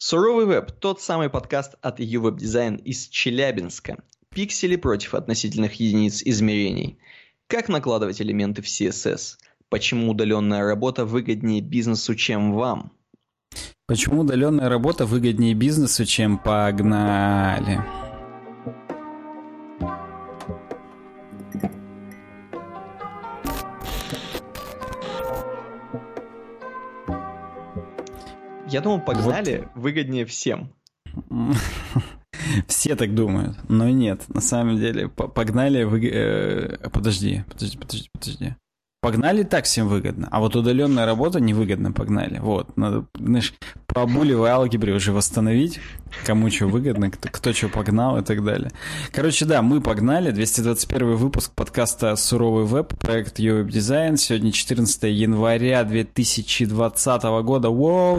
Суровый веб – тот самый подкаст от EU Design из Челябинска. Пиксели против относительных единиц измерений. Как накладывать элементы в CSS? Почему удаленная работа выгоднее бизнесу, чем вам? Почему удаленная работа выгоднее бизнесу, чем погнали? Я думал, погнали выгоднее всем. Все так думают, но нет. На самом деле, погнали... Подожди. Погнали так всем выгодно, а вот удаленная работа невыгодно погнали. Вот, надо, знаешь, по булевой алгебре уже восстановить, кому что выгодно, кто что погнал и так далее. Короче, да, мы погнали. 221 выпуск подкаста «Суровый веб», проект EU Design. Сегодня 14 января 2020 года. Воу,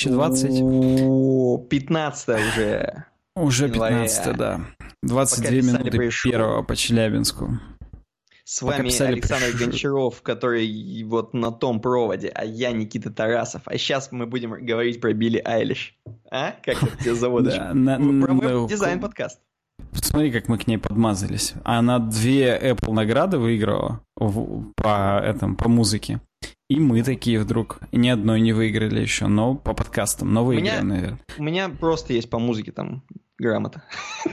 2020. 15 уже. Уже 15, да. 22 минуты первого по Челябинску. С вами Александр Гончаров, который вот на том проводе, а я Никита Тарасов. А сейчас мы будем говорить про Билли Айлиш. А? Как это тебя зовут? Про веб-дизайн-подкаст. Смотри, как мы к ней подмазались. Она 2 Apple награды выиграла по музыке. И мы такие вдруг ни одной не выиграли еще, но по подкастам, но выиграем, наверное. У меня просто есть по музыке там грамота.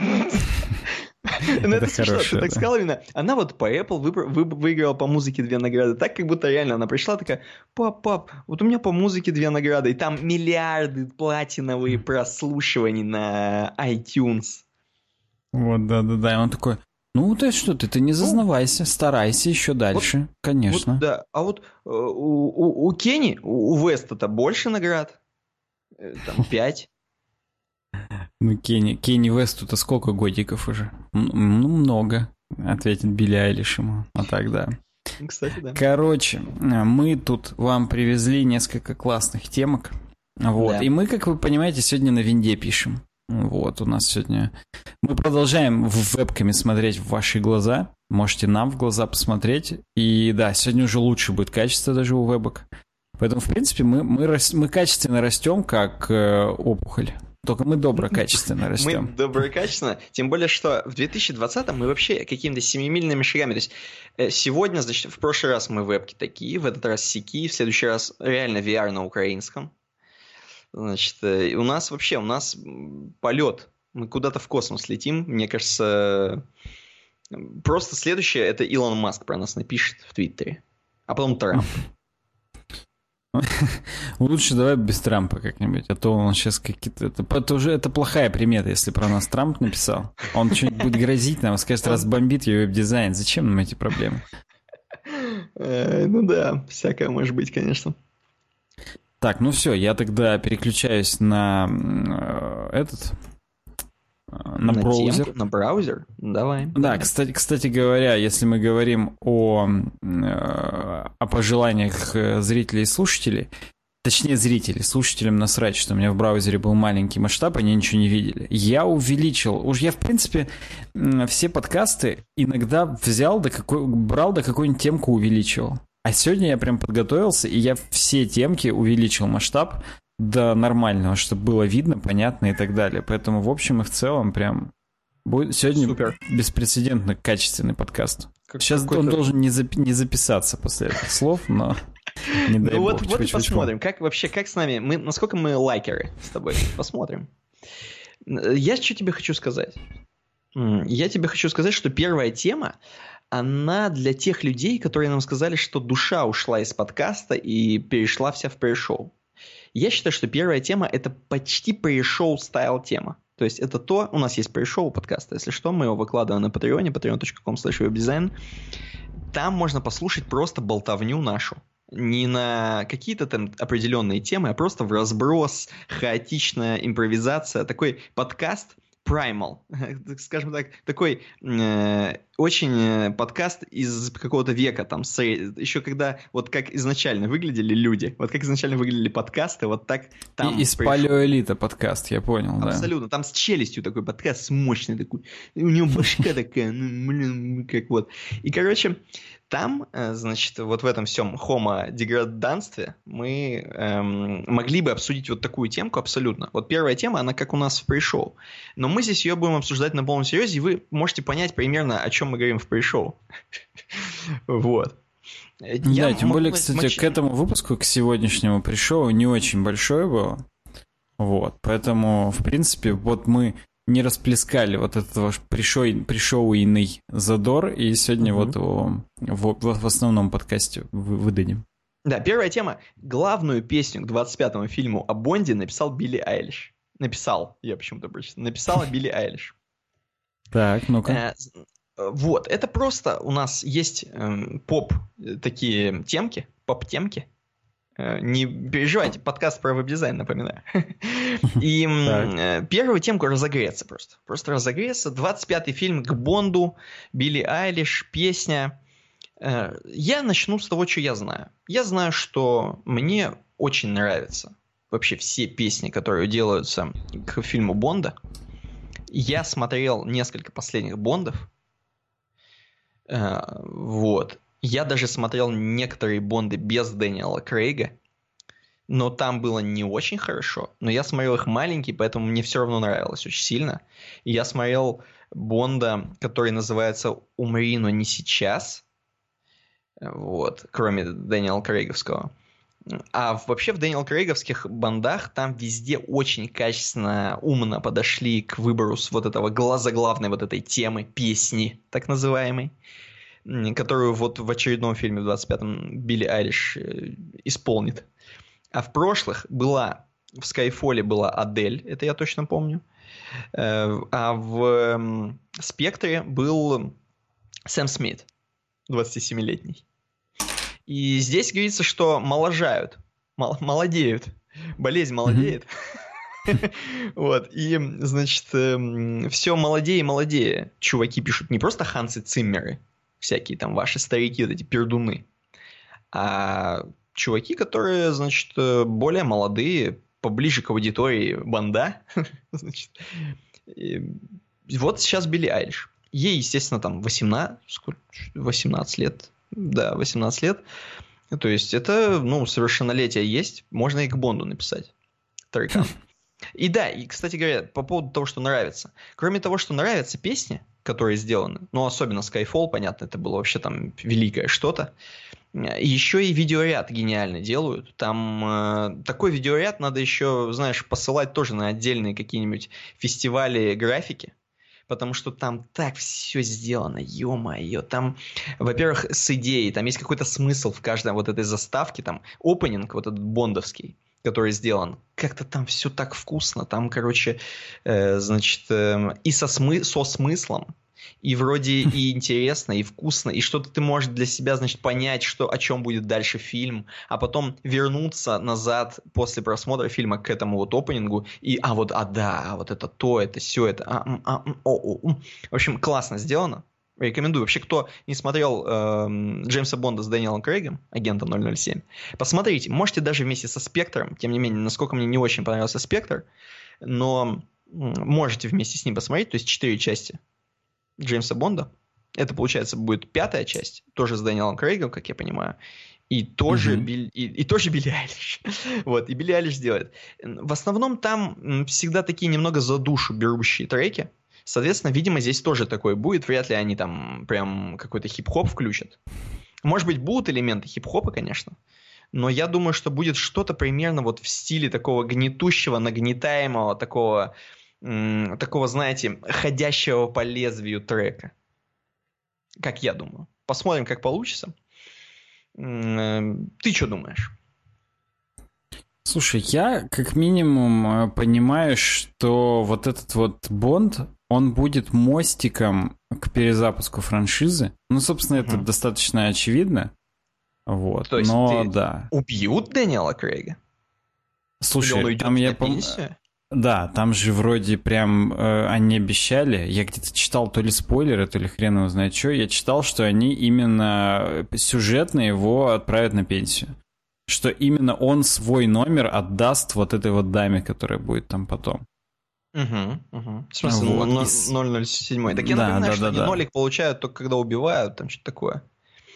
Это смешно, ты так сказал именно. Она вот по Apple выиграла по музыке 2 награды. Так, как будто реально она пришла такая: пап, вот у меня по музыке 2 награды. И там миллиарды платиновые прослушиваний на iTunes. Вот, да. И он такой: ну, ты что, ты не зазнавайся, старайся еще дальше, вот, конечно. Вот, да, а вот у Кенни, у Веста-то больше наград. Там 5. Ну, Кенни Весту-то сколько годиков уже? Ну, много, ответит Билли Айлиш ему. А так, да. Кстати, да. Короче, мы тут вам привезли несколько классных темок. Вот. Да. И мы, как вы понимаете, сегодня на винде пишем. Вот, у нас сегодня... Мы продолжаем вебками смотреть в ваши глаза. Можете нам в глаза посмотреть. И да, сегодня уже лучше будет качество даже у вебок. Поэтому, в принципе, мы качественно растем, как опухоль. Только мы доброкачественно растем. Мы доброкачественно, тем более, что в 2020-м мы вообще какими-то семимильными шагами. То есть сегодня, значит, в прошлый раз мы вебки такие, в этот раз сяки, в следующий раз реально VR на украинском. Значит, у нас полет. Мы куда-то в космос летим. Мне кажется, просто следующее — это Илон Маск про нас напишет в Твиттере. А потом Трамп. Лучше давай без Трампа как-нибудь, а то он сейчас какие-то... Это плохая примета, если про нас Трамп написал. Он что-нибудь будет грозить нам, скажет, разбомбит ее веб-дизайн. Зачем нам эти проблемы? Ну да, всякое может быть, конечно. Так, ну все, я тогда переключаюсь на браузер. На браузер? Давай. Да, кстати говоря, если мы говорим о пожеланиях зрителей и слушателей, точнее зрителей, слушателям насрать, что у меня в браузере был маленький масштаб, они ничего не видели. Я увеличил, я в принципе все подкасты иногда брал до какую-нибудь темку увеличивал. А сегодня я прям подготовился, и я все темки увеличил масштаб до нормального, чтобы было видно, понятно и так далее. Поэтому в общем и в целом прям будет сегодня супер. Беспрецедентно качественный подкаст. Сейчас он должен не записаться после этих слов, но не дай бог. Вот и посмотрим, как с нами, насколько мы лайкеры с тобой. Посмотрим. Я что тебе хочу сказать? Я тебе хочу сказать, что первая тема, она для тех людей, которые нам сказали, что душа ушла из подкаста и перешла вся в пресс-шоу. Я считаю, что первая тема – это почти пресс-шоу стайл тема. То есть это у нас есть пресс-шоу подкаста, если что, мы его выкладываем на Патреоне, patreon.com/webdesign. Там можно послушать просто болтовню нашу. Не на какие-то там определенные темы, а просто в разброс, хаотичная импровизация. Такой подкаст Primal, скажем так, такой очень подкаст из какого-то века, там, еще когда, вот как изначально выглядели люди, вот как изначально выглядели подкасты, вот так там... Из палеоэлита подкаст, я понял, абсолютно, да. Абсолютно, там с челюстью такой подкаст, с мощный такой, у него башка такая, как вот. И, короче, там, значит, вот в этом всем homo-деграданстве мы могли бы обсудить вот такую темку абсолютно. Вот первая тема, она как у нас в пришоу. Но мы здесь ее будем обсуждать на полном серьезе, и вы можете понять примерно, о чем мы говорим в пришоу. Вот. Да, тем более, кстати, к этому выпуску, к сегодняшнему пришоу не очень большое было. Вот, поэтому, в принципе, вот мы не расплескали вот этот ваш пришоуйный задор, и сегодня вот его в основном подкасте выдадим. Да, первая тема. Главную песню к 25-му фильму о Бонде написал Билли Айлиш. Я почему-то прочитал. Написала Билли Айлиш. Так, ну-ка. Вот, это просто у нас есть поп такие темки, поп-темки. Не переживайте, подкаст про веб-дизайн, напоминаю. И первую темку разогреться просто. Просто разогреться. 25-й фильм к Бонду, Билли Айлиш, песня. Я начну с того, что я знаю. Я знаю, что мне очень нравятся вообще все песни, которые делаются к фильму Бонда. Я смотрел несколько последних Бондов. Вот. Я даже смотрел некоторые Бонды без Дэниела Крейга, но там было не очень хорошо. Но я смотрел их маленький, поэтому мне все равно нравилось очень сильно. И я смотрел Бонда, который называется «Умри, но не сейчас». Вот, кроме Дэниела Крейговского. А вообще в Дэниел Крейговских Бондах там везде очень качественно, умно подошли к выбору с вот этого заглавной вот этой темы, песни, так называемой, которую вот в очередном фильме в 25-м Билли Айлиш исполнит. А в прошлых в Скайфоле была Адель, это я точно помню. А в Спектре был Сэм Смит, 27-летний. И здесь говорится, что моложают, молодеют, болезнь молодеет. Вот, и, значит, все молодее и молодее. Чуваки пишут не просто Хансы Циммеры, всякие там ваши старики, вот эти пердуны, а чуваки, которые, значит, более молодые, поближе к аудитории Бонда. Значит, вот сейчас Билли Айлиш. Ей, естественно, там 18 лет. Да, 18 лет. То есть это, совершеннолетие есть. Можно и к Бонду написать. Тарикан. И да, и, кстати говоря, по поводу того, что нравится. Кроме того, что нравятся песни, которые сделаны, особенно Skyfall, понятно, это было вообще там великое что-то. Еще и видеоряд гениально делают. Там такой видеоряд надо еще, знаешь, посылать тоже на отдельные какие-нибудь фестивали графики. Потому что там так все сделано, ё-моё. Там, во-первых, с идеей, там есть какой-то смысл в каждой вот этой заставке. Там опенинг вот этот бондовский, который сделан. Как-то там все так вкусно. Там, короче, значит, и со смыслом. И вроде и интересно, и вкусно, и что-то ты можешь для себя, значит, понять, о чем будет дальше фильм, а потом вернуться назад после просмотра фильма к этому вот опенингу, и вот это то, это все, это В общем, классно сделано. Рекомендую. Вообще, кто не смотрел Джеймса Бонда с Дэниелом Крейгом, агента 007, посмотрите. Можете даже вместе со Спектром, тем не менее, насколько мне не очень понравился Спектр, но можете вместе с ним посмотреть, то есть 4 части Джеймса Бонда. Это, получается, будет 5-я часть, тоже с Дэниелом Крейгом, как я понимаю, и тоже, тоже Билли Айлиш. Вот, и Билли Айлиш делает. В основном там всегда такие немного за душу берущие треки. Соответственно, видимо, здесь тоже такое будет. Вряд ли они там прям какой-то хип-хоп включат. Может быть, будут элементы хип-хопа, конечно. Но я думаю, что будет что-то примерно вот в стиле такого гнетущего, нагнетаемого, такого, знаете, ходящего по лезвию трека. Как я думаю. Посмотрим, как получится. Ты что думаешь? Слушай, я как минимум понимаю, что вот этот вот Бонд, он будет мостиком к перезапуску франшизы. Собственно, это достаточно очевидно. Вот. То есть да. Убьют Дэниела Крейга? Слушай, там я помню... Да, там же вроде прям они обещали, я где-то читал то ли спойлеры, то ли хрен его знает что, я читал, что они именно сюжетно его отправят на пенсию. Что именно он свой номер отдаст вот этой вот даме, которая будет там потом. В смысле, вот. 007. Так я напоминаю, что они нолик получают только когда убивают, там что-то такое.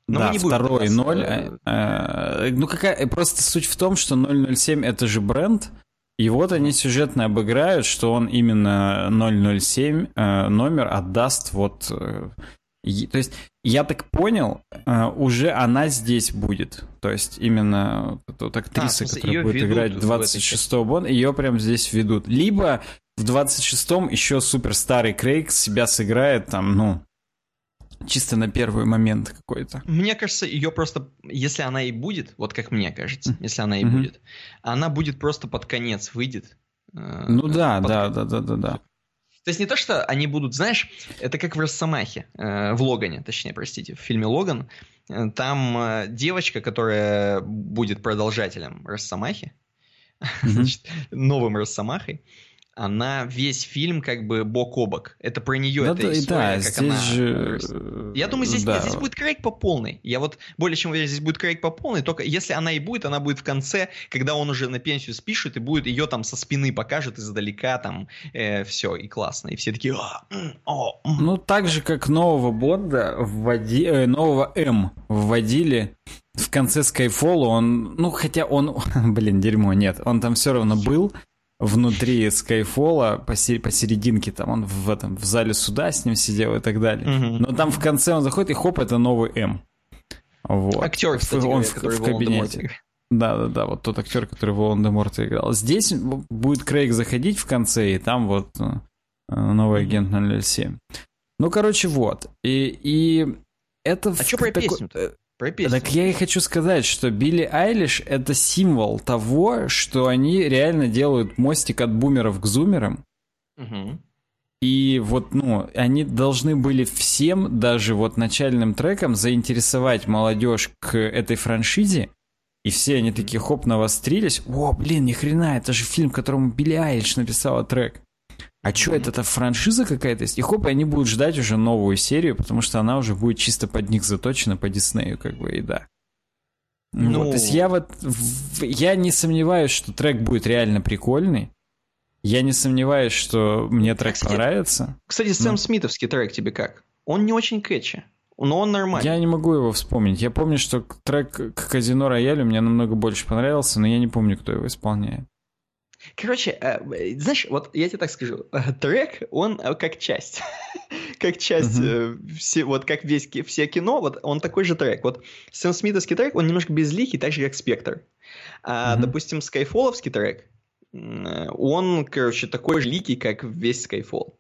Но да, мы не будем второй пытаться... 0. Ну, просто суть в том, что 007 это же бренд, и вот они сюжетно обыграют, что он именно 007 номер отдаст вот... То есть, я так понял, уже она здесь будет. То есть, именно вот актриса, которая будет играть 26-го Бонда, ее прям здесь ведут. Либо в 26-м еще супер старый Крейг себя сыграет там, ну, чисто на первый момент какой-то. Мне кажется, ее просто, если она и будет, вот как мне кажется, если она и будет, она будет просто под конец выйдет. Ну да. То есть не то, что они будут, знаешь, это как в Росомахе, в Логане, точнее, простите, в фильме «Логан», там девочка, которая будет продолжателем Росомахи, значит, новым Росомахой, она весь фильм как бы бок о бок. Это про нее эта история, как она... Же... Я думаю, здесь будет Крейг по полной. Я вот более чем уверен, здесь будет Крейг по полной, только если она и будет, она будет в конце, когда он уже на пенсию спишет, и будет ее там со спины покажет издалека, там все, и классно. И все такие... Ну, так же, как нового Бонда нового М вводили в конце Skyfall, он... Ну, хотя он... Блин, дерьмо, нет. Он там все равно был... Внутри Скайфола, посерединке, там он в зале суда с ним сидел и так далее. Но там в конце он заходит, и хоп, это новый М. Вот. Актер, кстати, он который в кабинете. Да, вот тот актер, который Волан-де-Морта играл. Здесь будет Крейг заходить в конце, и там вот новый агент 007. Ну, короче, вот. И это... А что про песню-то? Так я и хочу сказать, что Билли Айлиш — это символ того, что они реально делают мостик от бумеров к зумерам. И вот, ну, они должны были всем, даже вот начальным треком, заинтересовать молодежь к этой франшизе. И все они такие хоп навострились. О, блин, ни хрена, это же фильм, которому Билли Айлиш написала трек. А что, это франшиза какая-то есть? И хоп, и они будут ждать уже новую серию, потому что она уже будет чисто под них заточена, по Диснею, как бы, и да. Ну... Вот, то есть я не сомневаюсь, что трек будет реально прикольный. Я не сомневаюсь, что мне трек понравится. Кстати, Сэм Смитовский трек тебе как? Он не очень кэтчи, но он нормальный. Я не могу его вспомнить. Я помню, что трек к Казино Роялю мне намного больше понравился, но я не помню, кто его исполняет. Короче, знаешь, вот я тебе так скажу, трек, он как часть, как часть, вот как все кино, вот он такой же трек. Вот Сэм Смитовский трек, он немножко безликий, так же, как Спектр. А, допустим, Скайфоловский трек, он, короче, такой же ликий, как весь Skyfall.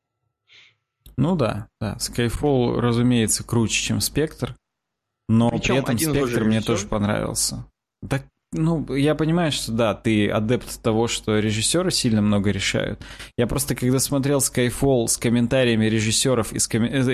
Ну да. Skyfall, разумеется, круче, чем Спектр, но при этом Спектр мне тоже понравился. Так. Ну, я понимаю, что да, ты адепт того, что режиссеры сильно много решают. Я просто, когда смотрел Skyfall с комментариями режиссеров и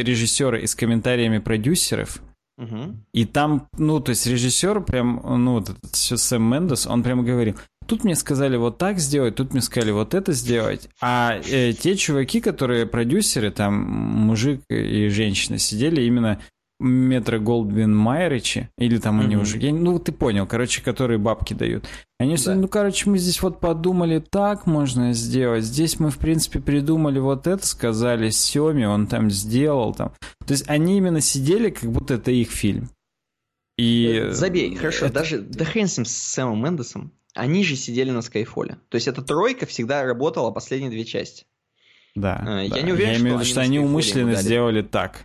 с комментариями продюсеров, и там, ну, то есть режиссер прям, ну, вот этот Сэм Мендес, он прямо говорил, тут мне сказали вот так сделать, тут мне сказали вот это сделать, а те чуваки, которые продюсеры, там мужик и женщина сидели именно... Метро Голдвин Майеричи, или там они уже, ну ты понял, короче, которые бабки дают. Они все, ну короче, мы здесь вот подумали, так можно сделать, здесь мы в принципе придумали вот это, сказали Сёме, он там сделал там. То есть они именно сидели, как будто это их фильм. И... Забей, хорошо, даже да хрен с ним, с Сэмом Мендесом, они же сидели на Скайфоле. То есть эта тройка всегда работала последние две части. Да, я не уверен, я имею в виду, что они умышленно сделали так.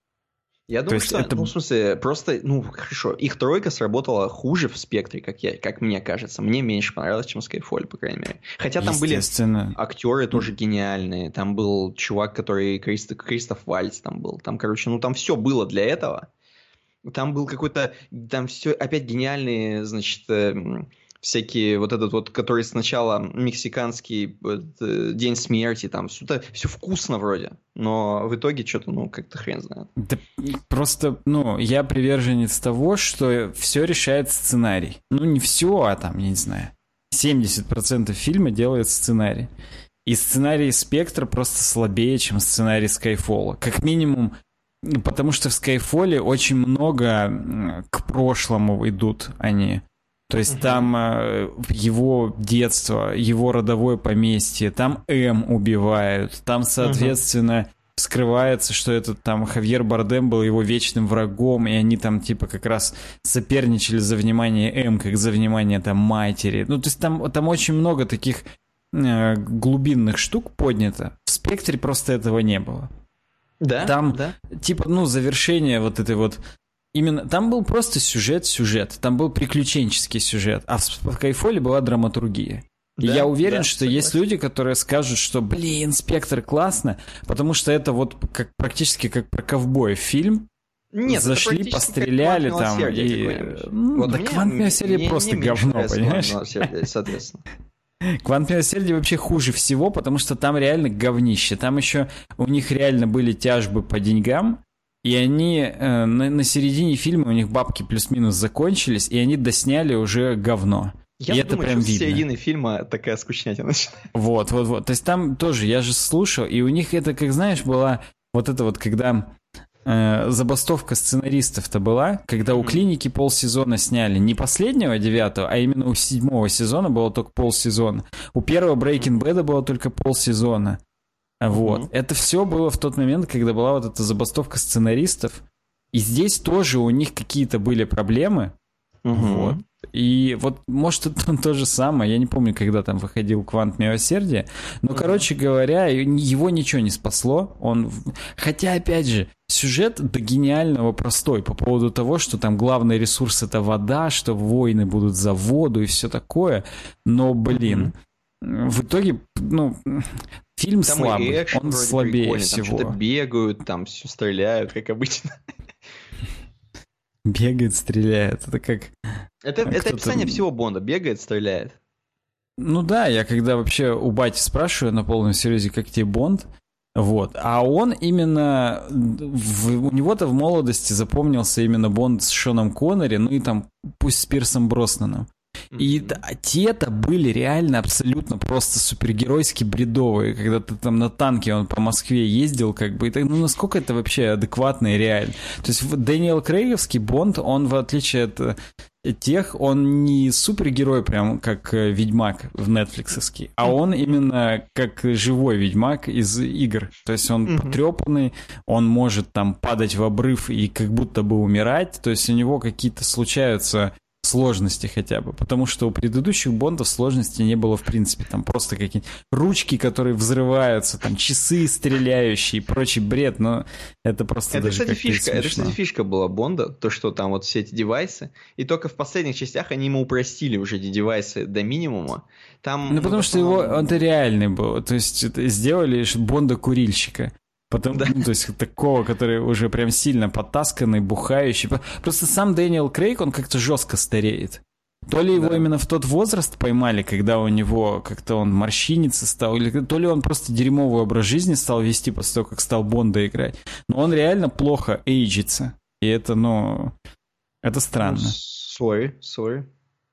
Я думаю, что, это... ну, в смысле, просто, ну, хорошо, их тройка сработала хуже в Спектре, как мне кажется. Мне меньше понравилось, чем в Skyfall, по крайней мере. Хотя там были актеры тоже гениальные. Там был чувак, который Кристоф Вальц там был. Там, короче, ну, там все было для этого. Там был какой-то, там все опять гениальные, значит, всякие, вот этот вот, который сначала мексиканский День смерти, там все вкусно вроде, но в итоге что-то, ну, как-то хрен знает. Да, просто, ну, я приверженец того, что все решает сценарий. Ну, не все, а там, я не знаю, 70% фильма делает сценарий. И сценарий Спектра просто слабее, чем сценарий Скайфола. Как минимум, потому что в Скайфоле очень много к прошлому идут они. То есть там его детство, его родовое поместье, там М убивают, там, соответственно, в скрывается, что этот там Хавьер Бардем был его вечным врагом, и они там типа как раз соперничали за внимание М, как за внимание там матери. Ну, то есть там очень много таких глубинных штук поднято. В «Спектре» просто этого не было. Да? Там, да? типа, ну, завершение вот этой вот... Именно там был просто сюжет, там был приключенческий сюжет, а в Skyfall была драматургия. И Да, я уверен, да, что согласен. есть люди, которые скажут, что, блин, «Спектр» классно, потому что это вот как, практически как про ковбоев фильм. Нет, зашли, это постреляли как там. И... Да «Квант милосердия» просто говно, понимаешь? Соответственно. «Квант милосердия» вообще хуже всего, потому что там реально говнище. Там еще у них реально были тяжбы по деньгам, и они на середине фильма у них бабки плюс-минус закончились, и они досняли уже говно. Я и это думаю, прям что видно. с середины фильма такая скучнятина начинается. Вот. То есть там тоже, я же слушал, и у них это, как знаешь, была вот это вот, когда забастовка сценаристов-то была, когда у «Клиники» полсезона сняли. Не последнего, 9-го, а именно у 7-го сезона было только полсезона. У первого Breaking Bad'а было только полсезона. Вот. Это все было в тот момент, когда была вот эта забастовка сценаристов. И здесь тоже у них какие-то были проблемы. Вот. И вот, может, это то же самое. Я не помню, когда там выходил «Квант милосердия». Но, короче говоря, его ничего не спасло. Хотя, опять же, сюжет до гениального простой по поводу того, что там главный ресурс — это вода, что войны будут за воду и все такое. Но, блин, в итоге, ну, фильм там слабый. Экшен Он слабее Там всего. что-то бегают, там все стреляют, как обычно. Бегает, стреляет. Это как... Это описание всего Бонда. Бегает, стреляет. Ну да, я когда вообще у бати спрашиваю на полном серьезе, как тебе Бонд, вот, а он именно, у него-то в молодости запомнился именно Бонд с Шоном Коннери, ну и там пусть с Пирсом Броснаном. И те-то были реально абсолютно просто супергеройски бредовые, когда ты там на танке он по Москве ездил, как бы, и так, ну насколько это вообще адекватно и реально. То есть Дэниел Крейговский Бонд, он в отличие от тех, он не супергерой прям как Ведьмак в Netflix-овский, а он именно как живой Ведьмак из игр. То есть он потрепанный, он может там падать в обрыв и как будто бы умирать, то есть у него какие-то случаются сложности хотя бы, потому что у предыдущих Бондов сложности не было в принципе, там просто какие-то ручки, которые взрываются, там часы стреляющие и прочий бред, но это просто это, даже кстати, как-то фишка, смешно. это, кстати, фишка была Бонда, то, что там вот все эти девайсы, и только в последних частях они ему упростили уже эти девайсы до минимума. Там, ну, потому что это реальный был, то есть это сделали Бонда-курильщика. Потом, да. То есть такого, который уже прям сильно потасканный, бухающий. Просто сам Дэниел Крейг, он как-то жестко стареет. То ли его именно в тот возраст поймали, когда у него как-то он морщиниться стал, или то ли он просто дерьмовый образ жизни стал вести после того, как стал Бонда играть. Но он реально плохо эйджится. И это, это странно. Sorry.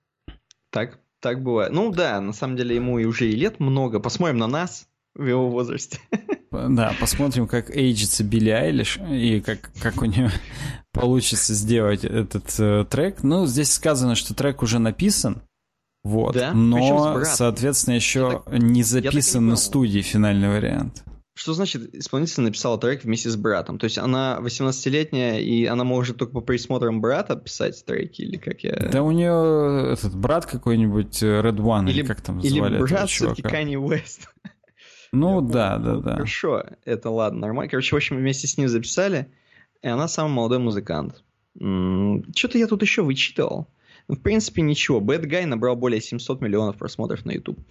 Так бывает. Ну да, на самом деле ему и уже и лет много. Посмотрим на нас в его возрасте. Да, посмотрим, как эйджится Билли Айлиш и как у нее получится сделать этот трек. Ну, здесь сказано, что трек уже написан, вот, да? но, соответственно, еще не записан на студии финальный вариант. Что значит исполнитель написала трек вместе с братом? То есть она 18-летняя, и она может только по присмотрам брата писать треки, или как я... Да у нее этот брат какой-нибудь, Red One, или как там звали этого чувака. Или брат все-таки Канье Уэст. Ну да. Хорошо, это ладно, нормально. Короче, в общем, вместе с ним записали, и она самый молодой музыкант. Что-то я тут еще вычитал. В принципе, ничего. Bad Guy набрал более 700 миллионов просмотров на YouTube.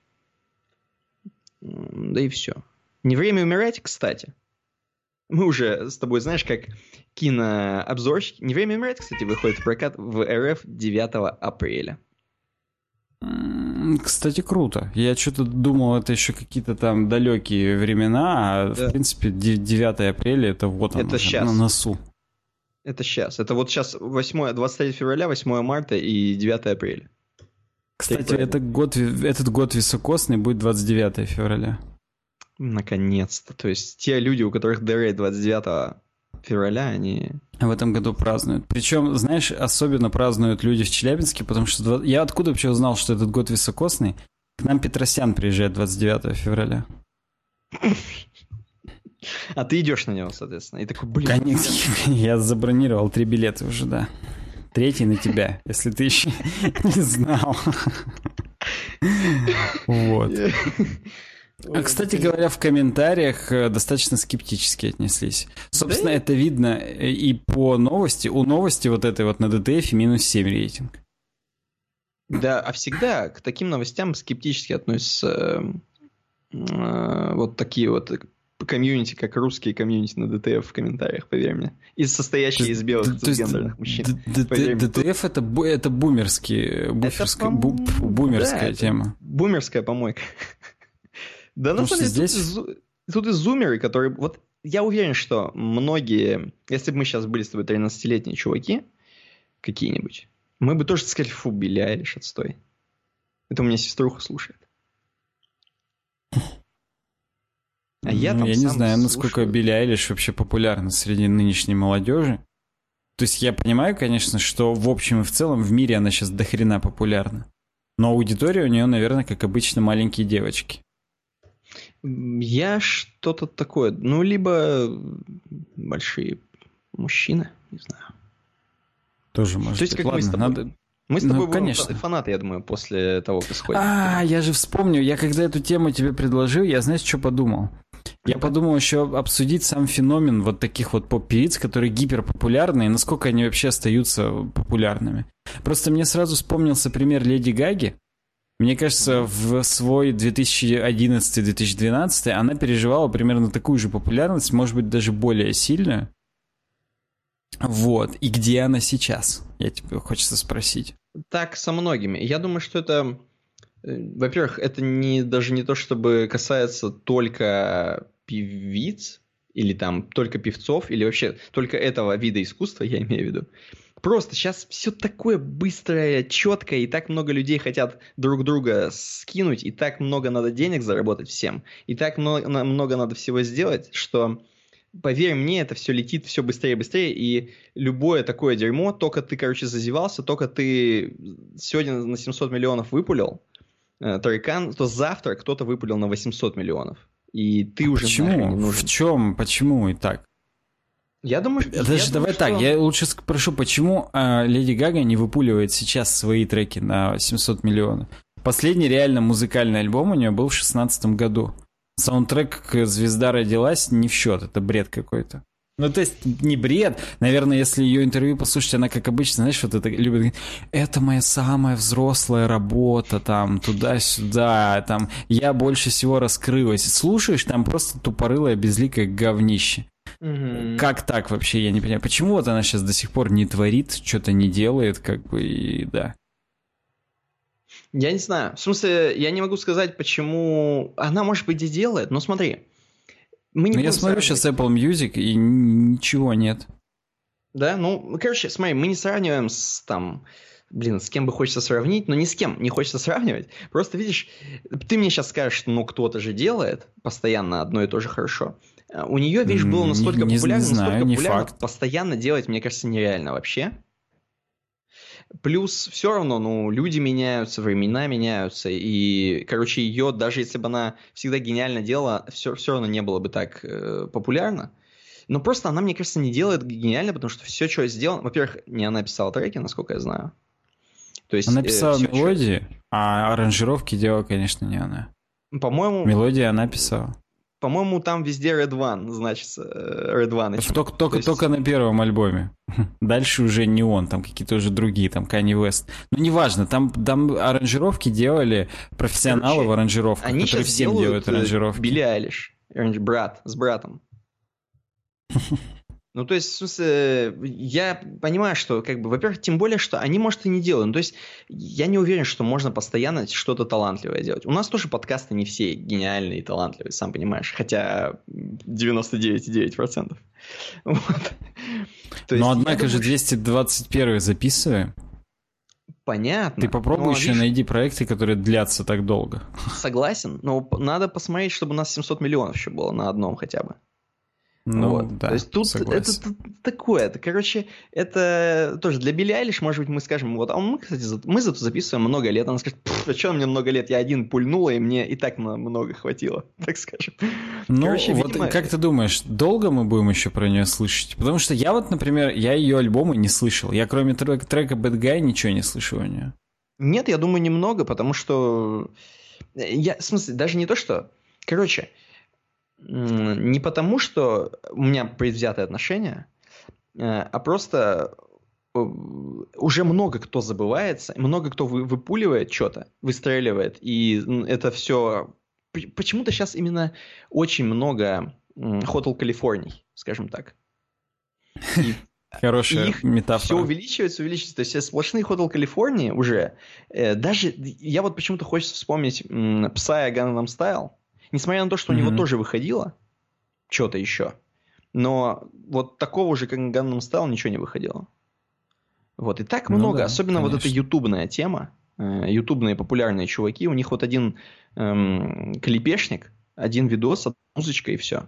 Да и все. Не время умирать, кстати. Мы уже с тобой, знаешь, как кинообзорщики. Не время умирать, кстати, выходит в прокат в РФ 9 апреля. Кстати, круто. Я что-то думал, это еще какие-то там далекие времена, а в принципе 9 апреля это вот оно, это на носу. Это сейчас. Это вот сейчас 23 февраля, 8 марта и 9 апреля. Кстати, этот год високосный будет 29 февраля. Наконец-то. То есть те люди, у которых ДР 29 февраля, они... В этом году празднуют. Причем, знаешь, особенно празднуют люди в Челябинске, потому что... Я откуда вообще узнал, что этот год високосный? К нам Петросян приезжает 29 февраля. А ты идешь на него, соответственно. И такой, блин. Конечно, я забронировал 3 билета уже, да. 3 на тебя, если ты еще не знал. Вот. А, кстати говоря, в комментариях достаточно скептически отнеслись. Собственно, это видно и по новости. У новости вот этой вот на DTF -7 рейтинг. Да, а всегда к таким новостям скептически относятся вот такие вот комьюнити, как русские комьюнити на DTF в комментариях, поверь мне. Состоящие из белых цисгендерных мужчин. DTF это бумерская тема. Бумерская помойка. Да, на самом деле, тут и зумеры, которые... Вот я уверен, что многие... Если бы мы сейчас были с тобой 13-летние чуваки, какие-нибудь, мы бы тоже сказали, фу, Билли Айлиш, отстой. Это у меня сеструха слушает. А я там я не знаю, насколько Билли Айлиш вообще популярна среди нынешней молодежи. То есть я понимаю, конечно, что в общем и в целом в мире она сейчас дохрена популярна. Но аудитория у нее, наверное, как обычно, маленькие девочки. Я что-то такое... Ну, либо большие мужчины, не знаю. Тоже может быть. То есть, как ладно, мы с тобой будем фанаты, я думаю, после того, как сходим. Я же вспомню, я когда эту тему тебе предложил, я, знаешь, что подумал? Я подумал еще обсудить сам феномен вот таких вот поп-певиц, которые гиперпопулярны, и насколько они вообще остаются популярными. Просто мне сразу вспомнился пример Леди Гаги. Мне кажется, в свой 2011-2012 она переживала примерно такую же популярность, может быть, даже более сильную. Вот. И где она сейчас? Я тебе хочется спросить. Так со многими. Я думаю, что это... Во-первых, это даже не то, чтобы касается только певиц, или там только певцов, или вообще только этого вида искусства, я имею в виду. Просто сейчас все такое быстрое, четкое, и так много людей хотят друг друга скинуть, и так много надо денег заработать всем, и так много надо всего сделать, что, поверь мне, это все летит все быстрее и быстрее, и любое такое дерьмо, только ты, короче, зазевался, только ты сегодня на 700 миллионов выпулил таракан, то завтра кто-то выпулил на 800 миллионов. И ты уже почему? Не нужен. В чем? Почему и так? Я думаю, давай так, я лучше спрошу, почему Леди Гага не выпуливает сейчас свои треки на 700 миллионов? Последний реально музыкальный альбом у нее был в 2016 году. Саундтрек «Звезда родилась» не в счет, это бред какой-то. Ну, то есть, не бред. Наверное, если ее интервью послушать, она, как обычно, знаешь, вот это любит говорить, это моя самая взрослая работа, там, туда-сюда, там, я больше всего раскрылась. Слушаешь, там просто тупорылое, безликое говнище. Mm-hmm. Как так вообще, я не понимаю. Почему вот она сейчас до сих пор не творит, что-то не делает, как бы, и да. Я не знаю. В смысле, я не могу сказать, почему... Она, может быть, и делает, но смотри. Я смотрю сейчас Apple Music, и ничего нет. Да? Ну, короче, смотри, мы не сравниваем с там... Блин, с кем бы хочется сравнить, но ни с кем не хочется сравнивать. Просто, видишь, ты мне сейчас скажешь, что ну кто-то же делает постоянно одно и то же хорошо. У нее, видишь, было настолько популярно, постоянно делать, мне кажется, нереально вообще. Плюс все равно, ну, люди меняются, времена меняются, и, короче, ее, даже если бы она всегда гениально делала, все равно не было бы так популярно. Но просто она, мне кажется, не делает гениально, потому что все, что сделано... Во-первых, не она писала треки, насколько я знаю. То есть, она писала мелодии, а аранжировки делала, конечно, не она. По-моему... Мелодии она писала. По-моему, там везде Red One, значится, Red One. Только на первом альбоме. Дальше уже не он, там какие-то уже другие, там Kanye West. Ну, неважно, там аранжировки делали профессионалы в аранжировках, они которые всем делают аранжировки. Билли Айлиш, брат, с братом. Ну, то есть, в смысле, я понимаю, что, как бы, во-первых, тем более, что они, может, и не делают. Ну, то есть, я не уверен, что можно постоянно что-то талантливое делать. У нас тоже подкасты не все гениальные и талантливые, сам понимаешь. Хотя 99,9%. Вот. Но, однако же, 221 записываем. Понятно. Ты попробуй еще найди проекты, которые длятся так долго. Согласен, но надо посмотреть, чтобы у нас 700 миллионов еще было на одном хотя бы. Ну, вот. да, То есть тут согласен. это такое. Это, короче, это тоже для Билли Айлиш, может быть, мы скажем, вот, а мы, кстати, мы зато записываем много лет. Она скажет, а что мне много лет? Я один пульнула, и мне и так много хватило, так скажем. Ну, Короче, вот видимо... как ты думаешь, долго мы будем еще про нее слышать? Потому что я вот, например, я ее альбомы не слышал. Я кроме трека Bad Guy ничего не слышу у нее. Нет, я думаю, немного, потому что... в смысле, даже не то, что... Короче, не потому, что у меня предвзятое отношение, а просто уже много кто забывается, много кто выпуливает что-то, выстреливает, и это все... Почему-то сейчас именно очень много Hotel California, скажем так. Хорошая метафора. Все увеличивается. То есть сплошные Hotel California уже. Даже я вот почему-то хочется вспомнить Psy Gangnam Style. Несмотря на то, что у него тоже выходило что-то еще. Но вот такого же, как Gangnam Style, ничего не выходило. Вот. И так много. Да, особенно конечно. Вот эта ютубная тема. Ютубные популярные чуваки. У них вот один клипешник, один видос, одна музычка и все.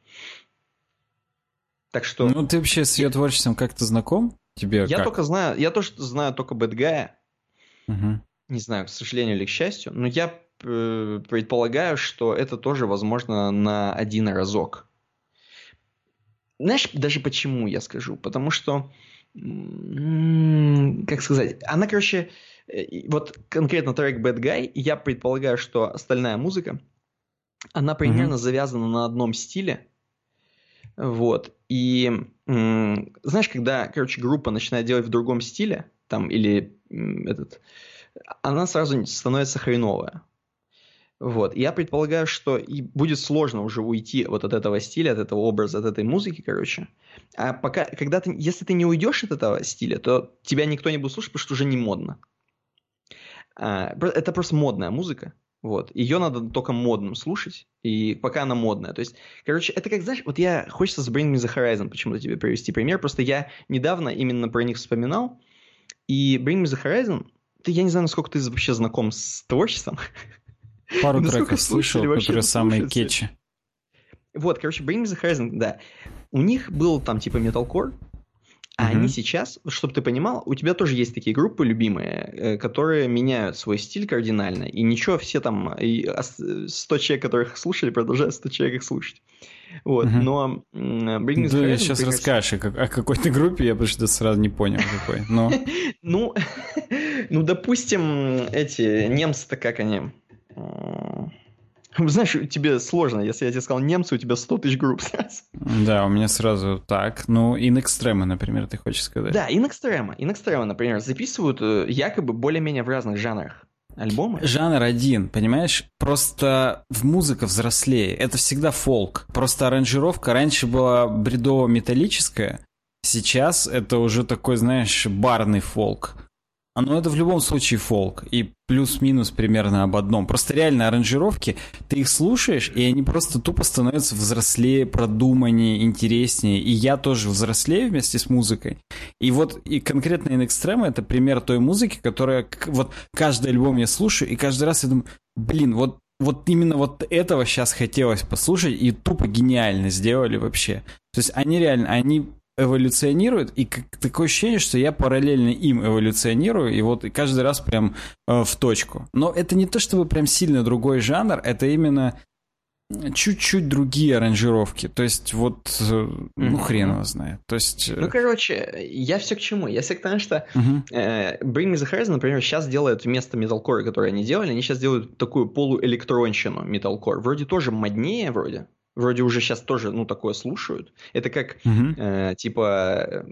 Так что... Ну, ты вообще с ее творчеством как-то знаком? Тебе я как? Только знаю... Я тоже знаю только Bad Guy. Не знаю, к сожалению или к счастью. Но я предполагаю, что это тоже возможно на один разок. Знаешь, даже почему я скажу? Потому что... Как сказать? Она, короче... Вот конкретно трек Bad Guy, я предполагаю, что остальная музыка, она примерно завязана на одном стиле. Вот. И знаешь, когда, короче, группа начинает делать в другом стиле, там, или она сразу становится хреновая. Вот. И я предполагаю, что и будет сложно уже уйти вот от этого стиля, от этого образа, от этой музыки, короче. А пока, если ты не уйдешь от этого стиля, то тебя никто не будет слушать, потому что уже не модно. Это просто модная музыка. Вот. Ее надо только модным слушать, и пока она модная. То есть, короче, это как, знаешь, вот хочется с Bring Me The Horizon почему-то тебе привести пример, просто я недавно именно про них вспоминал, и Bring Me The Horizon, я не знаю, насколько ты вообще знаком с творчеством. Пару треков слышал, которые самые кетчи. Вот, короче, Bring Me The Horizon, да. У них был там типа металкор, а они сейчас, чтобы ты понимал, у тебя тоже есть такие группы любимые, которые меняют свой стиль кардинально. И ничего, все там, 100 человек, которых слушали, продолжают 100 человек их слушать. Вот, но Bring Me The Horizon... Сейчас расскажешь о какой-то группе, я просто сразу не понял, какой. Ну, допустим, эти немцы-то как они... Знаешь, тебе сложно, если я тебе сказал немцы, у тебя 100 тысяч групп сразу. Да, у меня сразу так. Ну, In Extrema, например, ты хочешь сказать. Да, In Extrema, например, записывают якобы более-менее в разных жанрах альбомы. Жанр один, понимаешь? Просто музыка взрослее. Это всегда фолк. Просто аранжировка раньше была бредово-металлическая, сейчас это уже такой, знаешь, барный фолк. Но это в любом случае фолк, и плюс-минус примерно об одном. Просто реально аранжировки, ты их слушаешь, и они просто тупо становятся взрослее, продуманнее, интереснее. И я тоже взрослею вместе с музыкой. И вот и конкретно In Extrema это пример той музыки, которая... Вот каждый альбом я слушаю, и каждый раз я думаю, блин, вот именно вот этого сейчас хотелось послушать, и тупо гениально сделали вообще. То есть они реально, они... эволюционируют, и такое ощущение, что я параллельно им эволюционирую, и вот каждый раз прям в точку. Но это не то, чтобы прям сильно другой жанр, это именно чуть-чуть другие аранжировки. То есть вот, ну, хрен его знает. То есть... Ну, короче, я все к чему? Я все к тому, что Bring Me The Horizon, например, сейчас делают вместо металкора, который они делали, они сейчас делают такую полуэлектронщину металкор. Вроде тоже моднее, Вроде уже сейчас тоже, такое слушают. Это как, типа,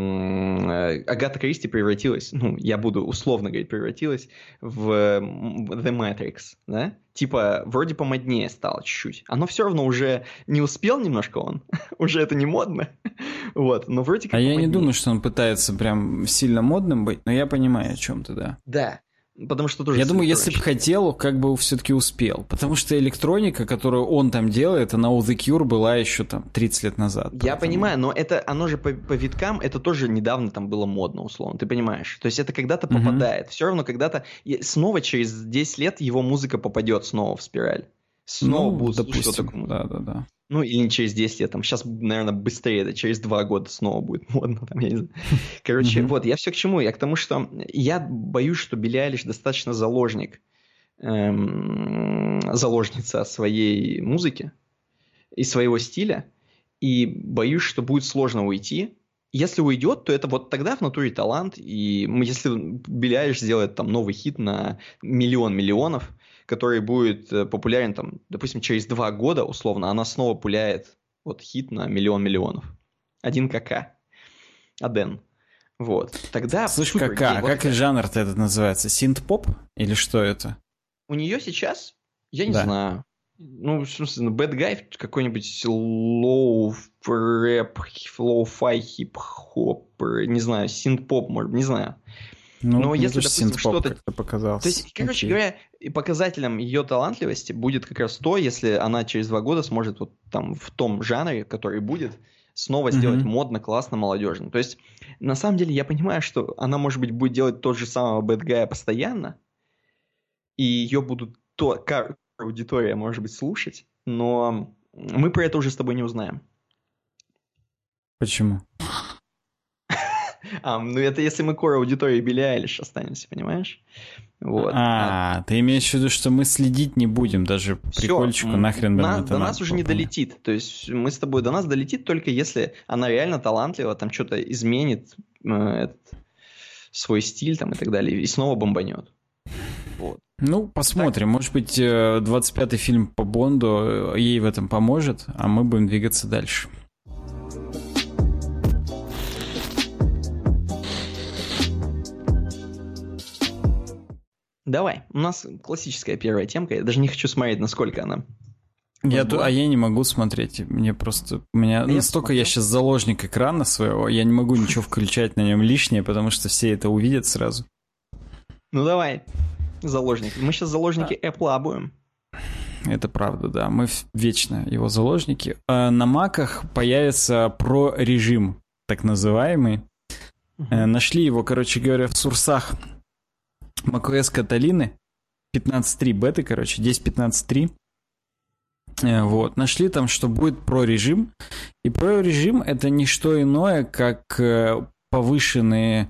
Агата Кристи превратилась, я буду условно говорить, превратилась в The Matrix, да? Типа, вроде помоднее стало чуть-чуть. Оно все равно уже не успел немножко он, уже это не модно. Вот, но вроде как помоднее. Я не думаю, что он пытается прям сильно модным быть, но я понимаю, о чем ты, да. Да. Потому что тоже... Я думаю, если бы хотел, как бы все-таки успел. Потому что электроника, которую он там делает, она у The Cure была еще там 30 лет назад. Я понимаю, но это, оно же по виткам, это тоже недавно там было модно, условно, ты понимаешь? То есть это когда-то попадает. Все равно когда-то... Снова через 10 лет его музыка попадет снова в спираль. Снова будут слушать такую музыку. Да. Ну, или не через 10 лет, там, сейчас, наверное, быстрее, это через 2 года снова будет модно, там, я не знаю. Короче, вот, я все к чему? Я к тому, что я боюсь, что Билли Айлиш достаточно заложница своей музыки и своего стиля, и боюсь, что будет сложно уйти. Если уйдет, то это вот тогда в натуре талант, и если Билли Айлиш сделает там новый хит на миллионов, который будет популярен, там, допустим, через 2 года, условно, она снова пуляет вот хит на миллионов. 1 КК. Аден. Вот. Тогда... Слышь, КК, а вот как жанр-то этот называется? Синт-поп? Или что это? У нее сейчас? Я не знаю. Ну, в смысле, Bad Guy какой-нибудь low-fi хип-хоп, не знаю, синт-поп, может, не знаю. Ну, но если, допустим, что-то показалось. То есть, короче говоря, показателем ее талантливости будет как раз то, если она через 2 года сможет вот там в том жанре, который будет, снова сделать модно, классно, молодежно. То есть, на самом деле, я понимаю, что она, может быть, будет делать тот же самого Bad Guy постоянно, и ее будут аудитория, может быть, слушать, но мы про это уже с тобой не узнаем. Почему? Ну это если мы core аудитории Билли Айлиш останемся, понимаешь? Вот. Ты имеешь в виду, что мы следить не будем, даже прикольчику нахрен до нас уже не долетит. То есть мы с тобой, до нас долетит только если она реально талантлива, там что-то изменит свой стиль там и так далее, и снова бомбанет. Вот. Ну, посмотрим. Так. Может быть, 25-й фильм по Бонду ей в этом поможет, а мы будем двигаться дальше. Давай. У нас классическая первая темка. Я даже не хочу смотреть, насколько она. Я не могу смотреть. Мне просто... У меня настолько я сейчас заложник экрана своего, я не могу ничего включать на нем лишнее, потому что все это увидят сразу. Ну, давай. Заложники. Мы сейчас заложники Apple будем. Это правда, да. Мы вечно его заложники. На маках появится про-режим, так называемый. Нашли его, короче говоря, в сурсах macOS Catalina 15.3 беты, 10.15.3. Вот. Нашли там, что будет про-режим. И про-режим — это не что иное, как повышенный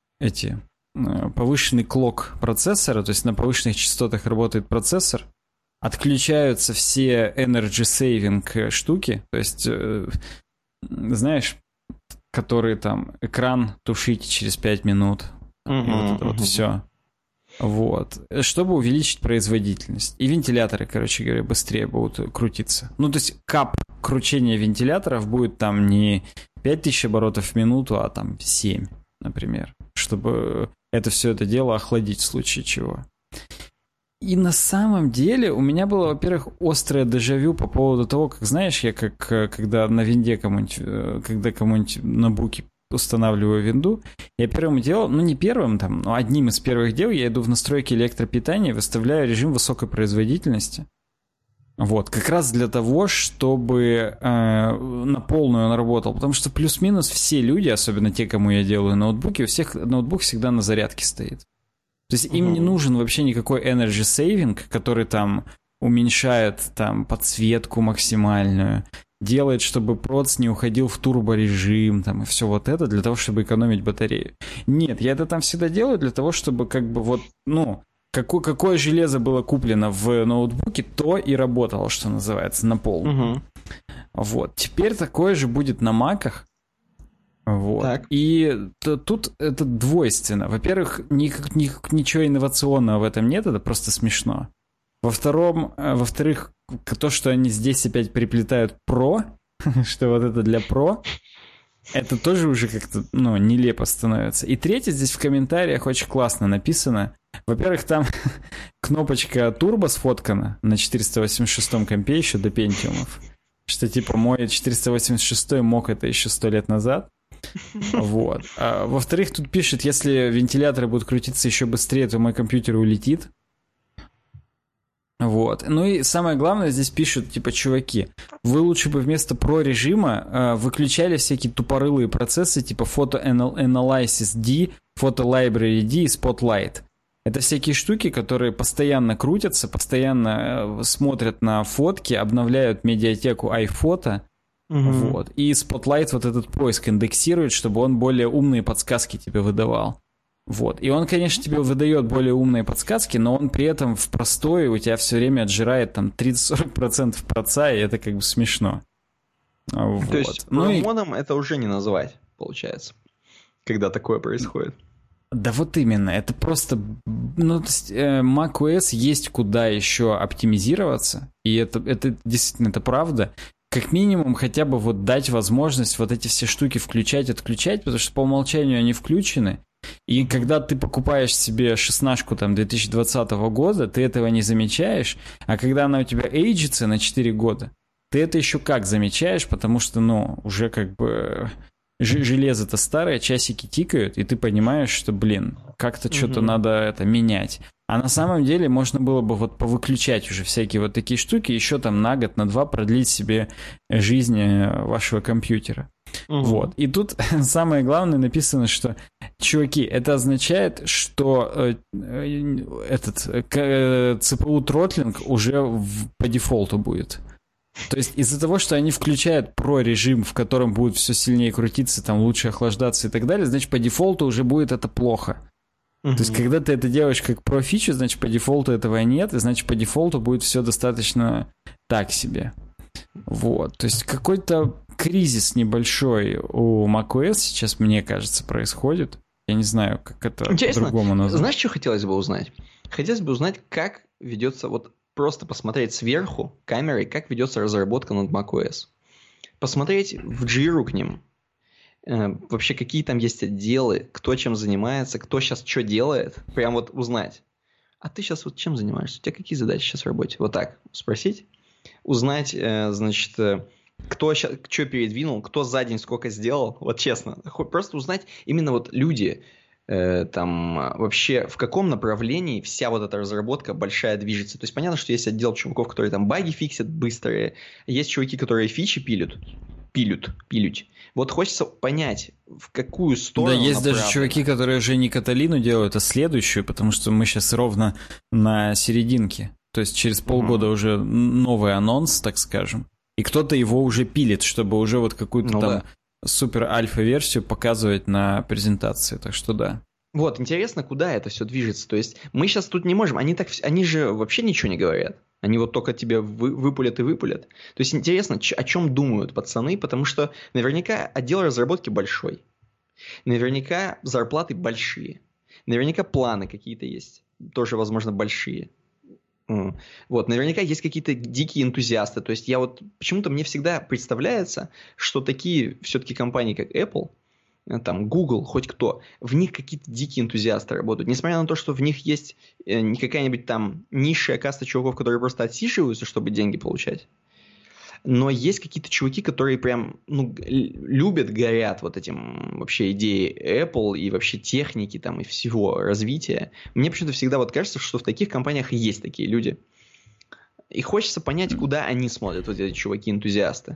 клок процессора, то есть на повышенных частотах работает процессор, отключаются все energy saving штуки, то есть, знаешь, которые там экран тушите через 5 минут, и вот это вот все. Вот. Чтобы увеличить производительность. И вентиляторы, короче говоря, быстрее будут крутиться. Ну, то есть кап кручения вентиляторов будет там не 5000 оборотов в минуту, а там 7, например, чтобы все это дело охладить в случае чего. И на самом деле у меня было, во-первых, острое дежавю по поводу того, как, знаешь, я когда на винде кому-нибудь на буке устанавливаю винду, я первым делом, не первым там, но одним из первых дел я иду в настройки электропитания, выставляю режим высокой производительности. Вот, как раз для того, чтобы на полную он работал. Потому что плюс-минус все люди, особенно те, кому я делаю ноутбуки, у всех ноутбук всегда на зарядке стоит. То есть им не нужен вообще никакой energy saving, который там уменьшает там подсветку максимальную, делает, чтобы проц не уходил в турборежим, там, и все вот это для того, чтобы экономить батарею. Нет, я это там всегда делаю для того, чтобы какое железо было куплено в ноутбуке, то и работало, что называется, на полную. Вот. Теперь такое же будет на маках. Вот. Так. И тут это двойственно. Во-первых, ничего инновационного в этом нет, это просто смешно. Во-вторых, то, что они здесь опять приплетают про, что вот это для про, это тоже уже как-то, нелепо становится. И третье, здесь в комментариях очень классно написано. Во-первых, там кнопочка турбо сфоткана на 486-м компе еще до пентиумов. Что типа мой 486-й мог это еще 100 лет назад. Вот. А, во-вторых, тут пишет, если вентиляторы будут крутиться еще быстрее, то мой компьютер улетит. Вот. Ну и самое главное, здесь пишут, типа, чуваки, вы лучше бы вместо про-режима выключали всякие тупорылые процессы, типа Photo Analysis D, Photo Library D и Spotlight. Это всякие штуки, которые постоянно крутятся, постоянно смотрят на фотки, обновляют медиатеку iPhoto, вот, и Spotlight вот этот поиск индексирует, чтобы он более умные подсказки тебе выдавал. Вот. И он, конечно, тебе выдает более умные подсказки, но он при этом в простое у тебя все время отжирает там 30-40% проца, и это как бы смешно. Вот. То есть модом это уже не назвать, получается, когда такое происходит. Да вот именно, это просто, ну, то есть macOS есть куда еще оптимизироваться, и это действительно, это правда. Как минимум хотя бы вот дать возможность вот эти все штуки включать, отключать, потому что по умолчанию они включены. И когда ты покупаешь себе 16-ку там 2020 года, ты этого не замечаешь, а когда она у тебя эйджится на 4 года, ты это еще как замечаешь, потому что, ну, уже как бы железо-то старое, часики тикают, и ты понимаешь, что, блин, как-то что-то надо это менять. А на самом деле можно было бы вот повыключать уже всякие вот такие штуки, еще там на год, на два продлить себе жизнь вашего компьютера. Вот. И тут самое главное написано, что, чуваки, это означает, что CPU тротлинг уже по дефолту будет. То есть из-за того, что они включают Pro-режим, в котором будет все сильнее крутиться, там лучше охлаждаться и так далее, значит, по дефолту уже будет это плохо. То есть, когда ты это делаешь как Pro-фичу, значит, по дефолту этого нет, и значит, по дефолту будет все достаточно так себе. Вот. То есть, какой-то кризис небольшой у macOS сейчас, мне кажется, происходит. Я не знаю, как это по-другому назвать. Знаешь, что хотелось бы узнать? Хотелось бы узнать, как ведется, вот просто посмотреть сверху камерой, как ведется разработка над macOS. Посмотреть в Jira к ним. Вообще, какие там есть отделы, кто чем занимается, кто сейчас что делает. Прям вот узнать. А ты сейчас вот чем занимаешься? У тебя какие задачи сейчас в работе? Вот так спросить. Узнать, значит, кто сейчас что передвинул, кто за день сколько сделал. Вот честно. Просто узнать именно вот люди, там вообще в каком направлении вся вот эта разработка большая движется. То есть понятно, что есть отдел чуваков, которые там баги фиксят быстрые. Есть чуваки, которые фичи пилют. Вот хочется понять, в какую сторону. Да, есть даже чуваки, которые уже не Каталину делают, а следующую, потому что мы сейчас ровно на серединке. То есть через полгода уже новый анонс, так скажем. И кто-то его уже пилит, чтобы уже вот какую-то супер альфа-версию показывать на презентации. Так что да. Вот, интересно, куда это все движется. То есть мы сейчас тут не можем. Они же вообще ничего не говорят. Они вот только тебе выпулят и выпулят. То есть интересно, о чем думают пацаны, потому что наверняка отдел разработки большой. Наверняка зарплаты большие. Наверняка планы какие-то есть. Тоже, возможно, большие. Вот, наверняка есть какие-то дикие энтузиасты. То есть я вот почему-то мне всегда представляется, что такие все-таки компании, как Apple, там Google, хоть кто, в них какие-то дикие энтузиасты работают. Несмотря на то, что в них есть не какая-нибудь там низшая каста чуваков, которые просто отсиживаются, чтобы деньги получать. Но есть какие-то чуваки, которые прям любят, горят вот этим вообще идеей Apple и вообще техники там и всего развития. Мне почему-то всегда вот кажется, что в таких компаниях есть такие люди. И хочется понять, куда они смотрят, вот эти чуваки-энтузиасты.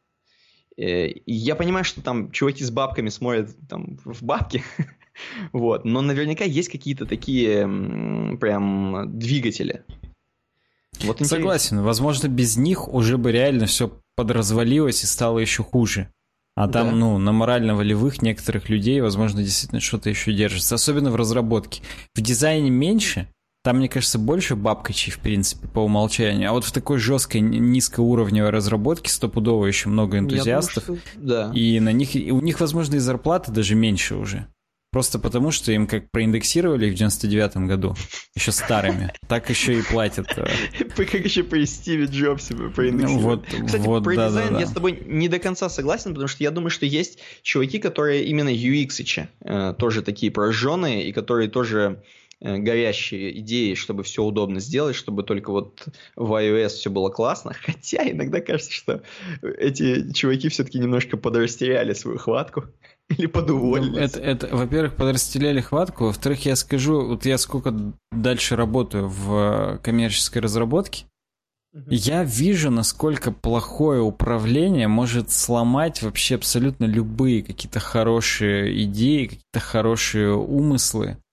И я понимаю, что там чуваки с бабками смотрят там в бабки, вот, но наверняка есть какие-то такие прям двигатели. Вот согласен, возможно, без них уже бы реально все подразвалилось и стало еще хуже. А там, на морально-волевых некоторых людей, возможно, действительно что-то еще держится. Особенно в разработке. В дизайне меньше. Там, мне кажется, больше бабкачей, в принципе, по умолчанию. А вот в такой жесткой, низкоуровневой разработке стопудово еще много энтузиастов. Думаю, что... да. И у них, возможно, и зарплаты даже меньше уже. Просто потому, что им как проиндексировали в 99-м году, еще старыми, так еще и платят. Как еще при Стиве Джобсе проиндексировали. Кстати, про дизайн я с тобой не до конца согласен, потому что я думаю, что есть чуваки, которые именно UX-ичи, тоже такие прожженные, и которые тоже... горящие идеи, чтобы все удобно сделать, чтобы только вот в iOS все было классно. Хотя иногда кажется, что эти чуваки все-таки немножко подрастеряли свою хватку или подуволились. Это, во-первых, подрастеряли хватку. Во-вторых, я скажу, вот я сколько дальше работаю в коммерческой разработке, я вижу, насколько плохое управление может сломать вообще абсолютно любые какие-то хорошие идеи, какие-то хорошие умыслы.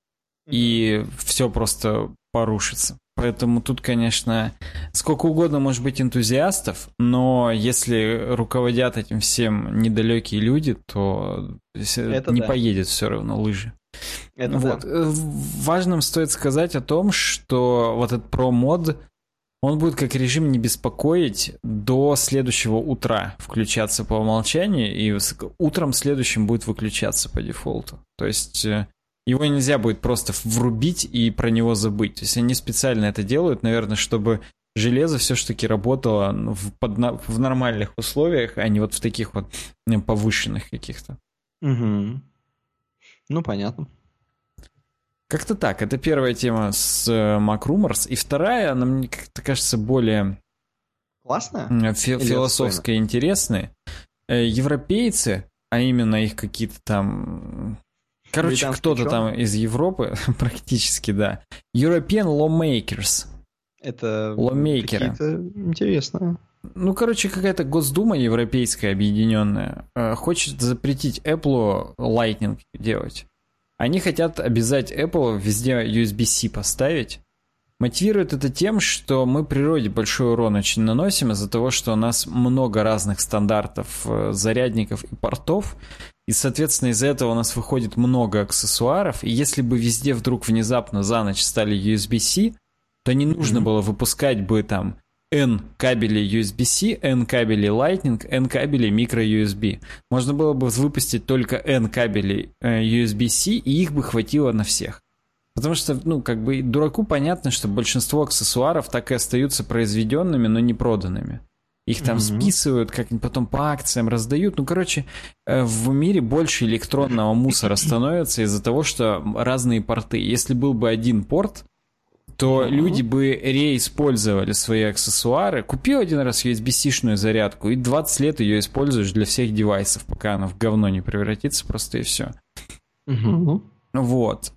и все просто порушится. Поэтому тут, конечно, сколько угодно может быть энтузиастов, но если руководят этим всем недалекие люди, то Это не да. поедет все равно лыжи. Это Вот. да. Важным стоит сказать о том, что вот этот Pro-мод, он будет как режим не беспокоить до следующего утра включаться по умолчанию, и утром следующим будет выключаться по дефолту. То есть его нельзя будет просто врубить и про него забыть. То есть они специально это делают, наверное, чтобы железо все-таки работало в нормальных условиях, а не вот в таких вот повышенных каких-то. Угу. Ну, понятно. Как-то так. Это первая тема с Mac Rumors. И вторая, она мне как-то кажется более Классно? философская и интересная. Европейцы, а именно их какие-то там... Короче, кто-то там из Европы, практически, да. European Lawmakers. Это Lawmakers. какие-то интересные. Ну, короче, какая-то Госдума европейская объединенная хочет запретить Apple Lightning делать. Они хотят обязать Apple везде USB-C поставить. Мотивирует это тем, что мы природе большой урон очень наносим из-за того, что у нас много разных стандартов зарядников и портов, и, соответственно, из-за этого у нас выходит много аксессуаров, и если бы везде вдруг внезапно за ночь стали USB-C, то не нужно было выпускать бы там N кабелей USB-C, N кабелей Lightning, N кабелей micro-USB. Можно было бы выпустить только N кабелей USB-C, и их бы хватило на всех. Потому что, ну, как бы дураку понятно, что большинство аксессуаров так и остаются произведенными, но не проданными. Их там списывают, как-нибудь потом по акциям раздают. Ну, короче, в мире больше электронного мусора становится из-за того, что разные порты. Если был бы один порт, то люди бы реиспользовали свои аксессуары. Купил один раз USB-C-шную зарядку и 20 лет ее используешь для всех девайсов, пока она в говно не превратится, просто и все. Вот.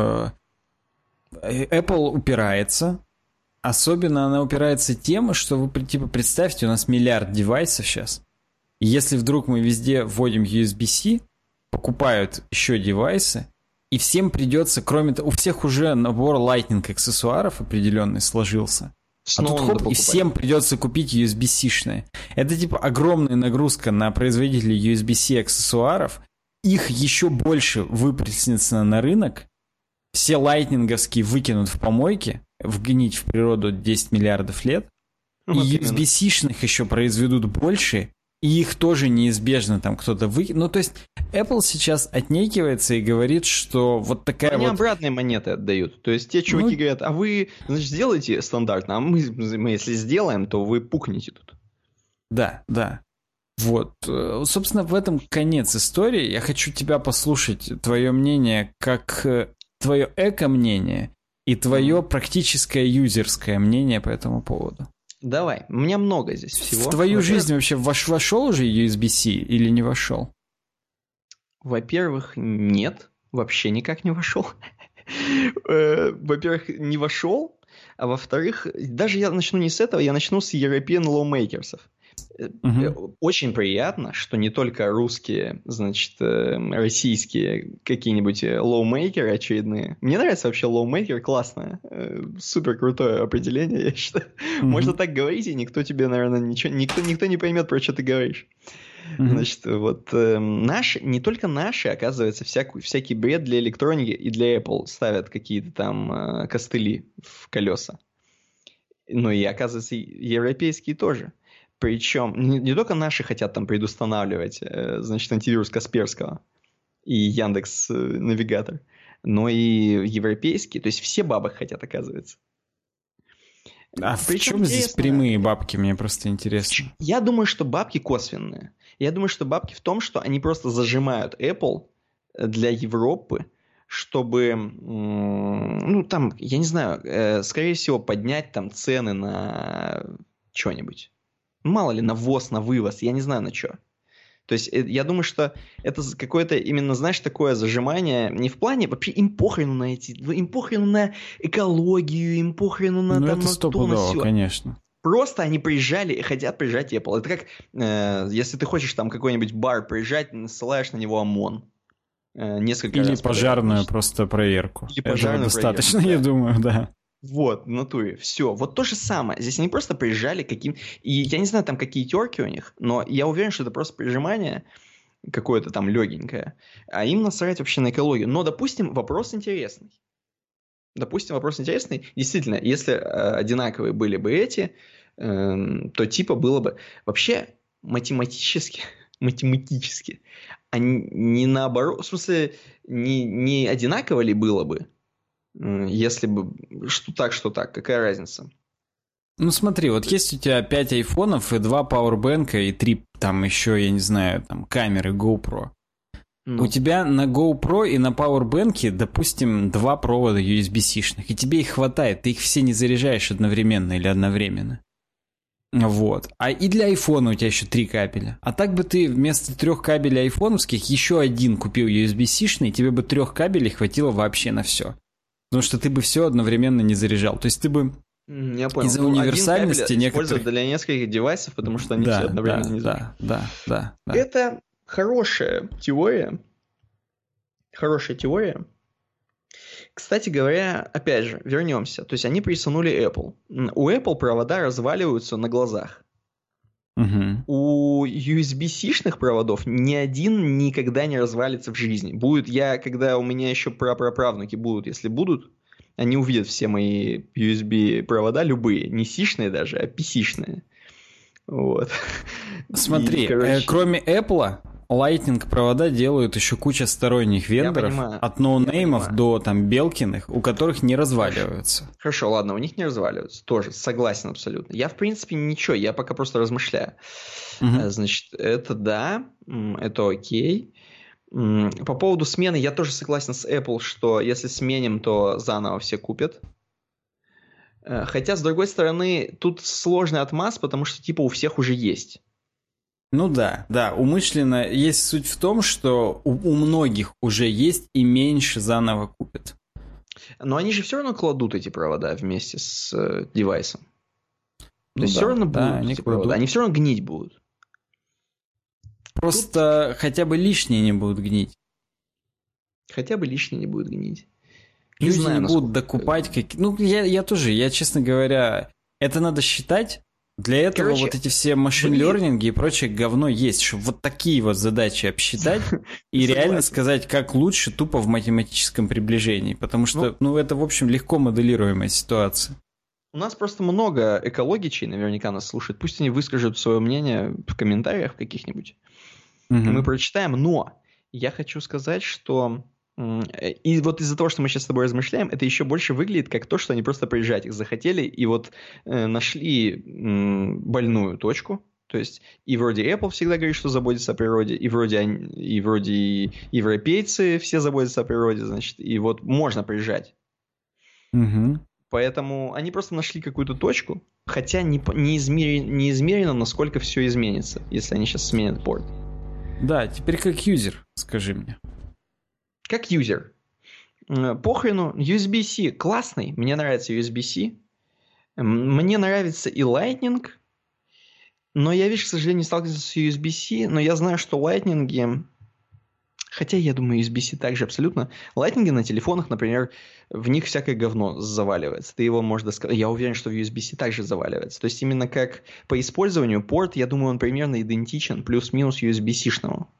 Apple упирается. Особенно она упирается тем, что вы, типа, представьте, у нас миллиард девайсов сейчас. И если вдруг мы везде вводим USB-C, покупают еще девайсы, и всем придется, кроме того, у всех уже набор Lightning аксессуаров определенный сложился. Снова а тут хоп, и всем придется купить USB-C-шные. Это типа огромная нагрузка на производителей USB-C аксессуаров. Их еще больше выплеснется на рынок. Все лайтнинговские выкинут в помойки, вгнить в природу 10 миллиардов лет. Вот и USB-C-шных еще произведут больше, и их тоже неизбежно там кто-то выкинет. Ну, то есть Apple сейчас отнекивается и говорит, что вот такая они вот... обратные монеты отдают. То есть те чуваки говорят, а вы, значит, сделайте стандартно, а мы если сделаем, то вы пухнете тут. Да, да. Вот. Собственно, в этом конец истории. Я хочу тебя послушать, твое мнение, как твое эко-мнение и твое практическое юзерское мнение по этому поводу. Давай, у меня много здесь всего. В твою жизнь вообще вошел уже USB-C или не вошел? Во-первых, нет, вообще никак не вошел. Во-первых, не вошел, а во-вторых, даже я начну не с этого, я начну с European Lawmakers. Очень приятно, что не только русские, значит, российские какие-нибудь лоумейкеры очередные. Мне нравится вообще лоумейкер, классное, супер крутое определение, я считаю. Можно так говорить, и никто тебе, наверное, ничего, никто не поймет, про что ты говоришь. Значит, вот не только наши, оказывается, всякий бред для электроники и для Apple ставят какие-то там костыли в колеса. Ну и, оказывается, европейские тоже. Причем не только наши хотят там предустанавливать, значит, антивирус Касперского и Яндекс Навигатор, но и европейские, то есть все бабок хотят, оказывается. А в чем здесь прямые бабки, мне просто интересно. Я думаю, что бабки косвенные. Я думаю, что бабки в том, что они просто зажимают Apple для Европы, чтобы, ну там, я не знаю, скорее всего, поднять там цены на что-нибудь. Мало ли, на ввоз, на вывоз, я не знаю на что. То есть я думаю, что это какое-то именно, знаешь, такое зажимание не в плане, вообще им похрену на им похрену на экологию, им похрену на, там, это стопудово, конечно. Просто они приезжали и хотят приезжать Apple. Это как, если ты хочешь там какой-нибудь бар приезжать, ссылаешь на него ОМОН. несколько Или раз. пожарную просто проверку. Или пожарную этого достаточно, проверку, я думаю, да. Вот, в натуре, все. Вот то же самое. Здесь они просто приезжали каким... И я не знаю, там какие терки у них, но я уверен, что это просто прижимание какое-то там легенькое. А им насрать вообще на экологию. Но, допустим, вопрос интересный. Действительно, если одинаковые были бы эти, то типа было бы... Вообще, математически, а не наоборот... В смысле, не одинаково ли было бы? Если бы что так, какая разница? Ну смотри, вот есть у тебя 5 айфонов и 2 пауэрбэнка и 3 там еще, я не знаю, там камеры GoPro. Ну. У тебя на GoPro и на пауэрбэнке, допустим, 2 провода USB-C-шных, и тебе их хватает, ты их все не заряжаешь одновременно или одновременно. Вот. А и для айфона у тебя еще 3 кабеля. А так бы ты вместо 3 кабелей айфоновских еще один купил USB-C-шный, и тебе бы 3 кабелей хватило вообще на все. Потому что ты бы все одновременно не заряжал. То есть ты бы я понял. из-за универсальности некоторых... для нескольких девайсов, потому что они все одновременно не заряжают. Да. Это хорошая теория. Кстати говоря, опять же, вернемся. То есть они присунули Apple. У Apple провода разваливаются на глазах. Угу. У USB-C-шных проводов ни один никогда не развалится в жизни. Когда у меня еще праправнуки будут, если будут, они увидят все мои USB-провода, любые, не C-шные даже, а PC-шные. Вот. Смотри, кроме Apple, Lightning провода делают еще куча сторонних вендоров, от ноунеймов до там Белкиных, у которых не разваливаются. Хорошо, ладно, у них не разваливаются, тоже согласен абсолютно. Я в принципе ничего, я пока просто размышляю. Значит, это да, это окей. По поводу смены я тоже согласен с Apple, что если сменим, то заново все купят. Хотя, с другой стороны, тут сложный отмаз, потому что типа у всех уже есть. Ну да, умышленно есть суть в том, что у многих уже есть и меньше заново купят. Но они же все равно кладут эти провода вместе с девайсом. То есть все равно будут эти провода. Они все равно гнить будут. Просто хотя бы лишние не будут гнить. Люди не будут докупать. Ну, я тоже, честно говоря, это надо считать. Для этого вот эти все машин-лернинги и прочее говно есть, чтобы вот такие вот задачи обсчитать и реально сказать, как лучше тупо в математическом приближении. Потому что, это, в общем, легко моделируемая ситуация. У нас просто много экологичей наверняка нас слушают. Пусть они выскажут свое мнение в комментариях каких-нибудь. Мы прочитаем, но я хочу сказать, что... И вот из-за того, что мы сейчас с тобой размышляем, это еще больше выглядит как то, что они просто приезжать их захотели и вот нашли больную точку. То есть и вроде Apple всегда говорит, что заботится о природе, и вроде европейцы все заботятся о природе, значит, и вот можно приезжать. Поэтому они просто нашли какую-то точку, хотя не измерено, насколько все изменится, если они сейчас сменят порт. Да, теперь как юзер, скажи мне. Как юзер. Похрену, USB-C классный, мне нравится USB-C. Мне нравится и Lightning, но я, видишь, к сожалению, не сталкивался с USB-C, но я знаю, что Lightning, хотя я думаю, USB-C также абсолютно. Lightning на телефонах, например, в них всякое говно заваливается. Ты его можешь сказать. Я уверен, что в USB-C также заваливается. То есть именно как по использованию порт, я думаю, он примерно идентичен, плюс-минус USB-C-шному.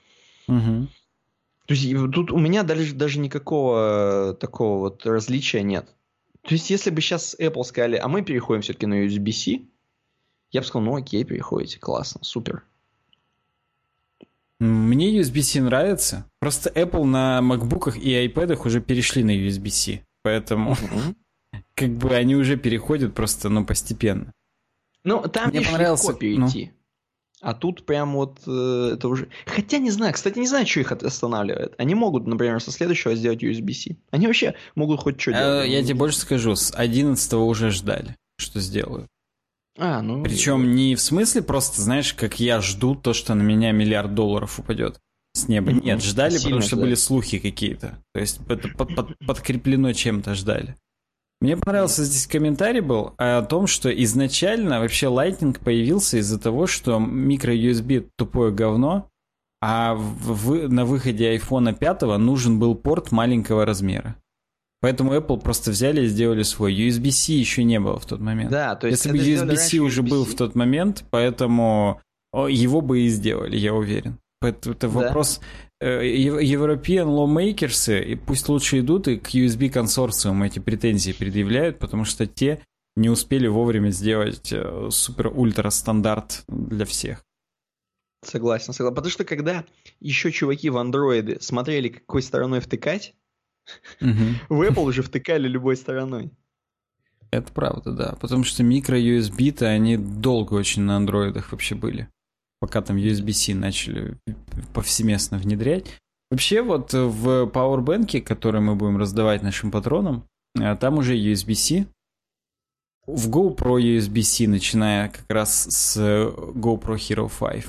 То есть тут у меня даже никакого такого вот различия нет. То есть если бы сейчас Apple сказали, а мы переходим все-таки на USB-C, я бы сказал, окей, переходите, классно, супер. Мне USB-C нравится. Просто Apple на MacBook'ах и iPad'ах уже перешли на USB-C. Поэтому как бы они уже переходят просто, постепенно. Там мне легко перейти. А тут прям вот это уже... Хотя не знаю, кстати, не знаю, что их останавливает. Они могут, например, со следующего сделать USB-C. Они вообще могут хоть что делать. Я тебе больше скажу, с 11-го уже ждали, что сделают. Причем не в смысле просто, знаешь, как я жду то, что на меня $1 миллиард упадет с неба. Нет, ждали, потому что были слухи какие-то. То есть это подкреплено чем-то ждали. Мне понравился здесь комментарий был о том, что изначально вообще Lightning появился из-за того, что micro-USB тупое говно, А на выходе iPhone 5 нужен был порт маленького размера. Поэтому Apple просто взяли и сделали свой. USB-C еще не было в тот момент. Да, то есть если бы USB-C уже USB-C был в тот момент, поэтому его бы и сделали, я уверен. Поэтому это вопрос... European lawmakers, и пусть лучше идут и к USB-консорциуму эти претензии предъявляют, потому что те не успели вовремя сделать супер-ультра стандарт для всех. Согласен. Потому что когда еще чуваки в андроиды смотрели, какой стороной втыкать, в Apple уже втыкали любой стороной. Это правда, да. Потому что микро-USB-то они долго очень на андроидах вообще были. Пока там USB-C начали повсеместно внедрять. Вообще вот в Powerbank, который мы будем раздавать нашим патронам, там уже USB-C. В GoPro USB-C, начиная как раз с GoPro Hero 5.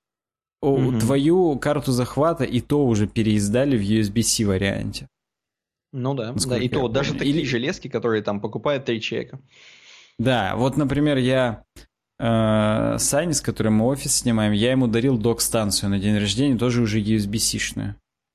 Твою карту захвата и то уже переиздали в USB-C варианте. Ну да, и то даже такие железки, которые там покупают 3 человека. Да, вот, например, я Сане, с которым мы офис снимаем, я ему дарил док-станцию на день рождения, тоже уже USB-C-шную.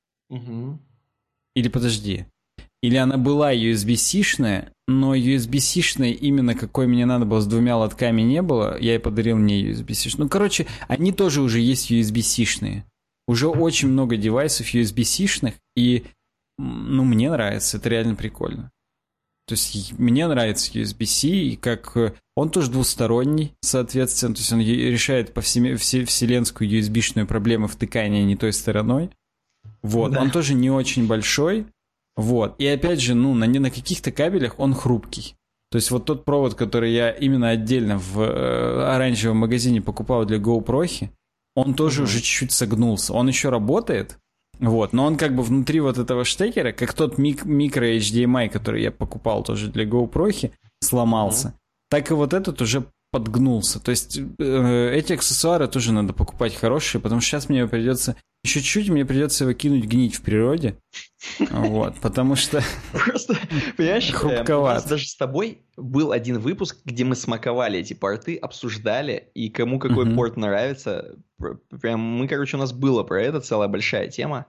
Или подожди. Или она была USB-C-шная, но USB-C-шной именно какой мне надо было, с 2 лотками не было, я ей подарил не USB-C-шную. Ну, короче, они тоже уже есть USB-C-шные. Уже очень много девайсов USB-C-шных, и мне нравится, это реально прикольно. То есть мне нравится USB-C, и как он тоже двусторонний, соответственно, то есть он решает вселенскую USB-шную проблему втыкания не той стороной. Вот, да. Он тоже не очень большой. Вот, и опять же, на каких-то кабелях он хрупкий. То есть вот тот провод, который я именно отдельно в оранжевом магазине покупал для GoPro, он тоже уже чуть-чуть согнулся. Он еще работает, вот, но он как бы внутри вот этого штекера, как тот микро HDMI, который я покупал тоже для GoPro, сломался, так и вот этот уже подгнулся. То есть эти аксессуары тоже надо покупать хорошие, потому что сейчас мне придется... Еще чуть-чуть мне придется его кинуть гнить в природе. Вот, потому что... Просто, понимаешь, хрупковато. У нас даже с тобой был один выпуск, где мы смаковали эти порты, обсуждали, и кому какой порт нравится. Прям у нас было про это целая большая тема.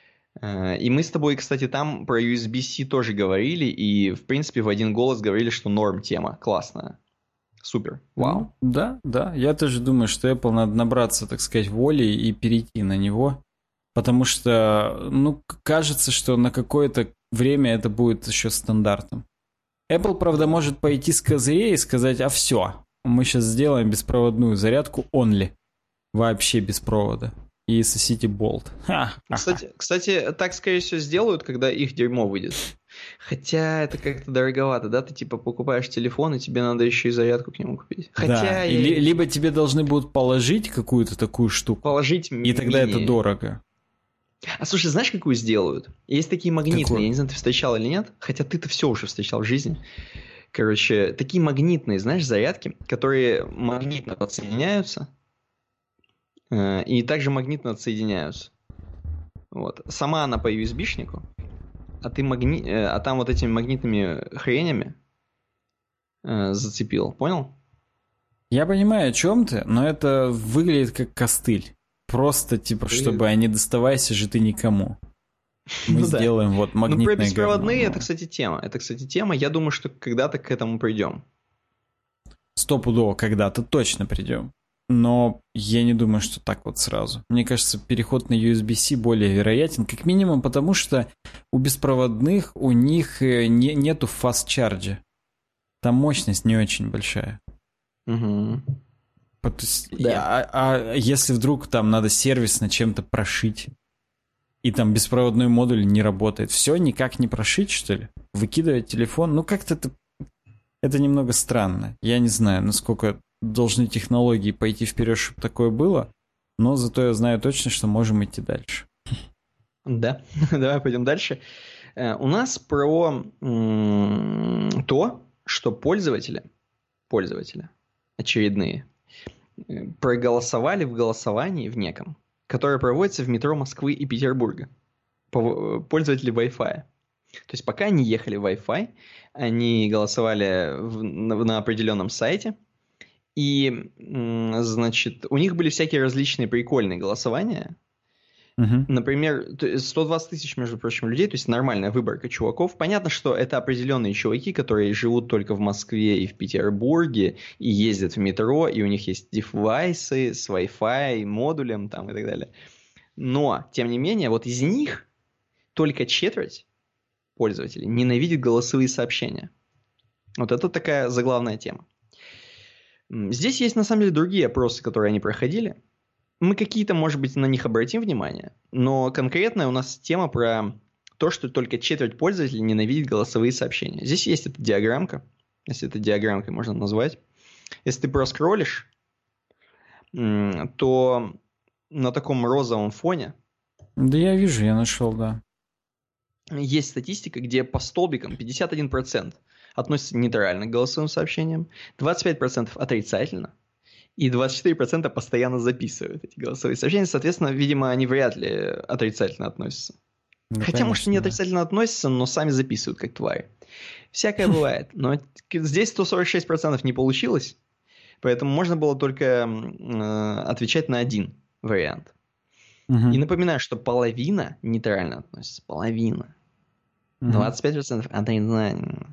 И мы с тобой, кстати, там про USB-C тоже говорили, и, в принципе, в один голос говорили, что норм тема, классная. Супер. Вау. Да. Я тоже думаю, что Apple надо набраться, так сказать, воли и перейти на него. Потому что, кажется, что на какое-то время это будет еще стандартом. Apple, правда, может пойти с козырей и сказать, а все, мы сейчас сделаем беспроводную зарядку only. Вообще без провода. И сосите болт. Кстати, так, скорее всего, сделают, когда их дерьмо выйдет. Хотя это как-то дороговато, да? Ты типа покупаешь телефон, и тебе надо еще и зарядку к нему купить. Хотя либо тебе должны будут положить какую-то такую штуку. Положить и тогда это дорого. А слушай, знаешь, какую сделают? Есть такие магнитные, я не знаю, ты встречал или нет, хотя ты-то все уже встречал в жизни. Короче, такие магнитные, знаешь, зарядки, которые магнитно подсоединяются и также магнитно отсоединяются. Вот. Сама она по USB-шнику, а там вот этими магнитными хренями зацепил, понял? Я понимаю, о чем ты, но это выглядит как костыль. Просто типа, чтобы не доставайся же ты никому. Мы сделаем вот магнитное про беспроводные говно. Это, кстати, тема. Я думаю, что когда-то к этому придем. Стопудово когда-то точно придем. Но я не думаю, что так вот сразу. Мне кажется, переход на USB-C более вероятен. Как минимум потому, что у беспроводных у них нету фаст-чарджа. Там мощность не очень большая. Угу. Да. А если вдруг там надо сервисно чем-то прошить, и там беспроводной модуль не работает, все никак не прошить, что ли? Выкидывать телефон? Как-то это немного странно. Я не знаю, насколько должны технологии пойти вперед, чтобы такое было, но зато я знаю точно, что можем идти дальше. Да, давай пойдем дальше. У нас про то, что пользователи очередные проголосовали в голосовании в неком, которое проводится в метро Москвы и Петербурга. Пользователи Wi-Fi. То есть пока они ехали в Wi-Fi, они голосовали на определенном сайте, и, значит, у них были всякие различные прикольные голосования. Например, 120 тысяч, между прочим, людей, то есть нормальная выборка чуваков. Понятно, что это определенные чуваки, которые живут только в Москве и в Петербурге, и ездят в метро, и у них есть девайсы с Wi-Fi, модулем там и так далее. Но, тем не менее, вот из них только четверть пользователей ненавидит голосовые сообщения. Вот это такая заглавная тема. Здесь есть, на самом деле, другие опросы, которые они проходили. Мы какие-то, может быть, на них обратим внимание, но конкретно у нас тема про то, что только четверть пользователей ненавидит голосовые сообщения. Здесь есть эта диаграммка, если это диаграммкой можно назвать. Если ты проскроллишь, то на таком розовом фоне... Да я вижу, я нашел, да. Есть статистика, где по столбикам 51% относятся нейтрально к голосовым сообщениям, 25% отрицательно, и 24% постоянно записывают эти голосовые сообщения. Соответственно, видимо, они вряд ли отрицательно относятся. Ну, хотя, конечно, может, они отрицательно относятся, но сами записывают как твари. Всякое бывает. Но здесь 146% не получилось, поэтому можно было только отвечать на один вариант. И напоминаю, что половина нейтрально относится. Половина. 25% отрицательно.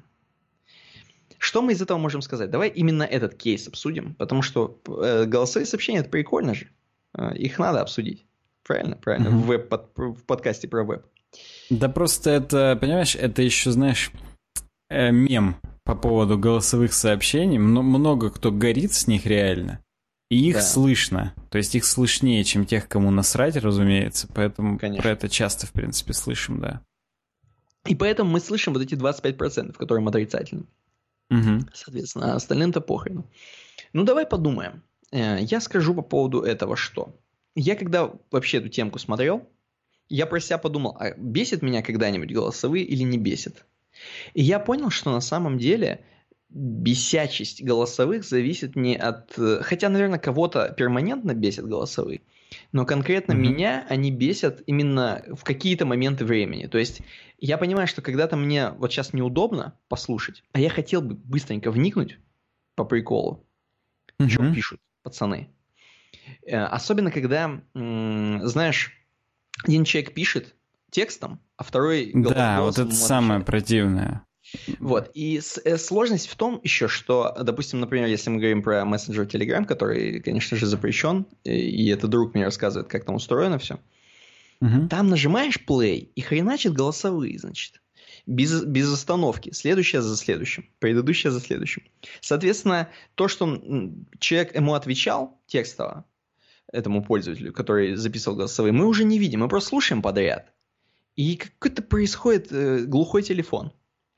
Что мы из этого можем сказать? Давай именно этот кейс обсудим, потому что голосовые сообщения – это прикольно же. Их надо обсудить. Правильно? Правильно. В подкасте про веб. Да просто это, понимаешь, это еще, знаешь, мем по поводу голосовых сообщений. Много кто горит с них реально. И их слышно. То есть их слышнее, чем тех, кому насрать, разумеется. Поэтому про это часто, в принципе, слышим, да. И поэтому мы слышим вот эти 25%, которым отрицательно. Соответственно, а остальным-то похрен. Ну, давай подумаем. Я скажу по поводу этого, что... Я когда вообще эту темку смотрел, я про себя подумал, а бесит меня когда-нибудь голосовые или не бесит? И я понял, что на самом деле бесячесть голосовых зависит не от... Хотя, наверное, кого-то перманентно бесит голосовые, но конкретно меня они бесят именно в какие-то моменты времени. То есть я понимаю, что когда-то мне вот сейчас неудобно послушать, а я хотел бы быстренько вникнуть по приколу, что пишут пацаны. Особенно, когда, знаешь, один человек пишет текстом, а второй голосом. Да, вот это самое противное. Вот, и сложность в том еще, что, допустим, например, если мы говорим про мессенджер Telegram, который, конечно же, запрещен, и это друг мне рассказывает, как там устроено все, там нажимаешь play и хреначит голосовые, значит, без остановки, следующее за следующим, предыдущее за следующим. Соответственно, то, что человек ему отвечал текстово, этому пользователю, который записывал голосовые, мы уже не видим, мы просто слушаем подряд. И какой-то происходит глухой телефон.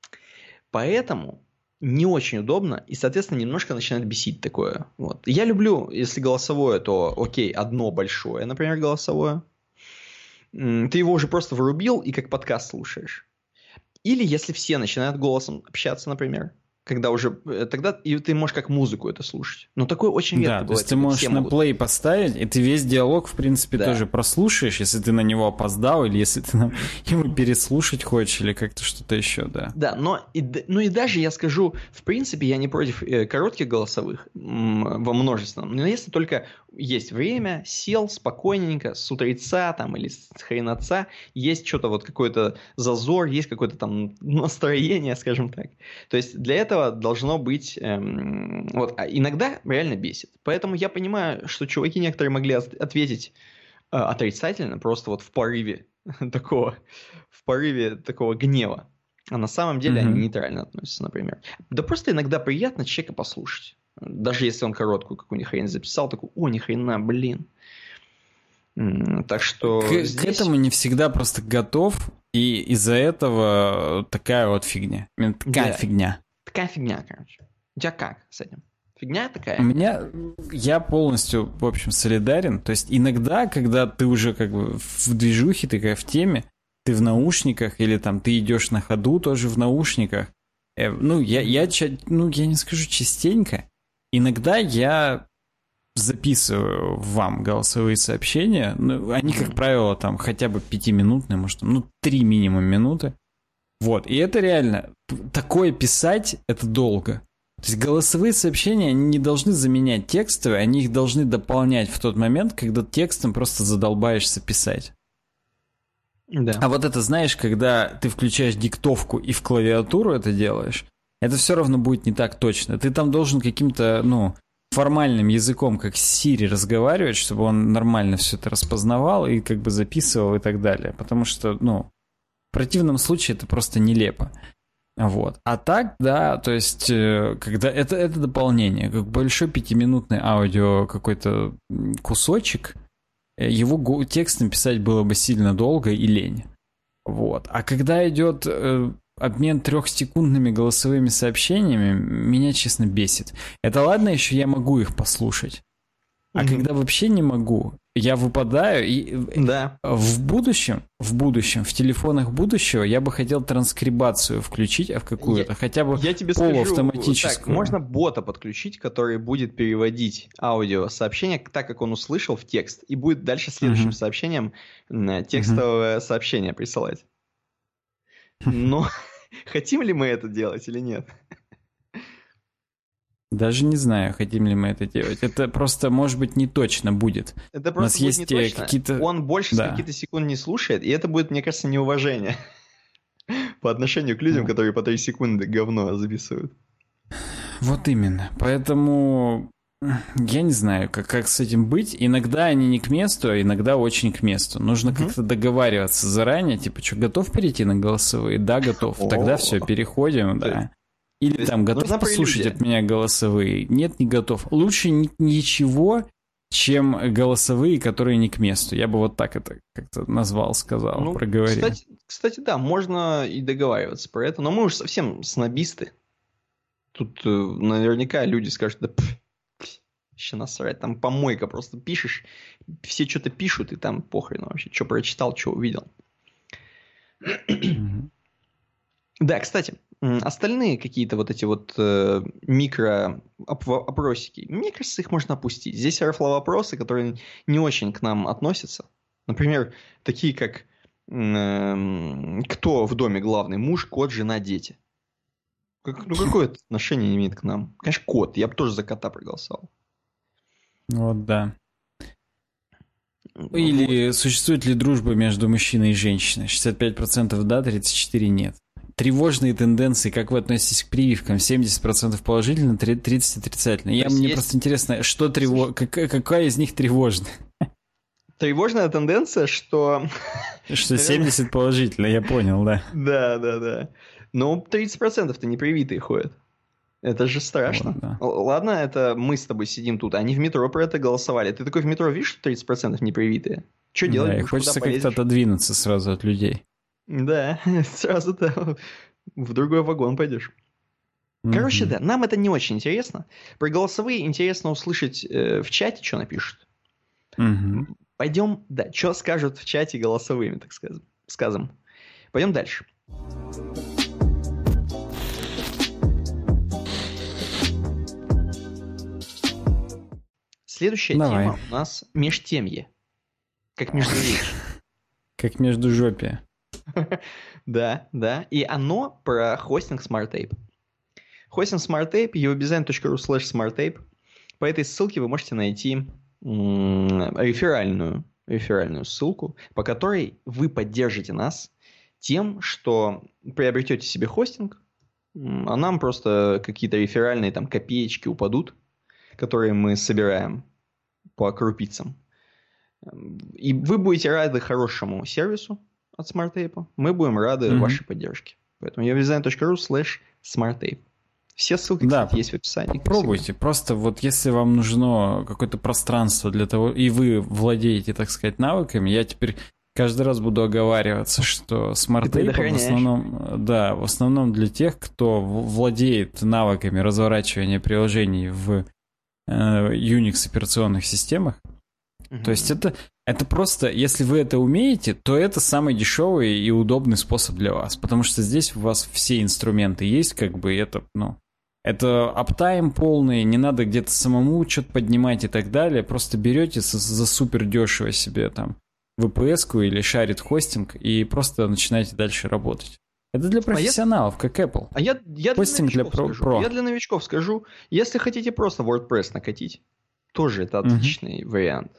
Поэтому не очень удобно, и, соответственно, немножко начинает бесить такое. Вот. Я люблю, если голосовое, то окей, одно большое, например, голосовое. Ты его уже просто врубил и как подкаст слушаешь. Или если все начинают голосом общаться, например, когда уже... Тогда и ты можешь как музыку это слушать. Но такое очень редко бывает. Да, то есть ты можешь на плей поставить, и ты весь диалог, в принципе, тоже прослушаешь, если ты на него опоздал, или если ты его переслушать хочешь, или как-то что-то еще, да. Да, но и даже я скажу, в принципе, я не против коротких голосовых во множественном, но если только есть время, сел спокойненько, с утреца там или с хренаца, есть что-то вот какой-то зазор, есть какое-то там настроение, скажем так. То есть для этого должно быть... вот, а иногда реально бесит. Поэтому я понимаю, что чуваки некоторые могли ответить отрицательно, просто вот в порыве такого гнева. А на самом деле они нейтрально относятся, например. Да просто иногда приятно человека послушать. Даже если он короткую какую-нибудь хрень записал, такой, о, ни хрена, блин. Так что к этому не всегда просто готов, и из-за этого такая вот фигня. Такая фигня. Такая фигня, короче. У тебя как с этим? Фигня такая? Я полностью, в общем, солидарен. То есть иногда, когда ты уже как бы в движухе, ты как в теме, ты в наушниках, или там ты идешь на ходу тоже в наушниках. Я не скажу частенько. Иногда я записываю вам голосовые сообщения. Они, как правило, там хотя бы 5-минутные, может, 3 минимум минуты. Вот, и это реально, такое писать, это долго. То есть голосовые сообщения, они не должны заменять текстовые, они их должны дополнять в тот момент, когда текстом просто задолбаешься писать. Да. А вот это, знаешь, когда ты включаешь диктовку и в клавиатуру это делаешь, это все равно будет не так точно. Ты там должен каким-то, формальным языком, как с Siri, разговаривать, чтобы он нормально все это распознавал и как бы записывал и так далее. Потому что, в противном случае это просто нелепо. Вот. А так, да, то есть, когда это дополнение, как большой 5-минутный аудио какой-то кусочек, его текст написать было бы сильно долго и лень. Вот. А когда идет обмен 3-секундными голосовыми сообщениями, меня, честно, бесит. Это ладно, еще я могу их послушать. А когда вообще не могу, я выпадаю, и в будущем, в телефонах будущего я бы хотел транскрибацию включить, в какую-то, хотя бы полуавтоматическую. Так, можно бота подключить, который будет переводить аудиосообщение так, как он услышал, в текст, и будет дальше следующим сообщением текстовое сообщение присылать. Но хотим ли мы это делать или нет? Даже не знаю, хотим ли мы это делать. Это просто, может быть, не точно будет. Это просто будет не точно. Какие-то... Он больше с каких-то секунд не слушает, и это будет, мне кажется, неуважение по отношению к людям, которые по 3 секунды говно записывают. Вот именно. Поэтому я не знаю, как с этим быть. Иногда они не к месту, а иногда очень к месту. Нужно как-то договариваться заранее. Типа, что, готов перейти на голосовые? Да, готов. Тогда все, переходим, да. Или там, готов послушать от меня голосовые? Нет, не готов. Лучше ничего, чем голосовые, которые не к месту. Я бы вот так это как-то сказал, проговорил. Кстати, да, можно и договариваться про это, но мы уж совсем снобисты. Тут наверняка люди скажут, да вообще насрать, там помойка, просто пишешь, все что-то пишут, и там похрен вообще, что прочитал, что увидел. Да, кстати, остальные какие-то вот эти вот микро-опросики, мне кажется, их можно опустить. Здесь вопросы, которые не очень к нам относятся. Например, такие как кто в доме главный? Муж, кот, жена, дети. Какое это отношение имеет к нам? Конечно, кот. Я бы тоже за кота проголосовал. Вот да. Или существует ли дружба между мужчиной и женщиной? 65% да, 34% нет. Тревожные тенденции, как вы относитесь к прививкам? 70% положительно, 30% отрицательно. Мне просто интересно, что какая из них тревожная? Тревожная тенденция, что... Что 70 положительно, я понял, да. Да. Но 30%-то не привитые ходят. Это же страшно. Вот, да. Ладно, это мы с тобой сидим тут, они в метро про это голосовали. Ты такой в метро видишь, что 30% не привитые? Что делать? Да, и хочется как-то отодвинуться сразу от людей. Да, сразу-то в другой вагон пойдешь. Короче, да, нам это не очень интересно. Про голосовые интересно услышать в чате, что напишут. Пойдем, да, что скажут в чате голосовыми, так скажем. Пойдем дальше. Следующая тема у нас межтемье. Как междуречье. Как междужопие. Да. И оно про хостинг SmartTape. Хостинг SmartTape, eodesign.ru/smarttape. По этой ссылке вы можете найти реферальную ссылку, по которой вы поддержите нас тем, что приобретете себе хостинг, а нам просто какие-то реферальные там копеечки упадут, которые мы собираем по крупицам. И вы будете рады хорошему сервису от SmartTape. Мы будем рады вашей поддержке. Поэтому eodesign.ru/smarttape. Все ссылки, кстати, есть в описании. Попробуйте. Просто вот если вам нужно какое-то пространство для того, и вы владеете, так сказать, навыками, я теперь каждый раз буду оговариваться, что SmartTape в основном для тех, кто владеет навыками разворачивания приложений в Unix операционных системах. То есть это просто, если вы это умеете, то это самый дешевый и удобный способ для вас, потому что здесь у вас все инструменты есть, как бы это аптайм полный, не надо где-то самому что-то поднимать и так далее, просто берете за супер дешево себе там VPS-ку или шарит хостинг и просто начинаете дальше работать. Это для профессионалов, как Apple. Хостинг для Pro. Я для новичков скажу, если хотите просто WordPress накатить, тоже это отличный вариант.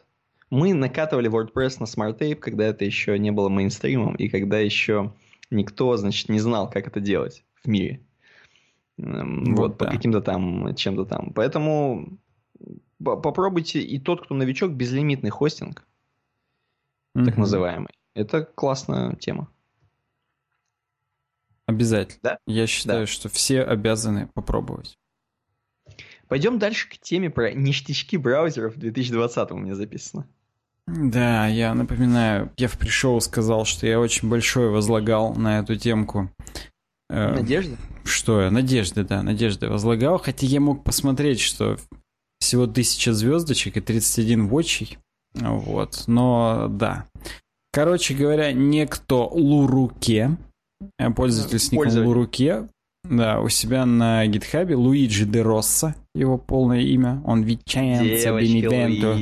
Мы накатывали WordPress на Smart Tape, когда это еще не было мейнстримом, и когда еще никто, значит, не знал, как это делать в мире. Вот, по каким-то там, чем-то там. Поэтому попробуйте, и тот, кто новичок, безлимитный хостинг, так называемый. Это классная тема. Обязательно. Да? Я считаю, что все обязаны попробовать. Пойдем дальше к теме про ништячки браузеров в 2020 у меня записано. Да, я напоминаю, я в пришоу сказал, что я очень большой возлагал на эту темку. Надежды? Что я? Надежды возлагал. Хотя я мог посмотреть, что всего 1000 звездочек и 31 вотчей. Вот. Но да. Короче говоря, некто Луруке, пользователь с ником Луруке, да, у себя на гитхабе, Луиджи де Росса, его полное имя, он Виченцо Беневенто.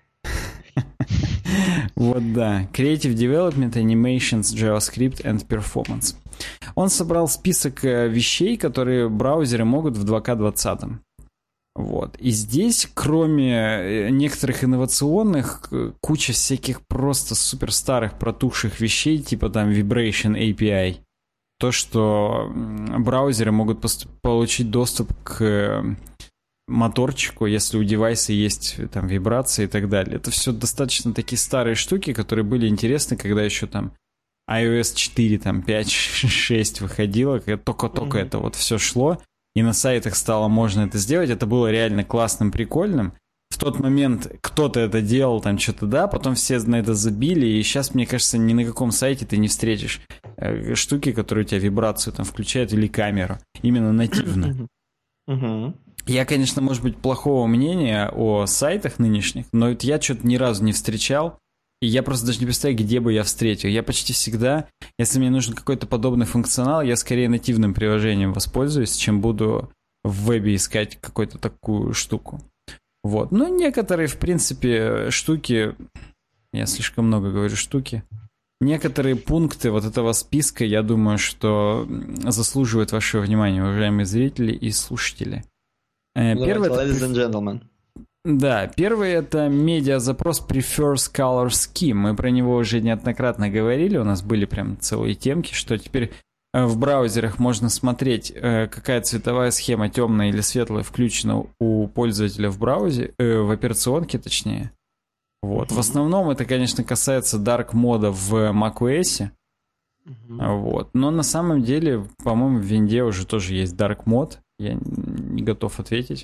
Вот да. Creative Development, Animations, JavaScript and Performance. Он собрал список вещей, которые браузеры могут в 2К20. Вот. И здесь, кроме некоторых инновационных, куча всяких просто супер старых протухших вещей, типа там Vibration API. То, что браузеры могут получить доступ к моторчику, если у девайса есть там вибрации и так далее. Это все достаточно такие старые штуки, которые были интересны, когда еще там iOS 4, там 5, 6 выходило, когда только-только это вот все шло, и на сайтах стало можно это сделать. Это было реально классным, прикольным. В тот момент кто-то это делал, там что-то, да, потом все на это забили, и сейчас, мне кажется, ни на каком сайте ты не встретишь штуки, которые у тебя вибрацию там включают, или камеру, именно нативно. Я, конечно, может быть, плохого мнения о сайтах нынешних, но вот я что-то ни разу не встречал, и я просто даже не представляю, где бы я встретил. Я почти всегда, если мне нужен какой-то подобный функционал, я скорее нативным приложением воспользуюсь, чем буду в вебе искать какую-то такую штуку. Вот. Но некоторые, в принципе, штуки, я слишком много говорю штуки, некоторые пункты вот этого списка, я думаю, что заслуживают вашего внимания, уважаемые зрители и слушатели. Первый ladies and gentlemen. Да, первый это медиазапрос Prefers Color Scheme. Мы про него уже неоднократно говорили, у нас были прям целые темки, что теперь в браузерах можно смотреть, какая цветовая схема, темная или светлая, включена у пользователя в браузере, в операционке точнее. Вот. В основном это, конечно, касается Dark мода в macOS. Вот. Но на самом деле, по-моему, в Винде уже тоже есть Dark мод. Я не готов ответить.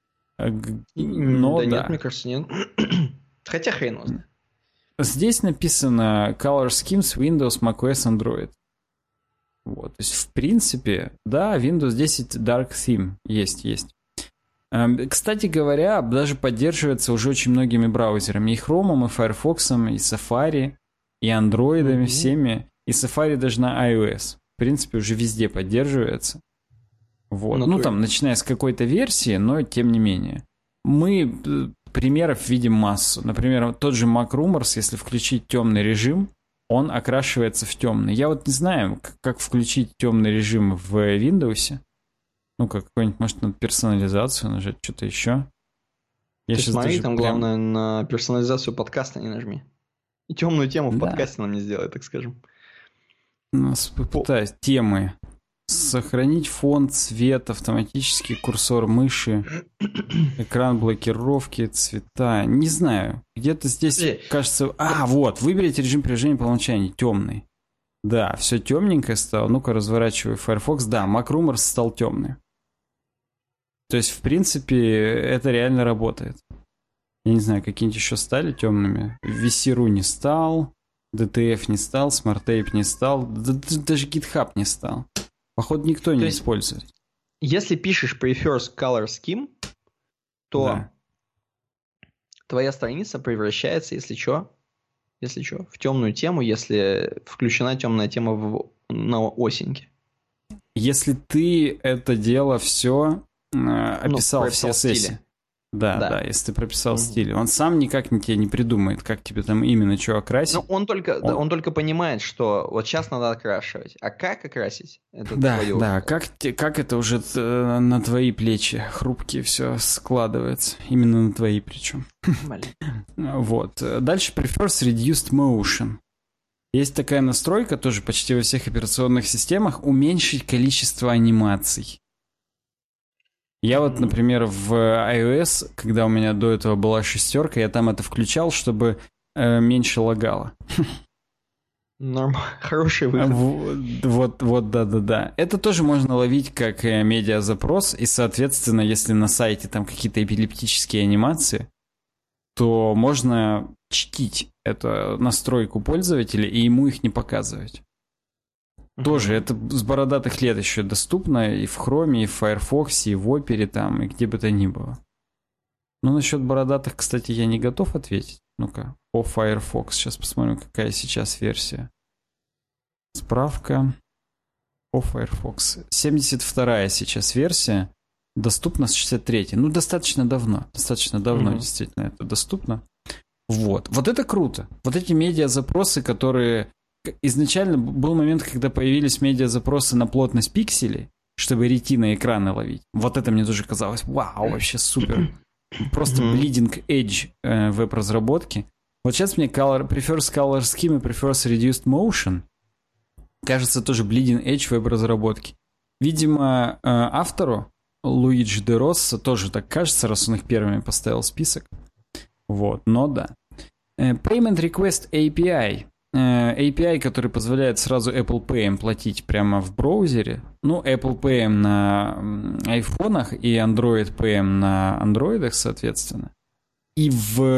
Но, да нет, мне кажется, нет. Хотя хрен его знает. Здесь написано Color Schemes Windows, macOS, Android. Вот. То есть, в принципе, да, Windows 10 Dark Theme есть. Кстати говоря, даже поддерживается уже очень многими браузерами. И Chrome, и Firefox, и Safari, и Android, всеми. И Safari даже на iOS. В принципе, уже везде поддерживается. Вот. Ну, там, начиная с какой-то версии, но тем не менее. Мы примеров видим массу. Например, тот же MacRumors, если включить темный режим, он окрашивается в темный. Я вот не знаю, как включить темный режим в Windows. Ну, какой-нибудь, может, на персонализацию нажать, что-то еще. Ты смотри, там главное на персонализацию подкаста не нажми. И темную тему в подкасте нам не сделай, так скажем. Попытаюсь. Темы. Сохранить фон, цвет, автоматический курсор мыши, экран блокировки, цвета. Не знаю. Где-то здесь, кажется... вот. Выберите режим приложения по умолчанию. Темный. Да, все темненькое стало. Ну-ка, разворачиваю Firefox. Да, MacRumors стал темный. То есть, в принципе, это реально работает. Я не знаю, какие-нибудь еще стали темными. VC.ru не стал, DTF не стал, SmartTape не стал, даже GitHub не стал. Походу, никто не использует. Если пишешь Prefers Color Scheme, то твоя страница превращается, если что, в темную тему, если включена темная тема на осеньке. Если ты это дело все описал, все сессии. Да, если ты прописал стиль. Он сам никак тебе не придумает, как тебе там именно что окрасить. Но он только понимает, что вот сейчас надо окрашивать. А как окрасить? Это твое. Да, как это уже на твои плечи хрупкие все складывается. Именно на твои причем. Вот. Дальше prefers reduced motion. Есть такая настройка, тоже почти во всех операционных системах, уменьшить количество анимаций. Я вот, например, в iOS, когда у меня до этого была 6, я там это включал, чтобы меньше лагало. Нормально, хороший выход. Вот, да. Это тоже можно ловить как медиазапрос, и, соответственно, если на сайте там какие-то эпилептические анимации, то можно чтить эту настройку пользователя и ему их не показывать. Тоже это с бородатых лет еще доступно и в Chrome, и в Firefox, и в Opera там, и где бы то ни было. Ну, насчет бородатых, кстати, я не готов ответить. Ну-ка, по Firefox. Сейчас посмотрим, какая сейчас версия. Справка по Firefox. 72-я сейчас версия. Доступна с 63-й. Ну, достаточно давно. Действительно это доступно. Вот это круто. Вот эти медиазапросы, которые... Изначально был момент, когда появились медиазапросы на плотность пикселей, чтобы ретина экраны ловить. Вот это мне тоже казалось, вау, вообще супер. Просто bleeding edge веб-разработки. Вот сейчас мне prefers color scheme и prefers reduced motion кажется тоже bleeding edge веб-разработки. Видимо, автору Луиджи де Росса тоже так кажется, раз он их первыми поставил в список. Вот, но да. Payment Request API. API, который позволяет сразу Apple Pay платить прямо в браузере. Ну, Apple Pay на айфонах и Android Pay на андроидах, соответственно. И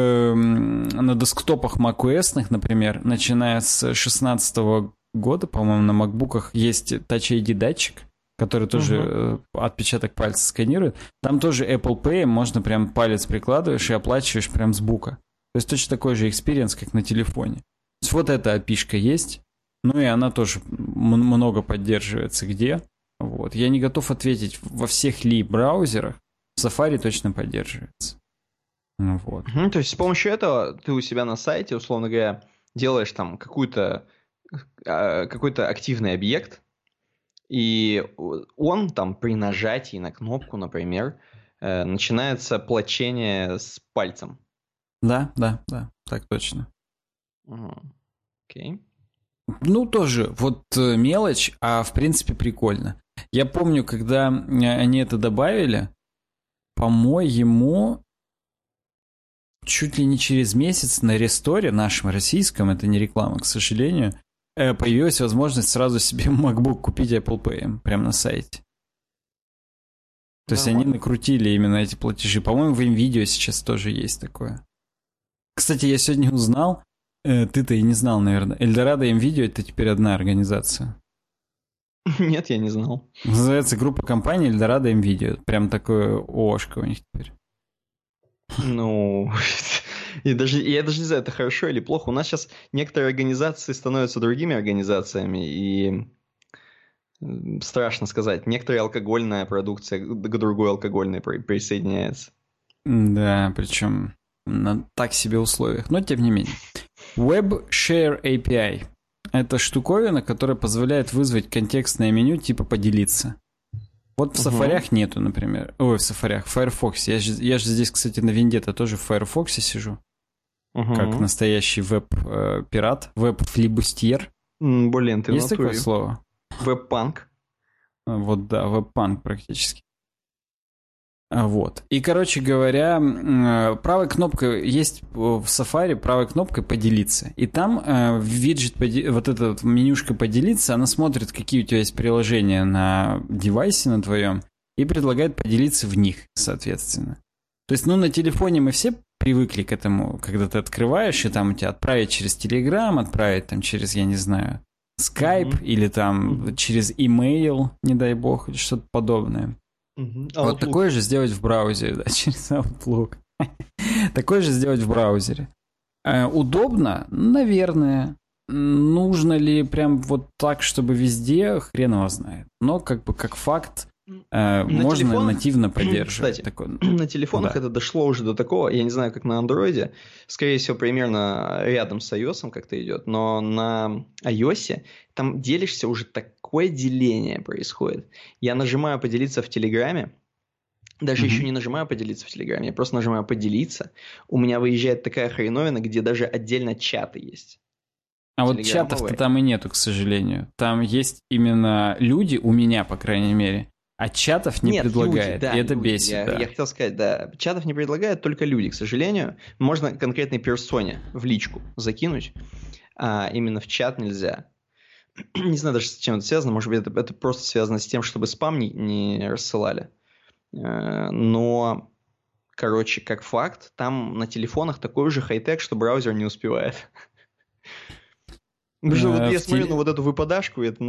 на десктопах macOS, например, начиная с 2016 года, по-моему, на макбуках есть Touch ID датчик, который тоже отпечаток пальца сканирует. Там тоже Apple Pay, можно прям палец прикладываешь и оплачиваешь прям с бука. То есть точно такой же экспириенс, как на телефоне. То есть вот эта API-шка есть, ну и она тоже много поддерживается где. Вот. Я не готов ответить, во всех ли браузерах. В Safari точно поддерживается. Ну, вот. То есть с помощью этого ты у себя на сайте, условно говоря, делаешь там какой-то активный объект, и он там при нажатии на кнопку, например, начинается плачение с пальцем. Да, так точно. Окей. Ну, тоже, вот мелочь, а в принципе прикольно. Я помню, когда они это добавили, по-моему, чуть ли не через месяц на ресторе нашем российском, это не реклама, к сожалению, появилась возможность сразу себе MacBook купить Apple Pay прямо на сайте. То есть они накрутили именно эти платежи. По-моему, в NVIDIA сейчас тоже есть такое. Кстати, я сегодня узнал, ты-то и не знал, наверное. Эльдорадо и NVIDIA — это теперь одна организация. Нет, я не знал. Называется группа компаний Эльдорадо и NVIDIA. Прям такое ООшко у них теперь. Ну, я даже не знаю, это хорошо или плохо. У нас сейчас некоторые организации становятся другими организациями, и страшно сказать. Некоторая алкогольная продукция к другой алкогольной присоединяется. Да, причем на так себе условиях. Но тем не менее. Web Share API. Это штуковина, которая позволяет вызвать контекстное меню типа поделиться. Вот в Safari нету, например. Ой, в Safari, в Firefox. Я же здесь, кстати, на Вендетта тоже в Firefox сижу. Как настоящий веб-пират. Веб-флибустьер. Блин, ты есть такое слово? Веб-панк. Вот да, веб-панк практически. Вот. И, короче говоря, правой кнопкой есть в Safari, правой кнопкой поделиться. И там виджет, вот эта вот менюшка поделиться, она смотрит, какие у тебя есть приложения на девайсе на твоем, и предлагает поделиться в них, соответственно. То есть, ну, на телефоне мы все привыкли к этому, когда ты открываешь, и там у тебя отправить через Telegram, отправить там через, я не знаю, Skype, или там через email, не дай бог, или что-то подобное. Вот такое же сделать в браузере, да, через Outlook. Такое же сделать в браузере. Удобно? Наверное. Нужно ли прям вот так, чтобы везде? Хрен его знает. Но как бы как факт, можно телефонах, нативно поддерживать. Кстати, такое. На телефонах это дошло уже до такого, я не знаю, как на андроиде, скорее всего, примерно рядом с iOS как-то идет, но на iOS там делишься, уже такое деление происходит. Я нажимаю поделиться в Телеграме, даже еще не нажимаю поделиться в Телеграме, я просто нажимаю поделиться, у меня выезжает такая хреновина, где даже отдельно чаты есть. А вот чатов-то там и нету, к сожалению. Там есть именно люди, у меня, по крайней мере, а чатов не предлагает, люди, да, и это люди. бесит. Я хотел сказать, да, чатов не предлагают только люди, к сожалению. Можно конкретной персоне в личку закинуть, а именно в чат нельзя. Не знаю даже, с чем это связано, может быть, это просто связано с тем, чтобы спам не рассылали. Но, короче, как факт, там на телефонах такой же хай-тек, что браузер не успевает. Потому что вот я смотрю на вот эту выпадашку, это,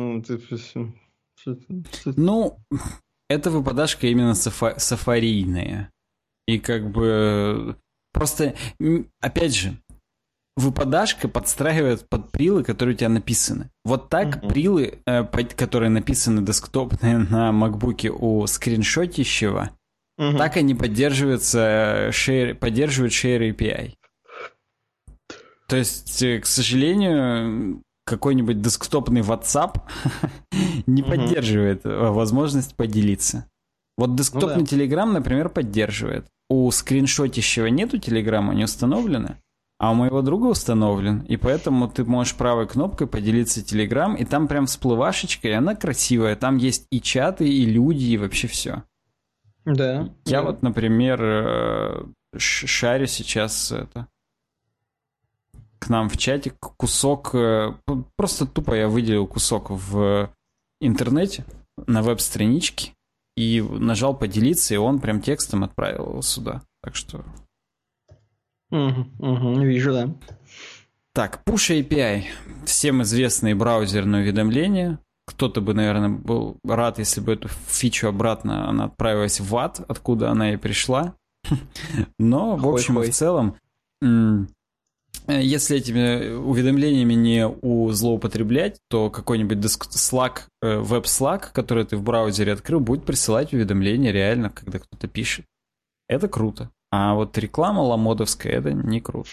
это выпадашка именно сафарийная. И как бы... Просто, опять же, выпадашка подстраивает под прилы, которые у тебя написаны. Вот так прилы, которые написаны десктопные на MacBook'е у скриншотищего, так они поддерживают Share API. То есть, к сожалению, какой-нибудь десктопный WhatsApp не поддерживает возможность поделиться. Вот десктопный Telegram, например, поддерживает. У скриншотищего нету Telegram, не установлено, а у моего друга установлен. И поэтому ты можешь правой кнопкой поделиться Telegram, и там прям всплывашечка, и она красивая. Там есть и чаты, и люди, и вообще все. Да. Я вот, например, шарю сейчас к нам в чате кусок, просто тупо я выделил кусок в интернете на веб-страничке и нажал поделиться, и он прям текстом отправил его сюда. Так что... Вижу, да. Так, Push API. Всем известные браузерные уведомления. Кто-то бы, наверное, был рад, если бы эту фичу обратно она отправилась в ад, откуда она и пришла. Но, в общем и в целом... Если этими уведомлениями не злоупотреблять, то какой-нибудь Slack, веб-Slack, который ты в браузере открыл, будет присылать уведомления реально, когда кто-то пишет. Это круто. А вот реклама ламодовская, это не круто.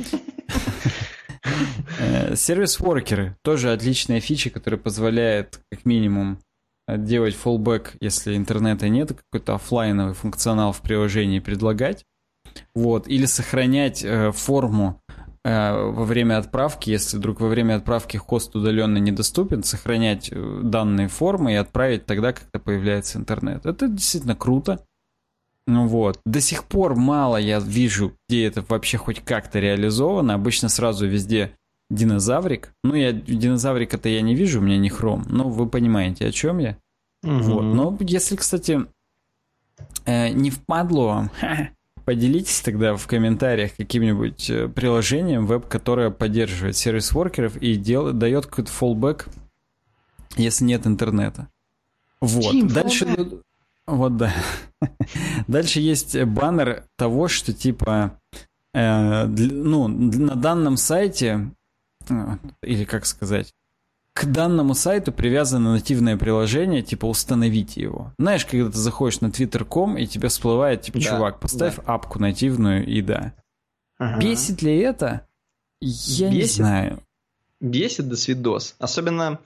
Сервис-воркеры. Тоже отличная фича, которая позволяет, как минимум, делать фоллбэк, если интернета нет, какой-то офлайновый функционал в приложении предлагать. Вот. Или сохранять форму во время отправки, если вдруг во время отправки хост удаленно недоступен, сохранять данные формы и отправить тогда, когда появляется интернет. Это действительно круто. Вот. До сих пор мало я вижу, где это вообще хоть как-то реализовано. Обычно сразу везде динозаврик. Динозаврика-то я не вижу, у меня не хром. Но вы понимаете, о чем я. Вот. Но если, кстати, не впадло вам... Поделитесь тогда в комментариях каким-нибудь приложением веб, которое поддерживает сервис-воркеров и дает какой-то фоллбэк, если нет интернета. Вот. Дальше... Вот, да. Дальше есть баннер того, что типа на данном сайте, или как сказать, к данному сайту привязано нативное приложение, типа установите его. Знаешь, когда ты заходишь на twitter.com и тебе всплывает, типа, чувак, поставь апку нативную и да. Бесит ли это? Я не знаю. Бесит до свидос. Особенно,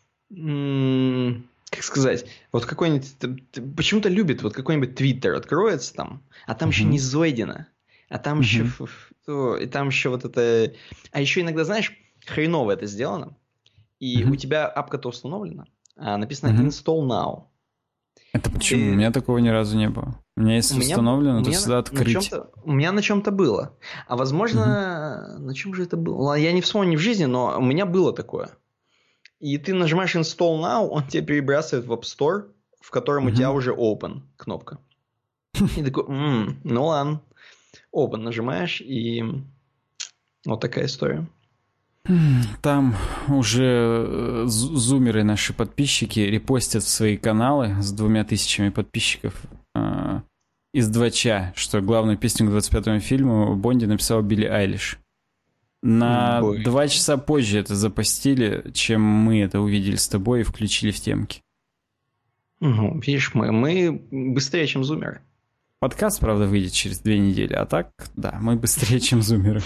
как сказать, вот какой-нибудь, почему-то любит, вот какой-нибудь твиттер откроется там, а там еще не зойдено. А там еще, и там еще вот это... А еще иногда, знаешь, хреново это сделано. И у тебя апка-то установлена, а написано install now. Это почему? У меня такого ни разу не было. У меня если установлено, то всегда открыть. У меня на чем-то было. А возможно, на чем же это было? Я не вспомню в жизни, но у меня было такое. И ты нажимаешь install now, он тебя перебрасывает в App Store, в котором у тебя уже open кнопка. И такой, ну ладно. Open нажимаешь, и вот такая история. Там уже зумеры, наши подписчики, репостят в свои каналы с 2000 подписчиков из Двача, что главную песню к 25-му фильму Бонди написал Билли Айлиш. На 2 часа позже это запостили, чем мы это увидели с тобой и включили в темки. Ну, видишь, мы быстрее, чем зумеры. Подкаст, правда, выйдет через 2 недели, а так, да, мы быстрее, чем зумеры.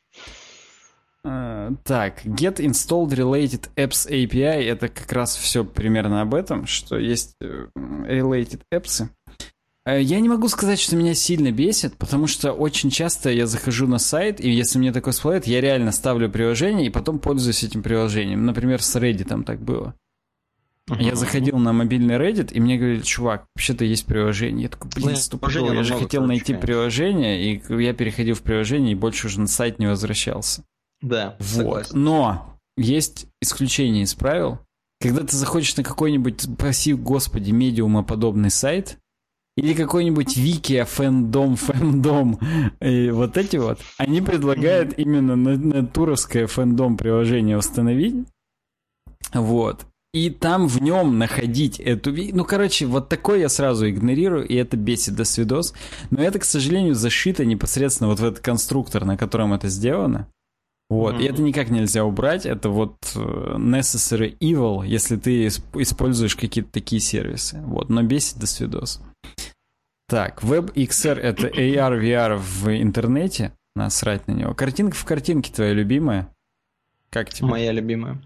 Так, Get Installed Related Apps API — это как раз все примерно об этом, что есть Related Apps. Я не могу сказать, что меня сильно бесит, потому что очень часто я захожу на сайт, и если мне такое всплывает, я реально ставлю приложение и потом пользуюсь этим приложением. Например, с Reddit так было. Я заходил на мобильный Reddit, и мне говорили: чувак, вообще-то есть приложение. Я такой: блин, стопудово, я же хотел найти приложение, и я переходил в приложение, и больше уже на сайт не возвращался. Да, вот. Согласен. Но есть исключение из правил. Когда ты заходишь на какой-нибудь, прости господи, медиумоподобный сайт, или какой-нибудь Викия, фэндом, и вот эти вот, они предлагают именно натуровское фэндом приложение установить. Вот. И там в нем находить эту... Ну, короче, вот такое я сразу игнорирую, и это бесит до свидос. Но это, к сожалению, зашито непосредственно вот в этот конструктор, на котором это сделано. Вот, и это никак нельзя убрать, это вот necessary evil, если ты используешь какие-то такие сервисы. Вот, но бесит до свидос. Так, WebXR — это AR, VR в интернете, насрать на него. Картинка в картинке твоя любимая? Как тебе? Моя любимая.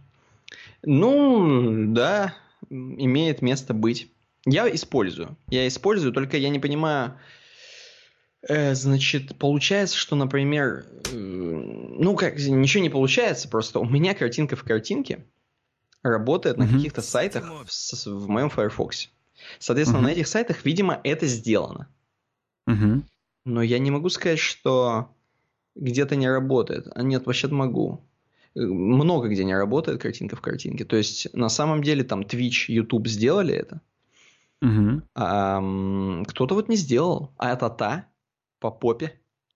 Ну, да, имеет место быть. Я использую, только я не понимаю... Значит, получается, что, например, ну как, ничего не получается, просто у меня картинка в картинке работает на каких-то сайтах в моем Firefox. Соответственно, на этих сайтах, видимо, это сделано. Но я не могу сказать, что где-то не работает. А нет, вообще-то могу. Много где не работает картинка в картинке. То есть, на самом деле, там Twitch, YouTube сделали это. А кто-то вот не сделал. А это по попе.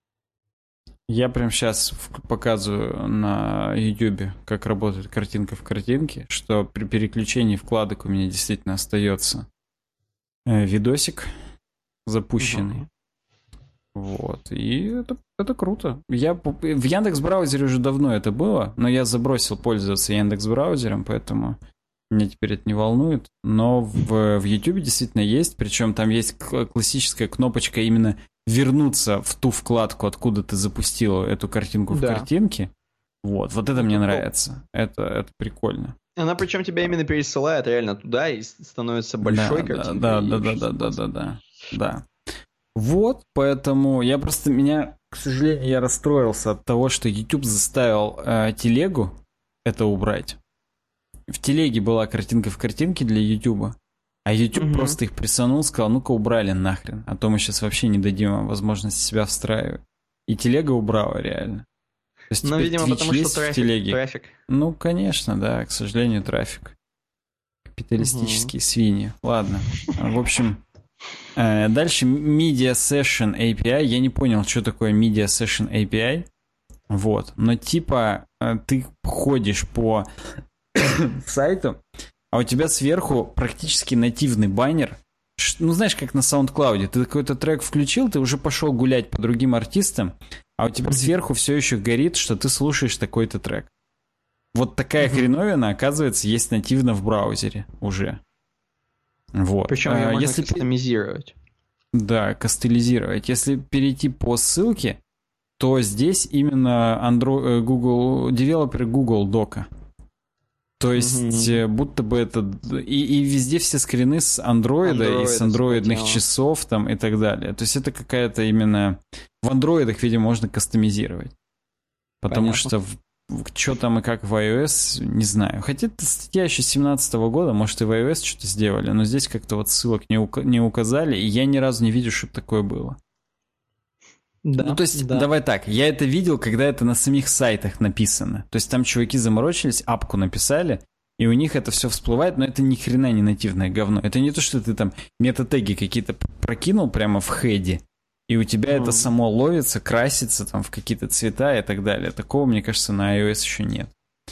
Я прям сейчас показываю на YouTube, как работает картинка в картинке, что при переключении вкладок у меня действительно остается видосик запущенный. Вот. И это круто. Я в Яндекс.Браузере уже давно это было, но я забросил пользоваться Яндекс.Браузером, поэтому меня теперь это не волнует. Но в YouTube действительно есть, причем там есть классическая кнопочка именно вернуться в ту вкладку, откуда ты запустил эту картинку в картинке. Вот это мне нравится. Это прикольно. Она причем тебя именно пересылает реально туда и становится большой картинкой. Да. Вот, поэтому к сожалению, я расстроился от того, что YouTube заставил телегу это убрать. В телеге была картинка в картинке для YouTube. А YouTube просто их прессанул, сказал: ну-ка убрали нахрен, а то мы сейчас вообще не дадим вам возможности себя встраивать. И телега убрала реально. То есть ну, видимо, потому что трафик. Ну, конечно, да, к сожалению, трафик. Капиталистические свиньи. Ладно. В общем, дальше Media Session API. Я не понял, что такое Media Session API. Вот. Но типа ты ходишь по сайту, а у тебя сверху практически нативный баннер. Ну, знаешь, как на SoundCloud. Ты какой-то трек включил, ты уже пошел гулять по другим артистам, а у тебя сверху все еще горит, что ты слушаешь такой-то трек. Вот такая хреновина, оказывается, есть нативно в браузере уже. Вот. Причем ее можно кастомизировать. Да, кастомизировать. Если перейти по ссылке, то здесь именно Google, девелопер Google Дока. То есть, будто бы это... И везде все скрины с андроида и с андроидных часов там и так далее. То есть, это какая-то именно... В андроидах, видимо, можно кастомизировать. Потому что что там и как в iOS, не знаю. Хотя это статья еще 2017 года, может, и в iOS что-то сделали, но здесь как-то вот ссылок не указали, и я ни разу не видел, чтобы такое было. Да, ну, то есть, давай так, я это видел, когда это на самих сайтах написано. То есть, там чуваки заморочились, апку написали, и у них это все всплывает, но это ни хрена не нативное говно. Это не то, что ты там метатеги какие-то прокинул прямо в хеде, и у тебя это само ловится, красится там в какие-то цвета и так далее. Такого, мне кажется, на iOS еще нет.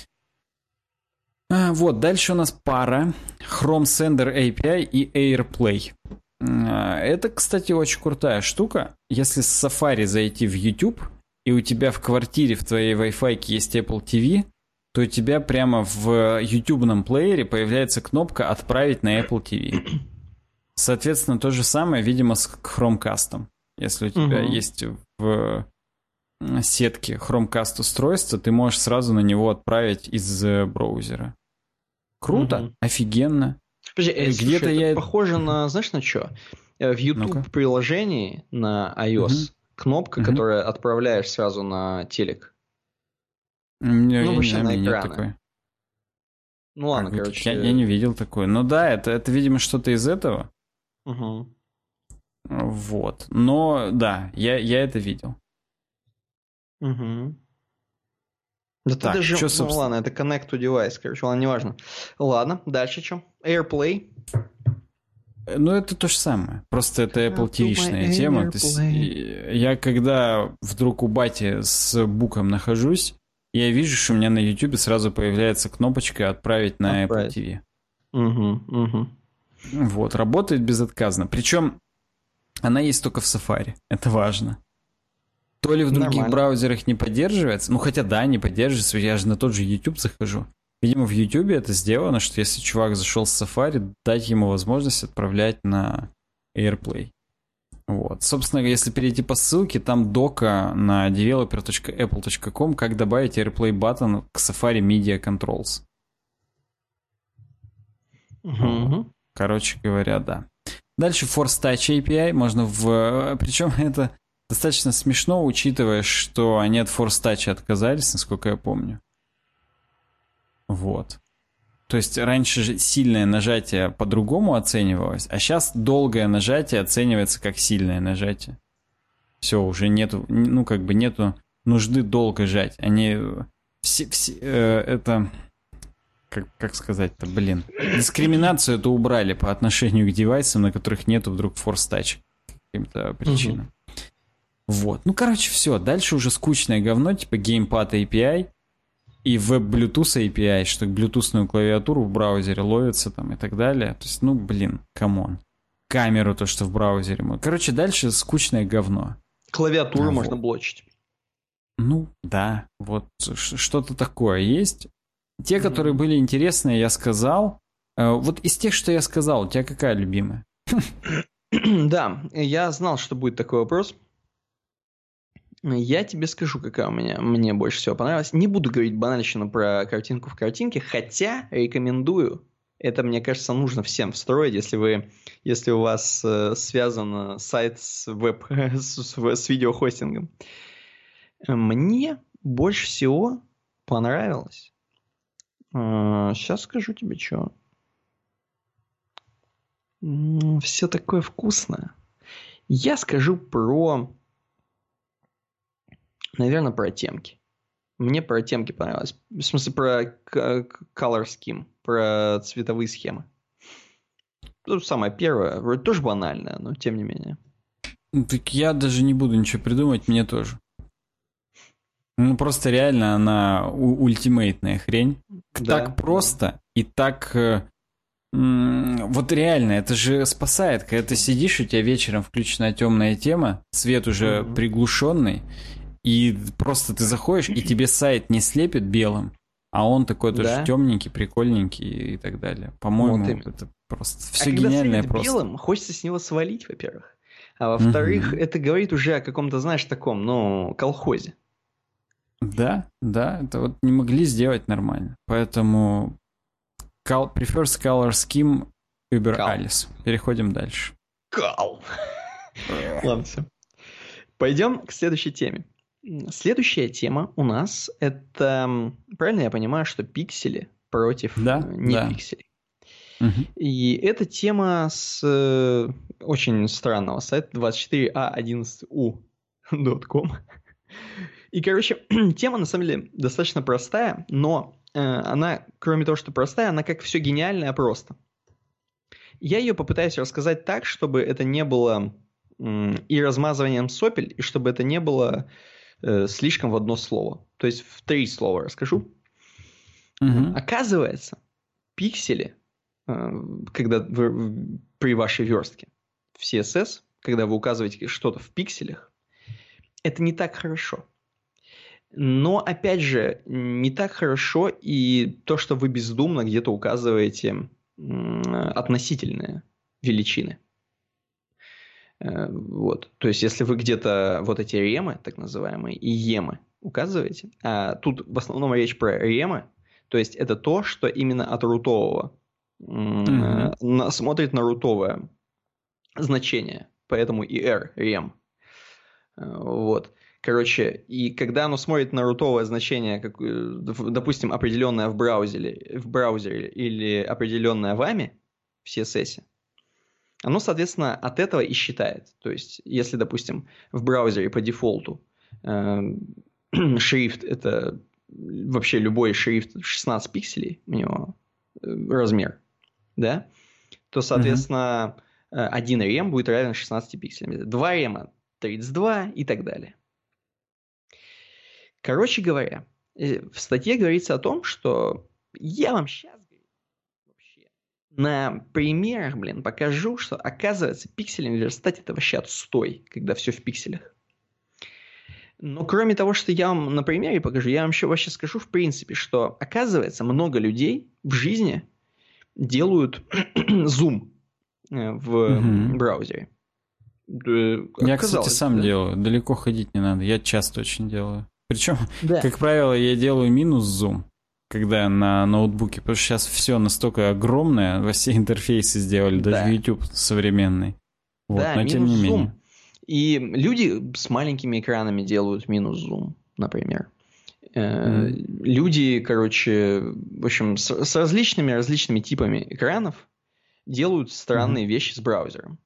Вот, дальше у нас пара Chrome Sender API и AirPlay. Это, кстати, очень крутая штука. Если с Safari зайти в YouTube, и у тебя в квартире в твоей Wi-Fi есть Apple TV, то у тебя прямо в YouTube-ном плеере появляется кнопка «Отправить на Apple TV». Соответственно, то же самое, видимо, с Chromecast. Если у тебя есть в сетке Chromecast устройство, ты можешь сразу на него отправить из браузера. Круто, офигенно. Подожди, Где-то слушай, я... это похоже на, знаешь, на что? В YouTube приложении на iOS кнопка, которая отправляешь сразу на телек. Вообще на экраны. Ну ладно, короче. Я не видел такое. Ну да, это видимо, что-то из этого. Вот. Но да, я это видел. Да так, ты даже... Что, собственно... ладно, это Connect to Device, короче, ладно, неважно. Ладно, дальше что? AirPlay. Ну, это то же самое. Просто это Apple TV-шная тема. То есть, я когда вдруг у бати с буком нахожусь, я вижу, что у меня на YouTube сразу появляется кнопочка «Отправить на Apple TV». Вот, работает безотказно. Причем она есть только в Safari. Это важно. То ли в других браузерах не поддерживается. Ну, хотя да, не поддерживается. Я же на тот же YouTube захожу. Видимо, в YouTube это сделано, что если чувак зашел с Safari, дать ему возможность отправлять на AirPlay. Вот. Собственно, если перейти по ссылке, там дока на developer.apple.com, как добавить AirPlay button к Safari Media Controls. Короче говоря, да. Дальше Force Touch API можно Причем это достаточно смешно, учитывая, что они от Force Touch отказались, насколько я помню. Вот. То есть раньше же сильное нажатие по-другому оценивалось, а сейчас долгое нажатие оценивается как сильное нажатие. Все, уже нету, нету нужды долго жать. Они это... Как сказать-то, дискриминацию это убрали по отношению к девайсам, на которых нету вдруг Force Touch. По каким-то причинам. Вот. Ну, короче, все. Дальше уже скучное говно, типа Gamepad API и Web Bluetooth API, что Bluetoothную клавиатуру в браузере ловится там и так далее. То есть, камон. Камеру то, что в браузере. Короче, дальше скучное говно. Клавиатуру можно блочить. Ну, да. Вот что-то такое есть. Те, которые были интересные, я сказал. Вот из тех, что я сказал, у тебя какая любимая? Да, я знал, что будет такой вопрос. Я тебе скажу, какая мне больше всего понравилась. Не буду говорить банальщину про картинку в картинке, хотя рекомендую. Это, мне кажется, нужно всем встроить, если у вас связан сайт с видеохостингом. Мне больше всего понравилось. Сейчас скажу тебе, что. Все такое вкусное. Я скажу наверное, про темки. Мне про темки понравилось. В смысле, про color scheme, про цветовые схемы. То же самое первое, вроде тоже банальное, но тем не менее. Так я даже не буду ничего придумать, мне тоже. Ну, просто реально она ультимейтная хрень. Да, так просто и так... вот реально, это же спасает, когда ты сидишь, у тебя вечером включена темная тема, свет уже приглушенный, и просто ты заходишь, и тебе сайт не слепит белым, а он такой тоже темненький, прикольненький и так далее. По-моему, это просто все гениальное когда свет белым, хочется с него свалить, во-первых. А во-вторых, это говорит уже о каком-то, знаешь, таком, колхозе. Да, это вот не могли сделать нормально. Поэтому prefers color scheme über alles. Переходим дальше. Ладно, все. Пойдем к следующей теме. Следующая тема у нас это, правильно я понимаю, что пиксели против не пикселей. И эта тема с очень странного сайта 24a11u.com. И, короче, тема, на самом деле, достаточно простая, но она, кроме того, что простая, она как все гениальное просто. Я ее попытаюсь рассказать так, чтобы это не было и размазыванием сопель, и чтобы это не было слишком в одно слово. То есть в 3 слова расскажу. Оказывается, пиксели, когда при вашей верстке в CSS, когда вы указываете что-то в пикселях, это не так хорошо. Но, опять же, не так хорошо и то, что вы бездумно где-то указываете относительные величины. Вот. То есть, если вы где-то вот эти ремы, так называемые, и емы указываете, а тут в основном речь про ремы, то есть это то, что именно от рутового смотрит на рутовое значение, поэтому и R, рем. Вот. Короче, и когда оно смотрит на рутовое значение, как, допустим, определенное в браузере или определенное вами в CSS, оно, соответственно, от этого и считает. То есть, если, допустим, в браузере по дефолту шрифт – это вообще любой шрифт 16 пикселей, у него размер, да, то, соответственно, 1 рем будет равен 16 пикселям. 2 рема – 32 и так далее. Короче говоря, в статье говорится о том, что я вам сейчас вообще на примерах, покажу, что, оказывается, пиксельный верстать – это вообще отстой, когда все в пикселях. Но кроме того, что я вам на примере покажу, я вам еще вообще скажу в принципе, что, оказывается, много людей в жизни делают зум в браузере. Я, кстати, сам делаю. Далеко ходить не надо. Я часто очень делаю. Причем, да. Как правило, я делаю минус зум, когда на ноутбуке, потому что сейчас все настолько огромное, во все интерфейсы сделали, даже YouTube современный. Вот, да, но тем не менее. Зум. И люди с маленькими экранами делают минус зум, например. Люди, короче, в общем, с различными типами экранов делают странные вещи с браузером.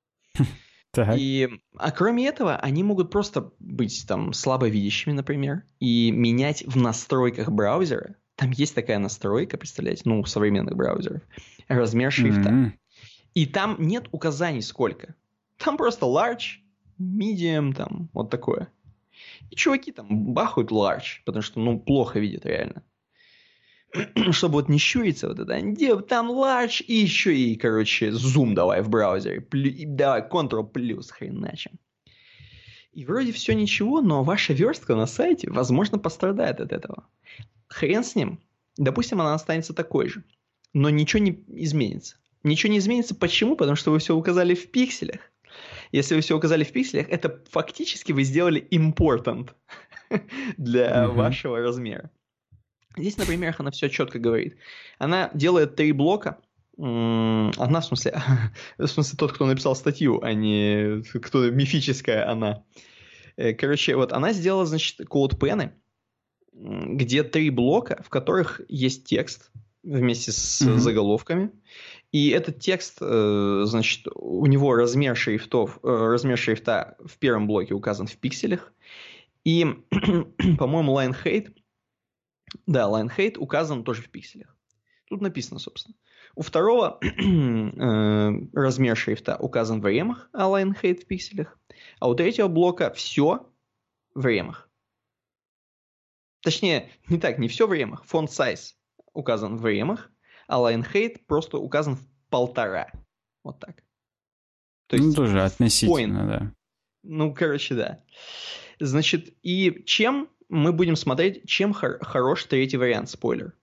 А кроме этого, они могут просто быть там слабовидящими, например, и менять в настройках браузера. Там есть такая настройка, представляете, у современных браузеров, размер шрифта. И там нет указаний сколько. Там просто large, medium, там вот такое. И чуваки там бахают large, потому что, плохо видят реально. Чтобы вот не щуриться вот это, там large и еще и, короче, зум давай в браузере. Давай Ctrl плюс, хреначим. И вроде все ничего, но ваша верстка на сайте, возможно, пострадает от этого. Хрен с ним. Допустим, она останется такой же. Но ничего не изменится. Ничего не изменится. Почему? Потому что вы все указали в пикселях. Если вы все указали в пикселях, это фактически вы сделали important для вашего размера. Здесь на примерах она все четко говорит. Она делает 3 блока. Она, в смысле, тот, кто написал статью, а не кто мифическая она. Короче, вот она сделала, значит, CodePen, где 3 блока, в которых есть текст вместе с заголовками. И этот текст, значит, у него размер шрифта в первом блоке указан в пикселях. И, по-моему, line height указан тоже в пикселях. Тут написано, собственно. У второго размер шрифта указан в ремах, а line height в пикселях. А у третьего блока все в ремах. Точнее, не все в ремах. Font size указан в ремах, а line height просто указан в 1,5. Вот так. То есть, тоже относительно, да. Короче, да. Значит, и чем мы будем смотреть, чем хорош третий вариант, спойлер.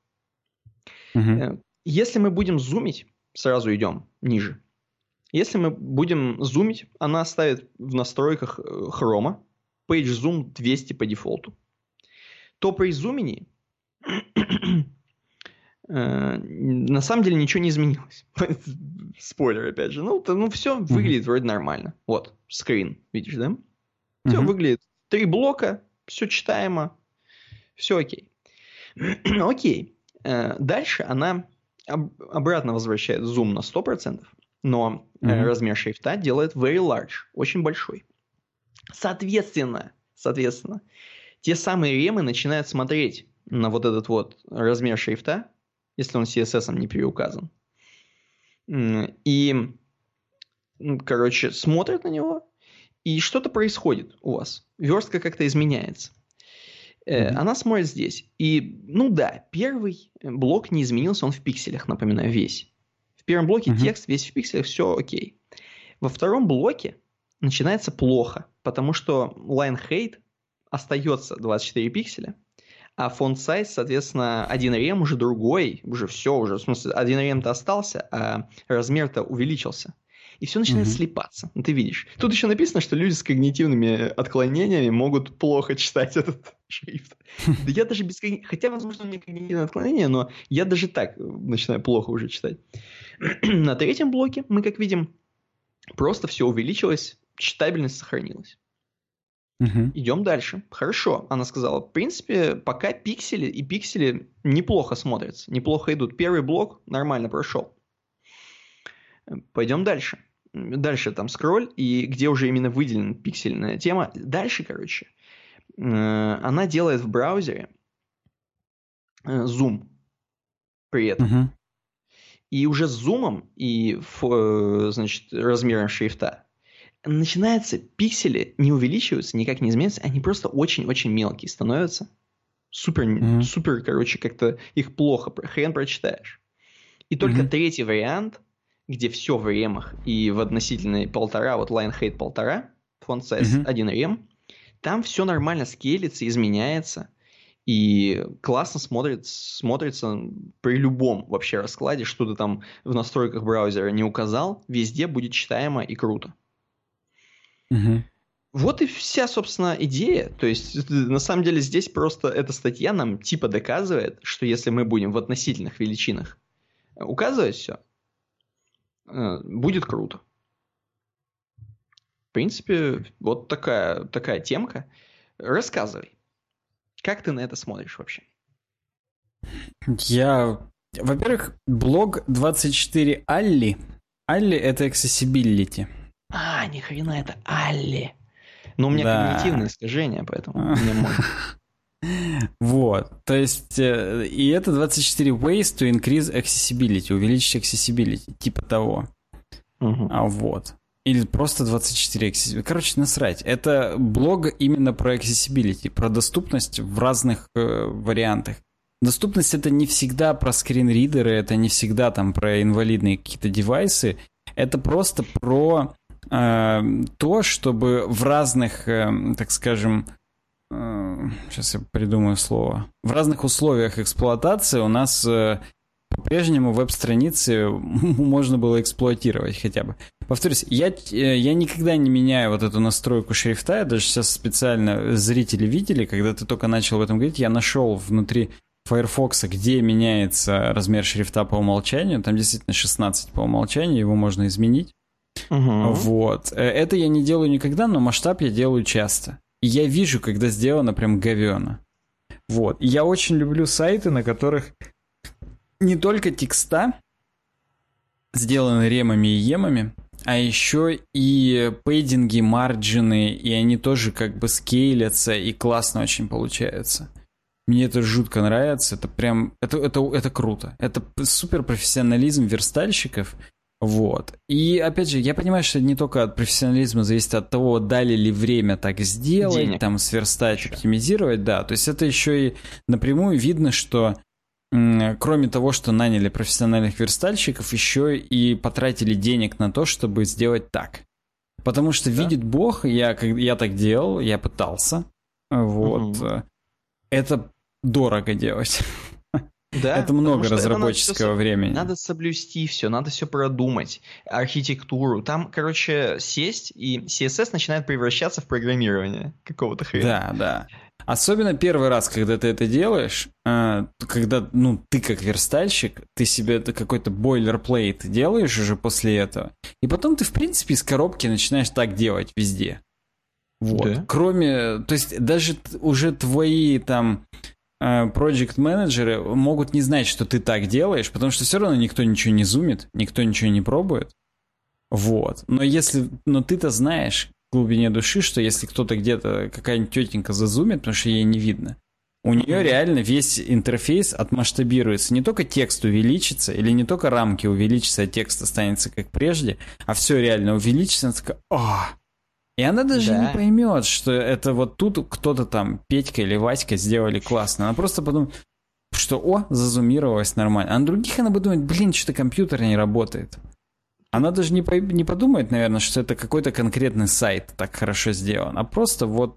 Если мы будем зумить, сразу идем ниже. Если мы будем зумить, она ставит в настройках хрома page zoom 200 по дефолту. То при зумении на самом деле ничего не изменилось. Спойлер, опять же. Все выглядит вроде нормально. Вот, скрин, видишь, да? Все выглядит. 3 блока, все читаемо, все окей. Окей. Дальше она обратно возвращает зум на 100%, но размер шрифта делает very large, очень большой. Соответственно, те самые ремы начинают смотреть на вот этот вот размер шрифта, если он CSS не переуказан. И, короче, смотрят на него, и что-то происходит у вас. Верстка как-то изменяется. Она смотрит здесь. И, первый блок не изменился, он в пикселях, напоминаю, весь. В первом блоке текст весь в пикселях, все окей. Во втором блоке начинается плохо, потому что line height остается 24 пикселя, а font size, соответственно, 1 рем уже другой, уже все, в смысле, 1 рем-то остался, а размер-то увеличился. и все начинает слипаться. Ты видишь. Тут еще написано, что люди с когнитивными отклонениями могут плохо читать этот шрифт. Да я даже без хотя, возможно, у меня когнитивное отклонение, но я даже так начинаю плохо уже читать. На третьем блоке мы, как видим, просто все увеличилось, читабельность сохранилась. Идем дальше. Хорошо, она сказала. В принципе, пока пиксели неплохо смотрятся, неплохо идут. Первый блок нормально прошел. Пойдем дальше. Дальше там скроль, и где уже именно выделена пиксельная тема. Дальше, короче, она делает в браузере зум при этом. И уже с зумом и, значит, размером шрифта начинается, пиксели не увеличиваются, никак не изменяются, они просто очень-очень мелкие становятся. Супер, короче, как-то их плохо, хрен прочитаешь. И только третий вариант, где все в ремах и в относительной 1.5, вот line height 1.5, font size 1 рем, там все нормально скейлится, изменяется, и классно смотрится при любом вообще раскладе, что ты там в настройках браузера не указал, везде будет читаемо и круто. Вот и вся, собственно, идея. То есть, на самом деле, здесь просто эта статья нам типа доказывает, что если мы будем в относительных величинах указывать все, будет круто. В принципе, вот такая темка. Рассказывай. Как ты на это смотришь вообще? Во-первых, блог 24 Алли. Алли — это accessibility. Ни хрена, это Алли. Но у меня когнитивное искажение, поэтому не могу. Вот, то есть, и это 24 ways to increase accessibility, увеличить accessibility, типа того. Вот. Или просто 24 accessibility. Короче, насрать. Это блог именно про accessibility, про доступность в разных вариантах. Доступность — это не всегда про скринридеры, это не всегда там про инвалидные какие-то девайсы. Это просто про то, чтобы в разных, так скажем, сейчас я придумаю слово, в разных условиях эксплуатации у нас по-прежнему веб-страницы можно было эксплуатировать хотя бы. Повторюсь, я никогда не меняю вот эту настройку шрифта, я даже сейчас специально, зрители видели, когда ты только начал об этом говорить, я нашел внутри Firefox, где меняется размер шрифта по умолчанию, там действительно 16 по умолчанию, его можно изменить. Вот. Это я не делаю никогда, но масштаб я делаю часто. И я вижу, когда сделано прям говёно. Вот. И я очень люблю сайты, на которых не только текста сделаны ремами и емами, а еще и пейдинги, марджины, и они тоже как бы скейлятся, и классно очень получается. Мне это жутко нравится, это прям, это круто. Это супер профессионализм верстальщиков. Вот. И, опять же, я понимаю, что не только от профессионализма зависит от того, дали ли время так сделать, денег. Там сверстать, оптимизировать, да. То есть это еще и напрямую видно, что кроме того, что наняли профессиональных верстальщиков, еще и потратили денег на то, чтобы сделать так. Потому что видит Бог, я так делал, я пытался. Вот. Это дорого делать. Да, это много разработческого времени. Надо соблюсти все, надо все продумать. Архитектуру. Там, короче, сесть, и CSS начинает превращаться в программирование какого-то хрена. Да. Особенно первый раз, когда ты это делаешь, когда, ты как верстальщик, ты себе какой-то бойлерплейт делаешь уже после этого, и потом ты, в принципе, из коробки начинаешь так делать везде. Вот. Да. Кроме, то есть даже уже твои там проект-менеджеры могут не знать, что ты так делаешь, потому что все равно никто ничего не зумит, никто ничего не пробует. Вот. Но ты-то знаешь в глубине души, что если кто-то где-то, какая-нибудь тетенька зазумит, потому что ей не видно, у нее реально весь интерфейс отмасштабируется. Не только текст увеличится, или не только рамки увеличатся, а текст останется как прежде, а все реально увеличится, она такая, И она даже не поймет, что это вот тут кто-то там, Петька или Васька, сделали классно. Она просто подумает, что зазумировалось нормально. А на других она будет думать, что-то компьютер не работает. Она даже не подумает, наверное, что это какой-то конкретный сайт так хорошо сделан, а просто вот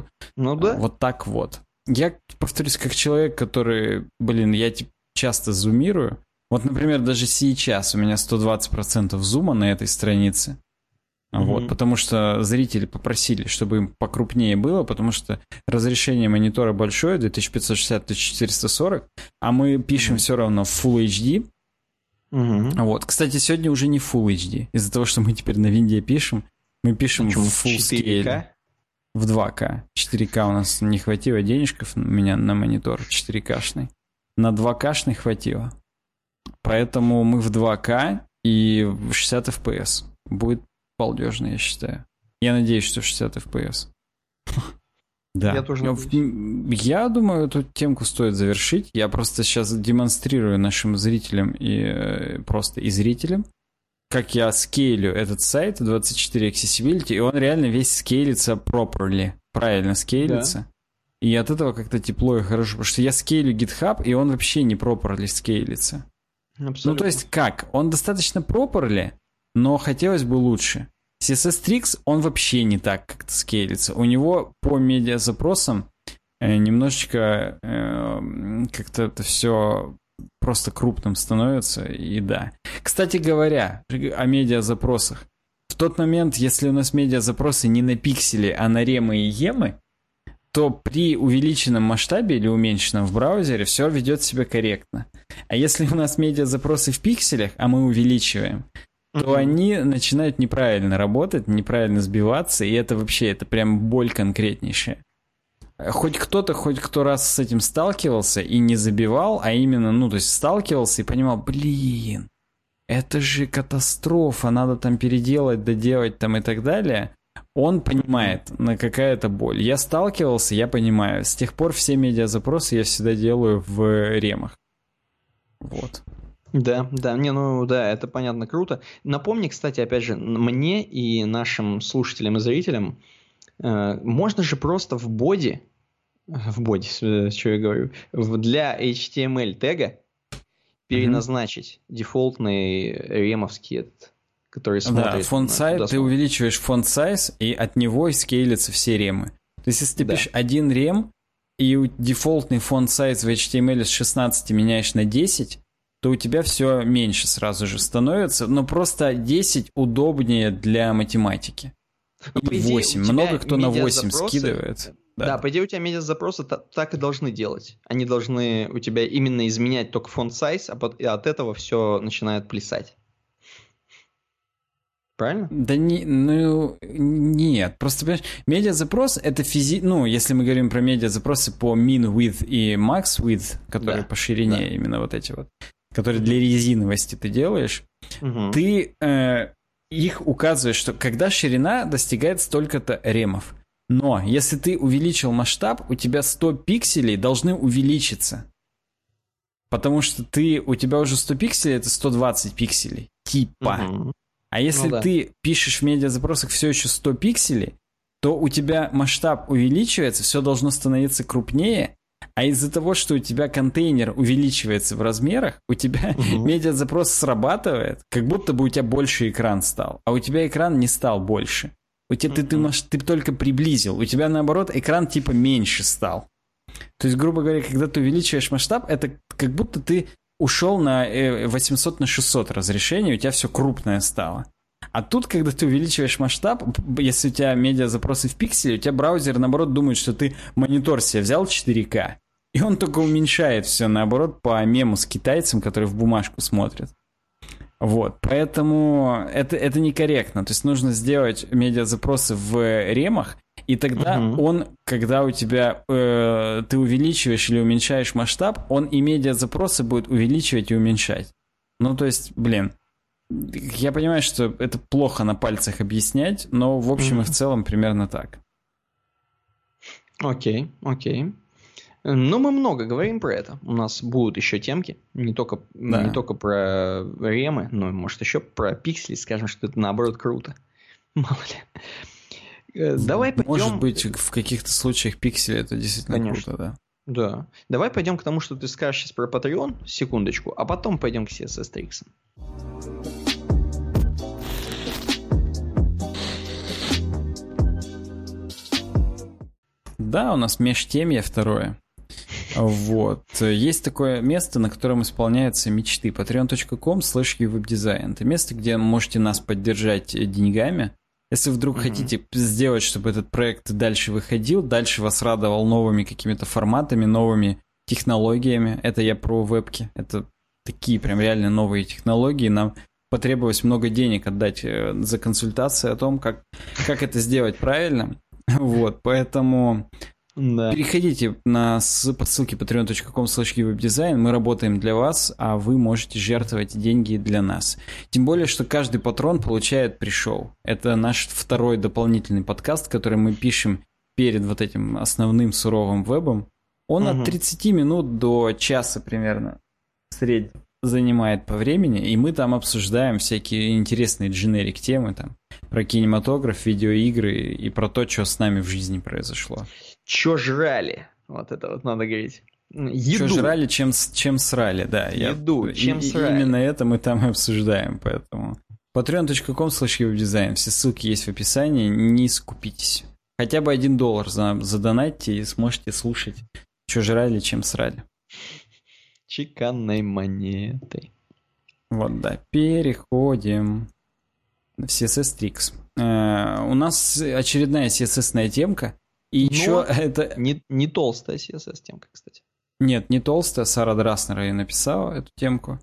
так вот. Я повторюсь, как человек, который, я часто зумирую, Вот, например, даже сейчас у меня 120% зума на этой странице. Вот, потому что зрители попросили, чтобы им покрупнее было, потому что разрешение монитора большое, 2560-1440, а мы пишем все равно в Full HD. Вот, кстати, сегодня уже не Full HD. Из-за того, что мы теперь на винде пишем, мы пишем в Full Scale. В 2К. 4К у нас не хватило денежков у меня на монитор 4К-шный. На 2К-шный хватило. Поэтому мы в 2К и в 60 FPS. Будет балдежно, я считаю. Я надеюсь, что 60 FPS. Да. Я тоже Я думаю, эту темку стоит завершить. Я просто сейчас демонстрирую нашим зрителям и просто и зрителям, как я скейлю этот сайт 24 Accessibility, и он реально весь скейлится properly. Правильно скейлится. Да. И от этого как-то тепло и хорошо. Потому что я скейлю GitHub, и он вообще не properly скейлится. Абсолютно. Ну, то есть как? Он достаточно properly, но хотелось бы лучше. CSS Tricks, он вообще не так как-то скейлится. У него по медиазапросам немножечко как-то это все просто крупным становится, и да. Кстати говоря, о медиазапросах. В тот момент, если у нас медиазапросы не на пиксели, а на ремы и емы, то при увеличенном масштабе или уменьшенном в браузере все ведет себя корректно. А если у нас медиазапросы в пикселях, а мы увеличиваем, то они начинают неправильно работать, неправильно сбиваться, и это вообще, это прям боль конкретнейшая. Хоть кто раз с этим сталкивался и не забивал, а именно, ну, то есть сталкивался и понимал, блин, это же катастрофа, надо там переделать, доделать там и так далее. Он понимает, на какая это боль. Я сталкивался, я понимаю. С тех пор все медиазапросы я всегда делаю в ремах. Вот. Да, это понятно, круто. Напомни, кстати, опять же, мне и нашим слушателям и зрителям, можно же просто в боди, что я говорю, для HTML тега переназначить дефолтный ремовский этот, который смотрит. Да, фонд сайз, ты увеличиваешь фонд сайз, и от него скейлятся все ремы. То есть, если ты пишешь один рем, и дефолтный фонд сайз в HTML с 16 меняешь на 10, то у тебя все меньше сразу же становится, но просто 10 удобнее для математики. Или 8. Много кто на 8 скидывает. Да, по идее у тебя медиазапросы так и должны делать. Они должны у тебя именно изменять только фонд сайз, и от этого все начинает плясать. Правильно? Да нет. Просто, понимаешь, медиазапрос это если мы говорим про медиазапросы по min width и max width, которые по ширине именно вот эти вот, которые для резиновости ты делаешь, ты их указываешь, что когда ширина достигает столько-то ремов. Но если ты увеличил масштаб, у тебя 100 пикселей должны увеличиться. Потому что у тебя уже 100 пикселей, это 120 пикселей. Типа. А если ты пишешь в медиазапросах все еще 100 пикселей, то у тебя масштаб увеличивается, все должно становиться крупнее, а из-за того, что у тебя контейнер увеличивается в размерах, у тебя медиазапрос срабатывает, как будто бы у тебя больше экран стал, а у тебя экран не стал больше. У тебя ты только приблизил, у тебя наоборот экран типа меньше стал. То есть, грубо говоря, когда ты увеличиваешь масштаб, это как будто ты ушел на 800 на 600 разрешение, у тебя все крупное стало. А тут, когда ты увеличиваешь масштаб, если у тебя медиазапросы в пикселе, у тебя браузер, наоборот, думает, что ты монитор себе взял 4К, и он только уменьшает все, наоборот, по мему с китайцем, который в бумажку смотрит. Вот, поэтому это некорректно. То есть нужно сделать медиазапросы в ремах, и тогда он, когда у тебя ты увеличиваешь или уменьшаешь масштаб, он и медиазапросы будет увеличивать и уменьшать. Ну, то есть, я понимаю, что это плохо на пальцах объяснять, но в общем и в целом примерно так. Окей. Ну, мы много говорим про это. У нас будут еще темки. Не только про ремы, но, может, еще про пиксели. Скажем, что это, наоборот, круто. Мало ли. Давай пойдем... Может быть, в каких-то случаях пиксели это действительно круто, да. Да. Давай пойдем к тому, что ты скажешь сейчас про Patreon, секундочку, а потом пойдем к CSS Tricks. Да, у нас межтемье второе. Вот. Есть такое место, на котором исполняются мечты. patreon.com/uwebdesign. Это место, где можете нас поддержать деньгами. Если вдруг хотите сделать, чтобы этот проект дальше выходил, дальше вас радовал новыми какими-то форматами, новыми технологиями. Это я про вебки. Это такие прям реально новые технологии. Нам потребовалось много денег отдать за консультации о том, как это сделать правильно. Вот, поэтому переходите по ссылке patreon.com/uwebdesign. Мы работаем для вас, а вы можете жертвовать деньги для нас. Тем более, что каждый патрон получает пришоу. Это наш второй дополнительный подкаст, который мы пишем перед вот этим основным суровым вебом. Он от 30 минут до часа примерно в среднем занимает по времени, и мы там обсуждаем всякие интересные дженерик темы там, про кинематограф, видеоигры и про то, что с нами в жизни произошло. Чё жрали? Вот это вот надо говорить. Еду. Чё жрали, чем срали, да. Еду, чем срали. Именно это мы там и обсуждаем, поэтому patreon.com/uwebdesign. Все ссылки есть в описании, не скупитесь. Хотя бы $1 задонатьте и сможете слушать, чё жрали, чем срали. Чеканной монетой. Вот, да. Переходим в CSS Tricks. У нас очередная CSS-ная темка. И еще это... Не толстая CSS-темка, кстати. Нет, не толстая. Сара Драснер ее написала, эту темку.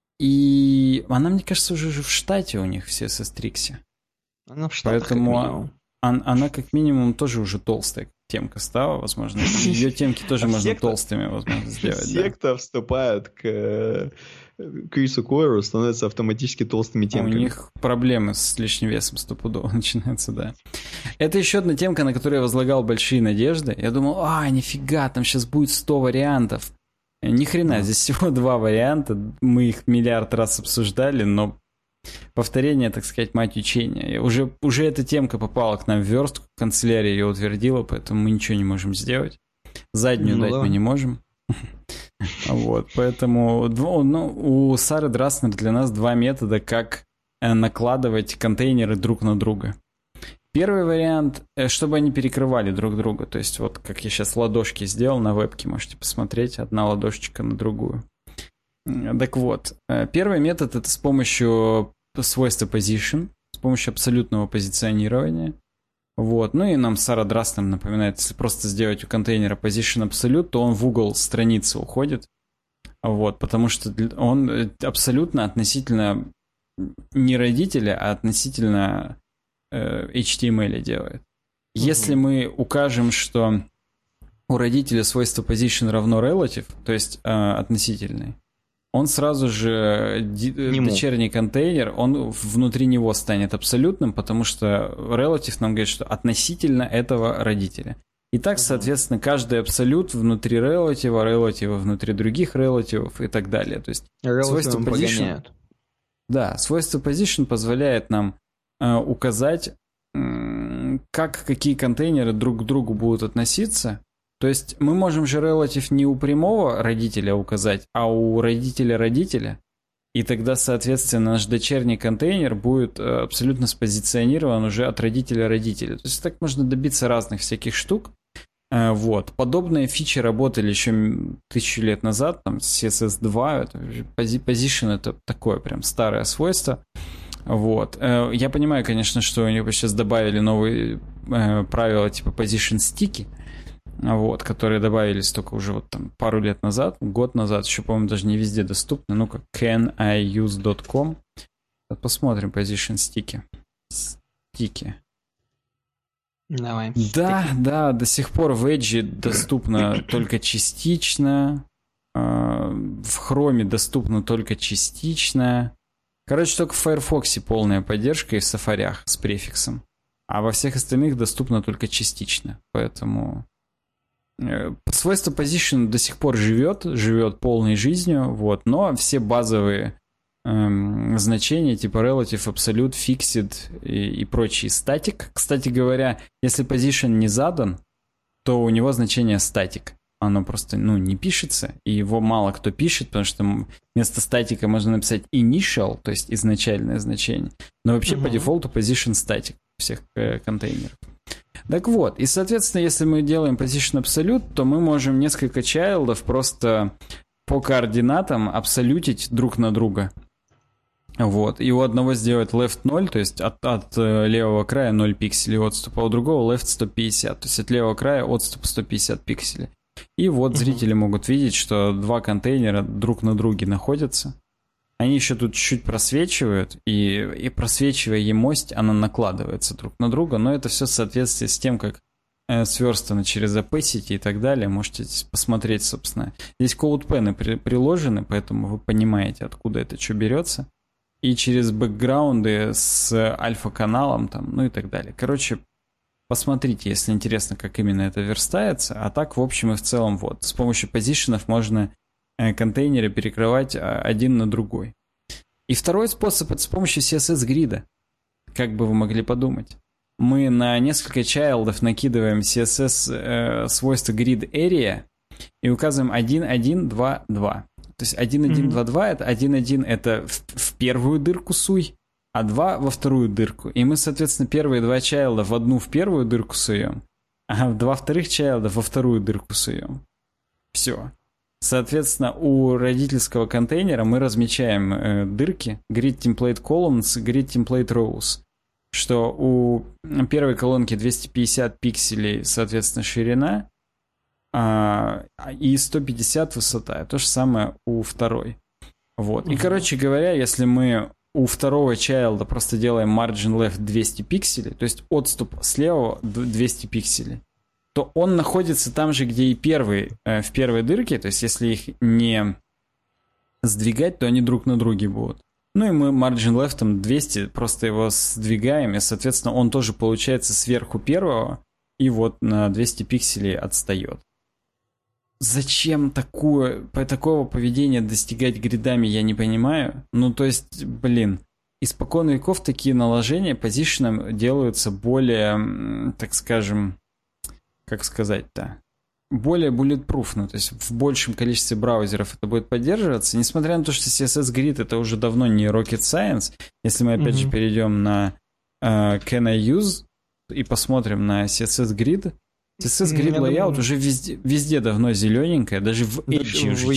И она, мне кажется, уже в штате у них в CSS Tricks. Она в штатах, поэтому как минимум. Она как минимум тоже уже толстая темка стала, возможно. Ее темки тоже можно толстыми, возможно, сделать. Все, кто вступают к Крису Койеру, становятся автоматически толстыми темками. У них проблемы с лишним весом стопудово начинаются, да. Это еще одна темка, на которую я возлагал большие надежды. Я думал, нифига, там сейчас будет 100 вариантов. Ни хрена, здесь всего 2 варианта. Мы их миллиард раз обсуждали, но повторение, так сказать, мать учения. Уже эта темка попала к нам в верстку, канцелярия ее утвердила, поэтому мы ничего не можем сделать. Заднюю дать мы не можем. Вот, поэтому у Сары Драснер для нас 2 метода, как накладывать контейнеры друг на друга. Первый вариант, чтобы они перекрывали друг друга. То есть вот как я сейчас ладошки сделал на вебке, можете посмотреть, одна ладошечка на другую. Так вот, первый метод — это с помощью свойства position, с помощью абсолютного позиционирования. Вот. Ну и нам Сара Драснер напоминает, если просто сделать у контейнера position absolute, то он в угол страницы уходит. Вот, потому что он абсолютно относительно не родителя, а относительно HTML делает. Если мы укажем, что у родителя свойство position равно relative, то есть относительный, он сразу же дочерний контейнер, он внутри него станет абсолютным, потому что relative нам говорит, что относительно этого родителя. И так, соответственно, каждый абсолют внутри relative внутри других relative и так далее. То есть свойство position, свойство position позволяет нам указать, какие контейнеры друг к другу будут относиться. То есть мы можем же relative не у прямого родителя указать, а у родителя. И тогда, соответственно, наш дочерний контейнер будет абсолютно спозиционирован уже от родителя. То есть так можно добиться разных всяких штук. Вот. Подобные фичи работали еще 1000 лет назад, там, с CSS 2. Position — это такое прям старое свойство. Вот. Я понимаю, конечно, что у них сейчас добавили новые правила типа position sticky, вот, которые добавились только уже вот там пару лет назад, год назад, еще, по-моему, даже не везде доступны. Ну-ка, caniuse.com. Посмотрим position sticky. Давай. Да, до сих пор в Edge доступно только частично, в Chrome доступно только частично. Короче, только в Firefox полная поддержка и в Safari с префиксом, а во всех остальных доступно только частично, поэтому... Свойство position до сих пор живет полной жизнью, вот, но все базовые значения типа relative, absolute, fixed и прочий static. Кстати говоря, если position не задан, то у него значение static. Оно просто не пишется, и его мало кто пишет, потому что вместо статика можно написать initial, то есть изначальное значение. Но вообще по дефолту position static всех контейнеров. Так вот, и, соответственно, если мы делаем Position Absolute, то мы можем несколько чайлдов просто по координатам абсолютить друг на друга. Вот. И у одного сделать left 0, то есть от левого края 0 пикселей отступа, а у другого left 150, то есть от левого края отступ 150 пикселей. И вот зрители могут видеть, что два контейнера друг на друге находятся. Они еще тут чуть-чуть просвечивают, и просвечивая емость, она накладывается друг на друга, но это все в соответствии с тем, как сверстано через Opacity и так далее. Можете посмотреть, собственно. Здесь CodePen приложены, поэтому вы понимаете, откуда это что берется. И через бэкграунды с альфа-каналом там, ну и так далее. Короче, посмотрите, если интересно, как именно это верстается. А так, в общем и в целом, вот. С помощью позишенов можно контейнеры перекрывать один на другой. И второй способ — это с помощью CSS-грида. Как бы вы могли подумать. Мы на несколько чайлдов накидываем CSS свойство grid area и указываем 1, 1, 2, 2. То есть 1, 1, 2, 2 это 1, 1 это в первую дырку суй, а 2 во вторую дырку. И мы, соответственно, первые два чайлда в одну в первую дырку суем, а два вторых чайлда во вторую дырку суем. Все. Соответственно, у родительского контейнера мы размечаем дырки grid template columns, grid template rows, что у первой колонки 250 пикселей, соответственно, ширина, и 150 высота. То же самое у второй. Вот. И, короче говоря, если мы у второго чайлда просто делаем margin left 200 пикселей, то есть отступ слева 200 пикселей, то он находится там же, где и первый, в первой дырке. То есть если их не сдвигать, то они друг на друге будут. Ну и мы margin left 200, просто его сдвигаем, и, соответственно, он тоже получается сверху первого, и вот на 200 пикселей отстает. Зачем такого поведения достигать гридами, я не понимаю. Ну, то есть, испокон веков такие наложения позишеном делаются более, так скажем, как сказать-то, более bulletproof, то есть в большем количестве браузеров это будет поддерживаться, несмотря на то, что CSS Grid это уже давно не rocket science. Если мы опять же перейдем на Can I Use и посмотрим на CSS Grid, CSS Grid Layout уже везде давно зелененькая, даже в Edge уже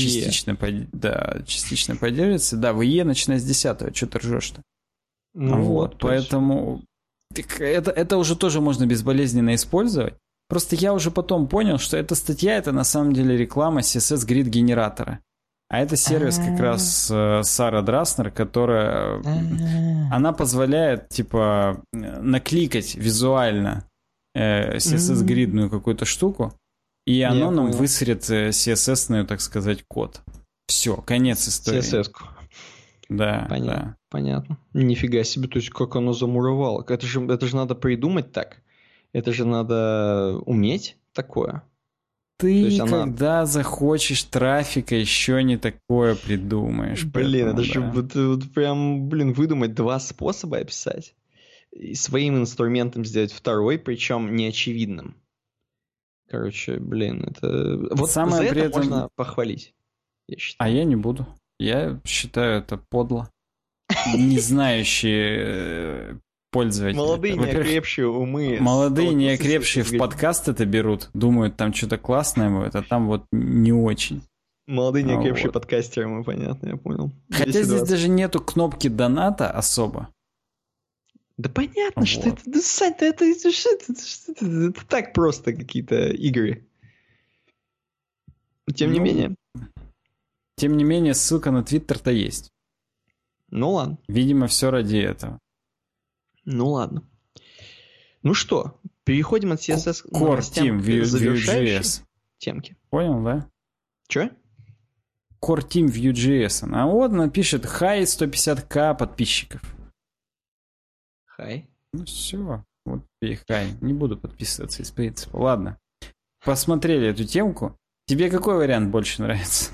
частично поддерживается. Да, в IE начиная с 10-го, что ты ржешь-то? Ну вот, поэтому это уже тоже можно безболезненно использовать. Просто я уже потом понял, что эта статья — это на самом деле реклама CSS Grid генератора. А это сервис как раз Сара Драснер, которая... Она позволяет, типа, накликать визуально CSS Grid-ную какую-то штуку, и оно нам высрет CSS-ную, так сказать, код. Все, конец истории. CSS-ку. Да, понятно. Нифига себе, то есть как оно замуровало. Это же надо придумать так. Это же надо уметь такое. Ты когда захочешь трафика, еще не такое придумаешь. Это же вот прям, выдумать два способа описать. И своим инструментом сделать второй, причем неочевидным. Короче, это... Вот самое за при это этом... можно похвалить, я считаю. А я не буду. Я считаю это подло. Не знающие пользователи. Молодые, неокрепшие умы. Молодые, неокрепшие в подкаст это берут. Думают, там что-то классное будет, а там вот не очень. Молодые, неокрепшие подкастеры, мы, понятно, я понял. Хотя здесь даже нету кнопки доната особо. Да понятно, что это... Да, Сань, это так просто какие-то игры. Тем не менее. Тем не менее, ссылка на Твиттер-то есть. Ну ладно. Видимо, все ради этого. Ну ладно. Ну что, переходим от CSS к Core Team Vue.js. Темки. Понял, да? Че? Core Team Vue.js. А вот она пишет хай 150к подписчиков. Хай. Ну все, вот и хай. Не буду подписываться из принципа. Ладно. Посмотрели эту темку. Тебе какой вариант больше нравится?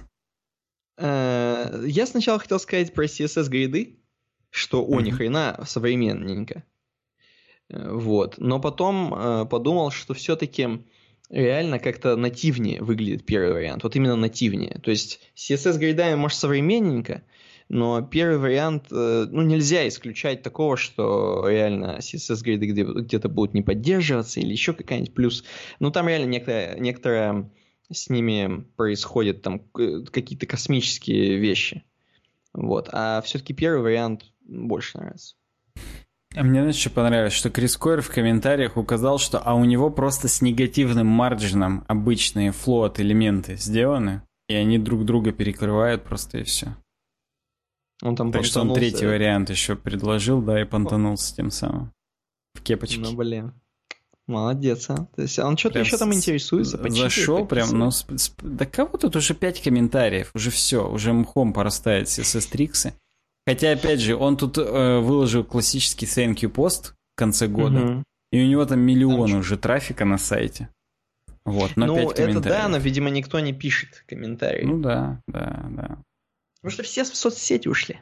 Я сначала хотел сказать про CSS-гриды, что ни хрена современненько. Вот. Но потом подумал, что все-таки реально как-то нативнее выглядит первый вариант. Вот именно нативнее. То есть CSS-гридами, может, современненько, Но первый вариант, ну, нельзя исключать такого, что реально CSS-гриды где-то будут не поддерживаться или еще какая-нибудь плюс. Ну, там реально некоторое с ними происходят там какие-то космические вещи. Вот. А все-таки первый вариант больше нравится. А мне, знаешь, что понравилось? Что Крис Койер в комментариях указал, что у него просто с негативным марджином обычные флоут-элементы сделаны, и они друг друга перекрывают просто и все. Он там так что он третий вариант еще предложил, да, и понтанулся тем самым. В кепочке. Ну, блин. Молодец, а. То есть он что-то еще там интересуется, зашел прям, ну, да кого тут уже 5 комментариев, уже все, уже мхом порастает CSS-триксы. Хотя, опять же, он тут выложил классический thank you пост в конце года, и у него там миллион уже трафика на сайте. Вот, но 5 комментариев. Ну, это да, но, видимо, никто не пишет комментарии. Ну да. Потому что все в соцсети ушли.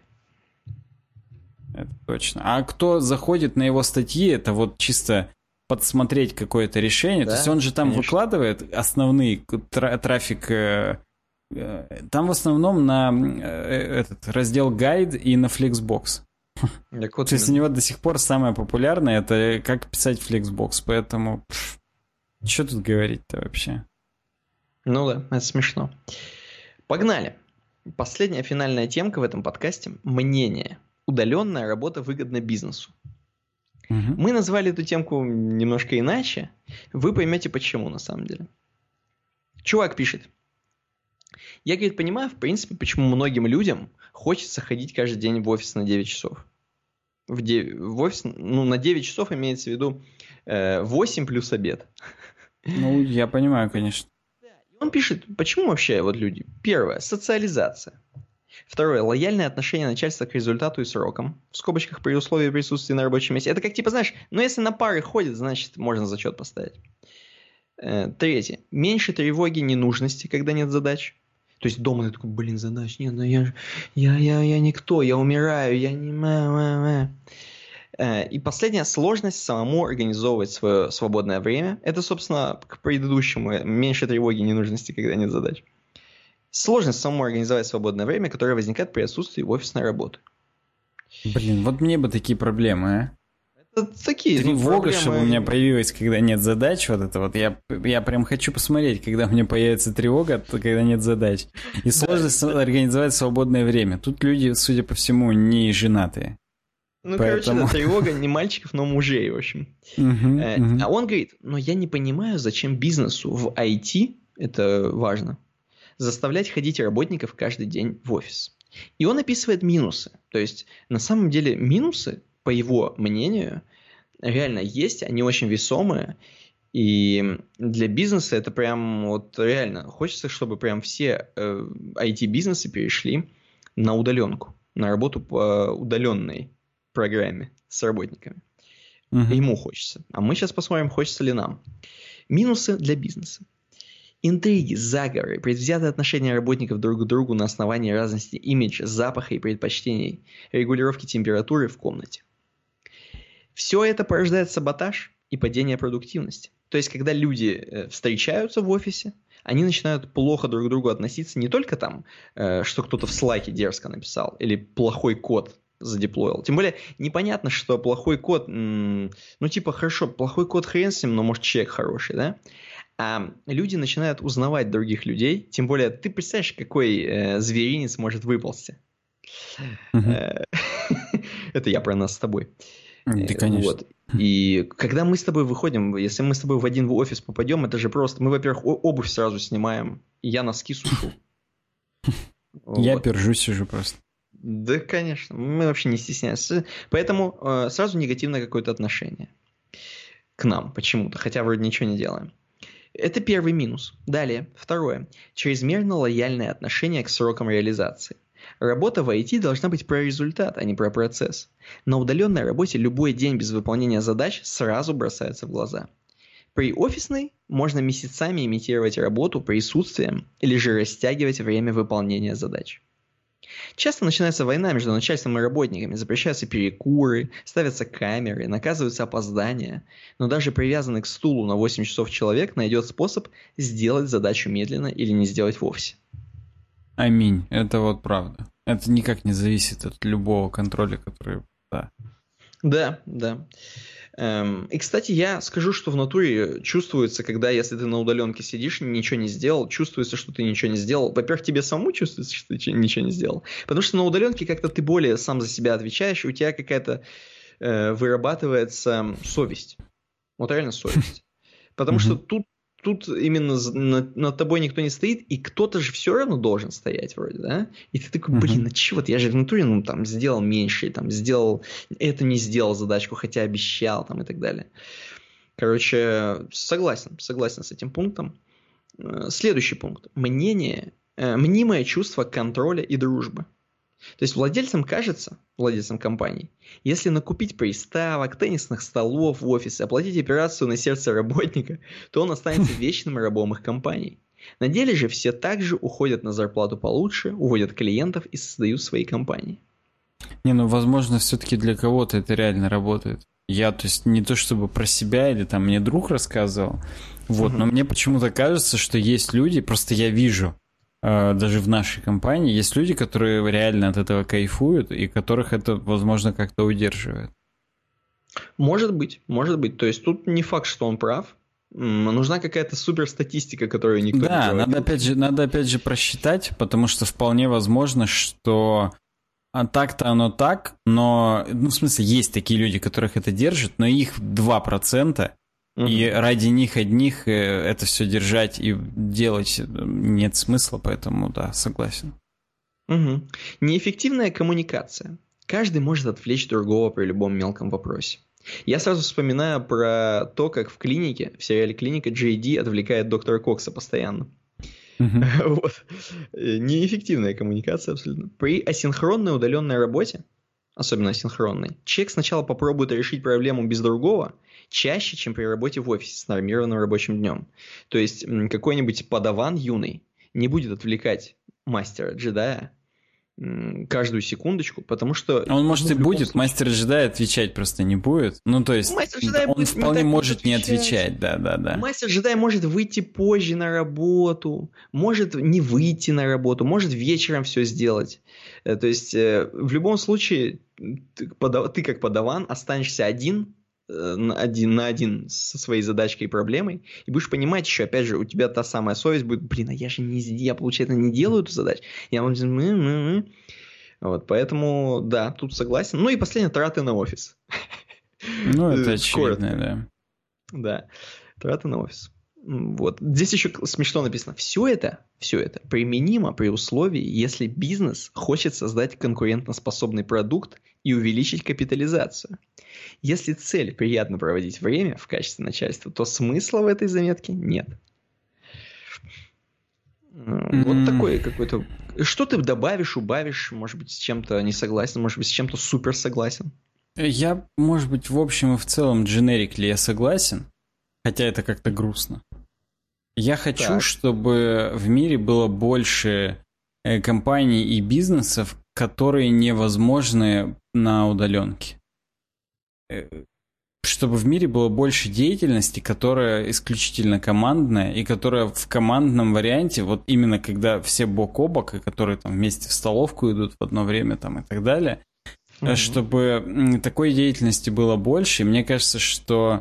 Это точно. А кто заходит на его статьи, это вот чисто подсмотреть какое-то решение. Да, то есть он же там выкладывает основный трафик. Там в основном на этот раздел гайд и на Flexbox. То есть у него до сих пор самое популярное это как писать Flexbox. Поэтому что тут говорить-то вообще? Ну да, это смешно. Погнали. Последняя финальная темка в этом подкасте – мнение. Удаленная работа выгодна бизнесу. Мы назвали эту темку немножко иначе. Вы поймете, почему на самом деле. Чувак пишет. Я, говорит, понимаю, в принципе, почему многим людям хочется ходить каждый день в офис на 9 часов. В офис, ну, на 9 часов имеется в виду 8 плюс обед. Ну, я понимаю, конечно. Он пишет, почему вообще вот люди? Первое, социализация. Второе, лояльное отношение начальства к результату и срокам. В скобочках при условии присутствия на рабочем месте. Это как типа, знаешь, ну если на пары ходят, значит можно зачет поставить. Третье, меньше тревоги, ненужности, когда нет задач. То есть дома ты такой, блин, задач нет, но я никто, я умираю, я не... И последняя сложность самому организовывать свое свободное время. Это, собственно, к предыдущему. Меньше тревоги и ненужности, когда нет задач. Сложность самому организовать свободное время, которое возникает при отсутствии офисной работы. Блин, вот мне бы такие проблемы, а? Это такие тревога, проблемы... чтобы у меня появилась, когда нет задач. Вот это вот. Я прям хочу посмотреть, когда у меня появится тревога, когда нет задач. И сложность организовать свободное время. Тут люди, судя по всему, не женатые. Ну, поэтому... короче, тревога не мальчиков, но мужей, в общем. А он говорит, но я не понимаю, зачем бизнесу в IT, это важно, заставлять ходить работников каждый день в офис. И он описывает минусы. То есть, на самом деле, минусы, по его мнению, реально есть, они очень весомые. И для бизнеса это прям вот реально хочется, чтобы прям все IT-бизнесы перешли на удаленку, на работу по удаленной программе с работниками. Ему хочется. А мы сейчас посмотрим, хочется ли нам. Минусы для бизнеса. Интриги, заговоры, предвзятое отношение работников друг к другу на основании разности имиджа, запаха и предпочтений, регулировки температуры в комнате. Все это порождает саботаж и падение продуктивности. То есть, когда люди встречаются в офисе, они начинают плохо друг к другу относиться не только там, что кто-то в слайке дерзко написал, или плохой код задеплоил. Тем более, непонятно, что плохой код, ну типа, хорошо, плохой код хрен с ним, но может человек хороший, да? А люди начинают узнавать других людей, тем более, ты представляешь, какой зверинец может выползти? Это я про нас с тобой. Да, конечно. Вот. И когда мы с тобой выходим, если мы с тобой в один офис попадем, это же просто... Мы, во-первых, обувь сразу снимаем, и я носки сушу. Я пержусь сижу просто. Да, конечно. Мы вообще не стесняемся. Поэтому сразу негативное какое-то отношение к нам почему-то, хотя вроде ничего не делаем. Это первый минус. Далее, второе. Чрезмерно лояльное отношение к срокам реализации. Работа в IT должна быть про результат, а не про процесс. На удаленной работе любой день без выполнения задач сразу бросается в глаза. При офисной можно месяцами имитировать работу присутствием или же растягивать время выполнения задач. Часто начинается война между начальством и работниками, запрещаются перекуры, ставятся камеры, наказываются опоздания, но даже привязанный к стулу на 8 часов человек найдет способ сделать задачу медленно или не сделать вовсе. Аминь, это вот правда. Это никак не зависит от любого контроля, который... Да. Да, да. И, кстати, я скажу, что в натуре чувствуется, когда, если ты на удаленке сидишь, ничего не сделал, чувствуется, что ты ничего не сделал. Во-первых, тебе самому чувствуется, что ты ничего не сделал. Потому что на удаленке как-то ты более сам за себя отвечаешь, и у тебя какая-то вырабатывается совесть. Вот реально совесть. Потому что тут именно над тобой никто не стоит, и кто-то же все равно должен стоять вроде, да? И ты такой, блин, ну че, вот я же в натуре, ну, там, сделал меньше, там, сделал, это не сделал задачку, хотя обещал, там, и так далее. Короче, согласен с этим пунктом. Следующий пункт. Мнимое чувство контроля и дружбы. То есть владельцам компаний, если накупить приставок, теннисных столов в офисе, оплатить операцию на сердце работника, то он останется вечным рабом их компаний. На деле же все также уходят на зарплату получше, уводят клиентов и создают свои компании. Возможно, все-таки для кого-то это реально работает. Я, то есть, не то чтобы про себя или там мне друг рассказывал, но мне почему-то кажется, что есть люди, просто я вижу, даже в нашей компании есть люди, которые реально от этого кайфуют и которых это, возможно, как-то удерживает. Может быть. То есть тут не факт, что он прав. Нужна какая-то супер статистика, которую никто не говорит. Надо опять же просчитать, потому что вполне возможно, что так-то оно так, но, в смысле, есть такие люди, которых это держит, но их 2%. И ради них одних это все держать и делать нет смысла, поэтому да, согласен. Неэффективная коммуникация. Каждый может отвлечь другого при любом мелком вопросе. Я сразу вспоминаю про то, как в сериале «Клиника» Джей Ди отвлекает доктора Кокса постоянно. Неэффективная коммуникация абсолютно. При асинхронной удаленной работе, особенно асинхронной, человек сначала попробует решить проблему без другого, чаще, чем при работе в офисе с нормированным рабочим днем. То есть какой-нибудь подаван юный не будет отвлекать мастера-джедая каждую секундочку, потому что... Он, может, и будет, мастер-джедай отвечать просто не будет. Ну, то есть, он вполне может не отвечать, да. Мастер-джедай может выйти позже на работу, может не выйти на работу, может вечером все сделать. То есть, в любом случае, ты как подаван останешься один на один со своей задачкой и проблемой, и будешь понимать еще, опять же, у тебя та самая совесть будет, блин, а я, получается, не делаю эту задачу. Вот, поэтому, да, тут согласен. Ну и последнее, траты на офис. Ну, это очевидно, да. Да, траты на офис. Вот. Здесь еще смешно написано. Все это применимо при условии, если бизнес хочет создать конкурентоспособный продукт и увеличить капитализацию. Если цель приятно проводить время в качестве начальства, то смысла в этой заметке нет. Вот такой какой-то... Что ты добавишь, убавишь? Может быть, с чем-то не согласен, может быть, с чем-то супер согласен? Я, может быть, в общем и в целом, generically я согласен, хотя это как-то грустно. Я хочу, чтобы в мире было больше компаний и бизнесов, которые невозможны на удаленке. Чтобы в мире было больше деятельности, которая исключительно командная, и которая в командном варианте, вот именно когда все бок о бок, и которые там вместе в столовку идут в одно время там, и так далее, чтобы такой деятельности было больше. И мне кажется, что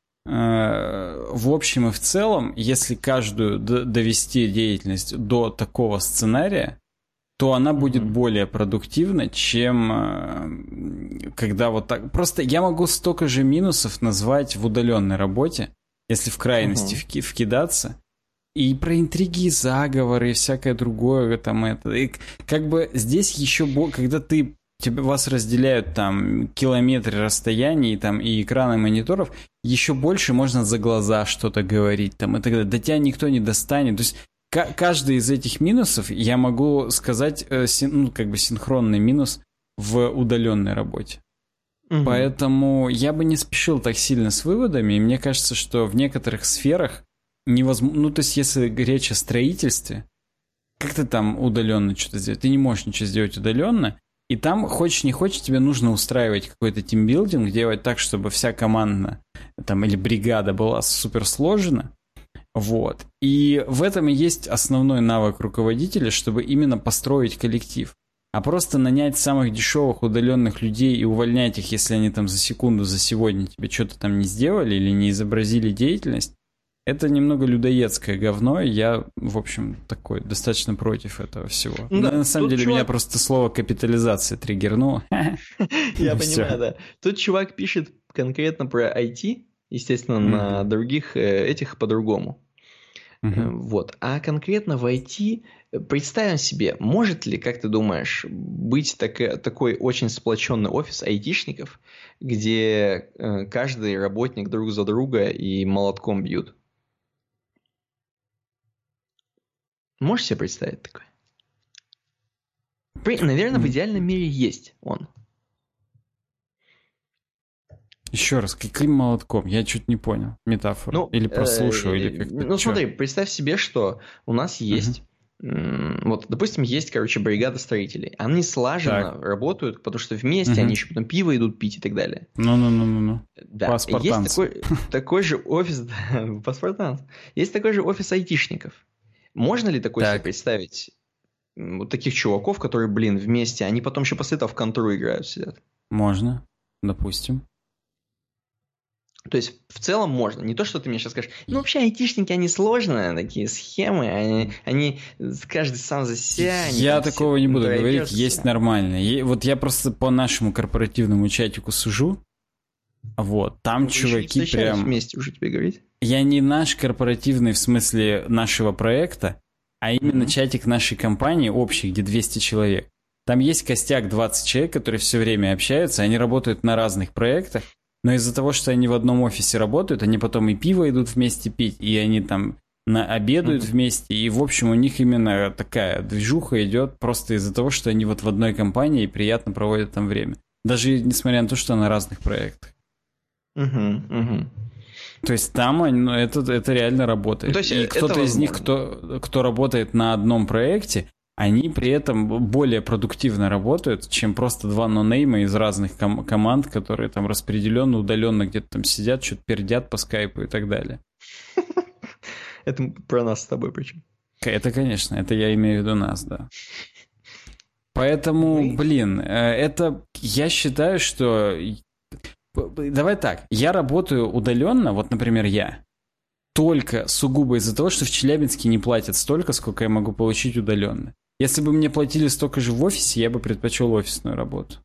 в общем и в целом, если каждую довести деятельность до такого сценария, то она будет более продуктивна, чем когда вот так... Просто я могу столько же минусов назвать в удаленной работе, если в крайности вкидаться, и про интриги, заговоры и всякое другое там это. И как бы здесь еще, когда вас разделяют там километры расстояний там, и экраны мониторов, еще больше можно за глаза что-то говорить там, и так далее. До тебя никто не достанет. То есть каждый из этих минусов я могу сказать, синхронный минус в удаленной работе. Поэтому я бы не спешил так сильно с выводами, и мне кажется, что в некоторых сферах невозможно... Ну, то есть, если речь о строительстве, как ты там удаленно что-то сделать? Ты не можешь ничего сделать удаленно, и там, хочешь не хочешь, тебе нужно устраивать какой-то тимбилдинг, делать так, чтобы вся команда там, или бригада была супер сложена. Вот. И в этом и есть основной навык руководителя, чтобы именно построить коллектив. а просто нанять самых дешевых удаленных людей и увольнять их, если они там за секунду, за сегодня тебе что-то там не сделали или не изобразили деятельность, это немного людоедское говно, и я, в общем, такой достаточно против этого всего. Да, на самом деле чувак... меня просто слово капитализация триггернуло. Я понимаю, да. Тут чувак пишет конкретно про IT, естественно, на других этих по-другому. Вот. А конкретно в IT, представим себе, может ли, как ты думаешь, быть такой очень сплоченный офис айтишников, где каждый работник друг за друга и молотком бьют? Можешь себе представить такое? Наверное, в идеальном мире есть он. Еще раз, каким молотком? Я чуть не понял метафору. Или прослушал, или как-то. Ну, смотри, представь себе, что у нас есть... Вот, допустим, есть, короче, бригада строителей. Они слаженно работают, потому что вместе они еще потом пиво идут пить и так далее. Ну. Да. Есть такой же офис... Паспартанц. Есть такой же офис айтишников. Можно ли такой себе представить? Вот таких чуваков, которые, вместе, они потом еще после этого в контру играют, сидят. Можно, допустим. То есть, в целом можно. Не то, что ты мне сейчас скажешь. Ну, вообще, айтишники, они сложные, такие схемы. Они каждый сам за себя. Я такого не буду говорить. Есть нормальные. Вот я просто по нашему корпоративному чатику сужу. Вот. Там чуваки прям... вместе уже тебе говорить? Я не наш корпоративный в смысле нашего проекта, а именно чатик нашей компании общий, где 200 человек. Там есть костяк 20 человек, которые все время общаются. Они работают на разных проектах. Но из-за того, что они в одном офисе работают, они потом и пиво идут вместе пить, и они там обедают вместе, и, в общем, у них именно такая движуха идет просто из-за того, что они вот в одной компании и приятно проводят там время. Даже несмотря на то, что на разных проектах. То есть там это реально работает. То есть и кто-то из них, кто работает на одном проекте, они при этом более продуктивно работают, чем просто два нонейма из разных команд, которые там распределенно, удаленно где-то там сидят, что-то пердят по скайпу и так далее. Это про нас с тобой причем. Это, конечно, это я имею в виду нас, да. Поэтому, это... Я считаю, что... Давай так, я работаю удаленно, вот, например, я, только сугубо из-за того, что в Челябинске не платят столько, сколько я могу получить удаленно. Если бы мне платили столько же в офисе, я бы предпочел офисную работу.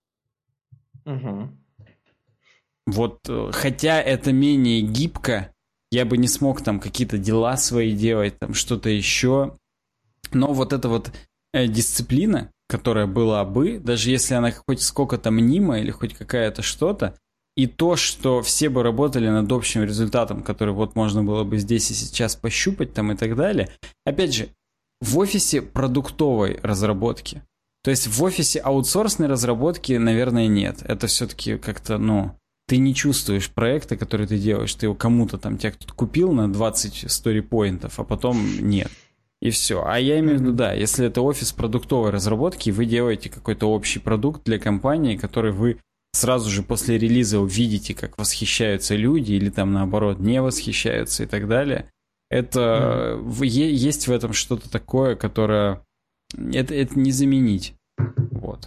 Вот, хотя это менее гибко, я бы не смог там какие-то дела свои делать, там что-то еще. Но вот эта вот дисциплина, которая была бы, даже если она хоть сколько-то мнима или хоть какая-то что-то, и то, что все бы работали над общим результатом, который вот можно было бы здесь и сейчас пощупать там и так далее. Опять же, в офисе продуктовой разработки. То есть в офисе аутсорсной разработки, наверное, нет. Это все-таки как-то, ты не чувствуешь проекта, который ты делаешь. Ты его кому-то там, тебя кто-то купил на 20 сторипоинтов, а потом нет. И все. А я имею в виду, да, если это офис продуктовой разработки, вы делаете какой-то общий продукт для компании, который вы сразу же после релиза увидите, как восхищаются люди, или там наоборот не восхищаются и так далее. Это есть в этом что-то такое, которое это не заменить. Вот.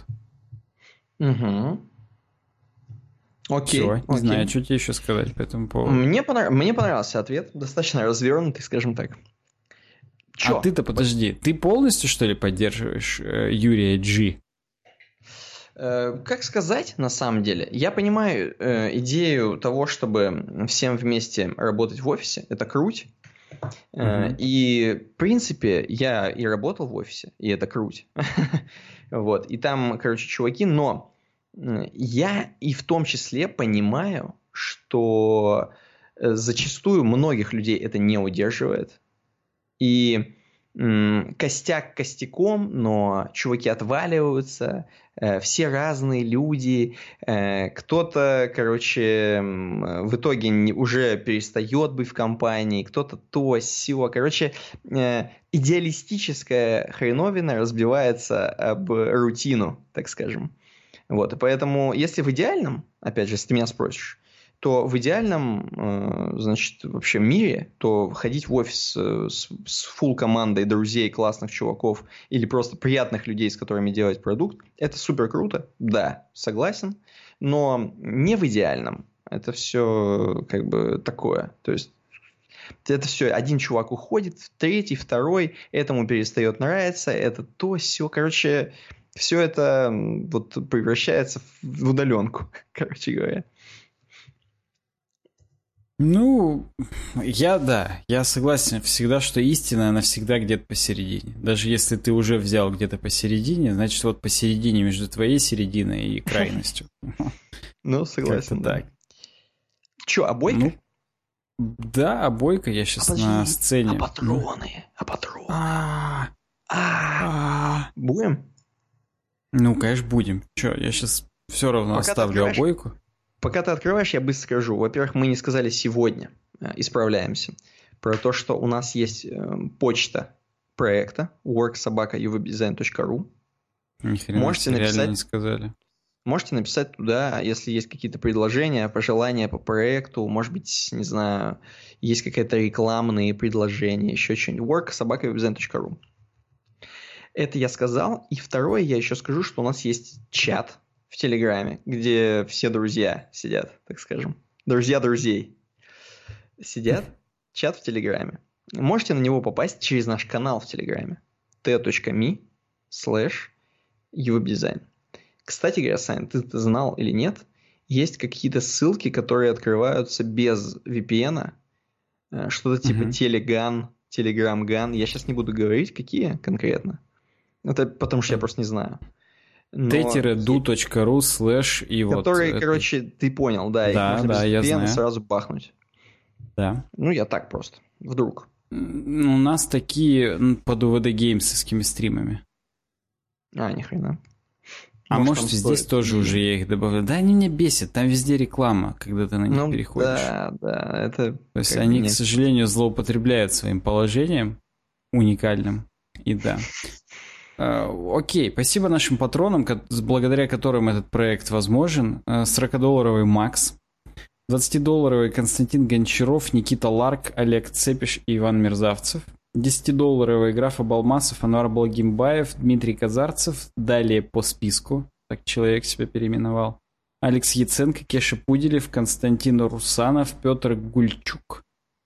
Окей. Все, не знаю, что тебе еще сказать по этому поводу. Мне понравился ответ, достаточно развернутый, скажем так. А ты-то подожди, ты полностью, что ли, поддерживаешь Юрия G? Как сказать, на самом деле? Я понимаю идею того, чтобы всем вместе работать в офисе. Это круть. И, в принципе, я и работал в офисе, и это круть. Вот. И там, короче, чуваки, но я и в том числе понимаю, что зачастую многих людей это не удерживает. И костяк костяком, но чуваки отваливаются, все разные люди, кто-то, короче, в итоге уже перестает быть в компании, кто-то то, сё. Короче, идеалистическая хреновина разбивается об рутину, так скажем. Вот, и поэтому, если в идеальном, опять же, если ты меня спросишь, то в идеальном, значит, вообще мире, то ходить в офис с фулл командой друзей, классных чуваков или просто приятных людей, с которыми делать продукт, это супер круто, да, согласен, но не в идеальном. Это все как бы такое, то есть это все, один чувак уходит, третий, второй, этому перестает нравиться, это то, все, короче, все это вот превращается в удаленку, короче говоря. Ну, я согласен всегда, что истина, она всегда где-то посередине. Даже если ты уже взял где-то посередине, значит, вот посередине между твоей серединой и крайностью. Ну, согласен, так. Че, обойка? Да, обойка, я сейчас на сцене. А патроны? Будем? Ну, конечно, будем. Че, я сейчас все равно оставлю обойку. Пока ты открываешь, я быстро скажу. Во-первых, мы не сказали сегодня, исправляемся, про то, что у нас есть почта проекта work@uvdesign.ru. Можете написать, не сказали. Можете написать туда, если есть какие-то предложения, пожелания по проекту, может быть, не знаю, есть какие-то рекламные предложения, еще что-нибудь. work@uvdesign.ru. Это я сказал. И второе, я еще скажу, что у нас есть чат в Телеграме, где все друзья сидят, так скажем. Друзья друзей сидят. Чат в Телеграме. Можете на него попасть через наш канал в Телеграме. t.me/uwebdesign. Кстати говоря, Сань, ты знал или нет, есть какие-то ссылки, которые открываются без VPN. Что-то типа Telegram, я сейчас не буду говорить, какие конкретно. Это потому что я просто не знаю. t-do.ru/ и вот... Которые, короче, ты понял, да. Да, их можно без я VPN знаю. сразу бахнуть. Да. Ну, я так просто. Вдруг. У нас такие под UVD-геймсовскими стримами. Ни хрена. Может здесь тоже уже я их добавляю. Да, они меня бесят. Там везде реклама, когда ты на них переходишь. Да. Это то есть они, к сожалению, злоупотребляют своим положением уникальным. И да. Окей, спасибо нашим патронам, благодаря которым этот проект возможен. $40 Макс, $20 Константин Гончаров, Никита Ларк, Олег Цепиш и Иван Мерзавцев, $10 Граф Абалмасов, Анвар Балгимбаев, Дмитрий Казарцев, далее по списку, так человек себя переименовал, Алекс Яценко, Кеша Пуделев, Константин Русанов, Петр Гульчук.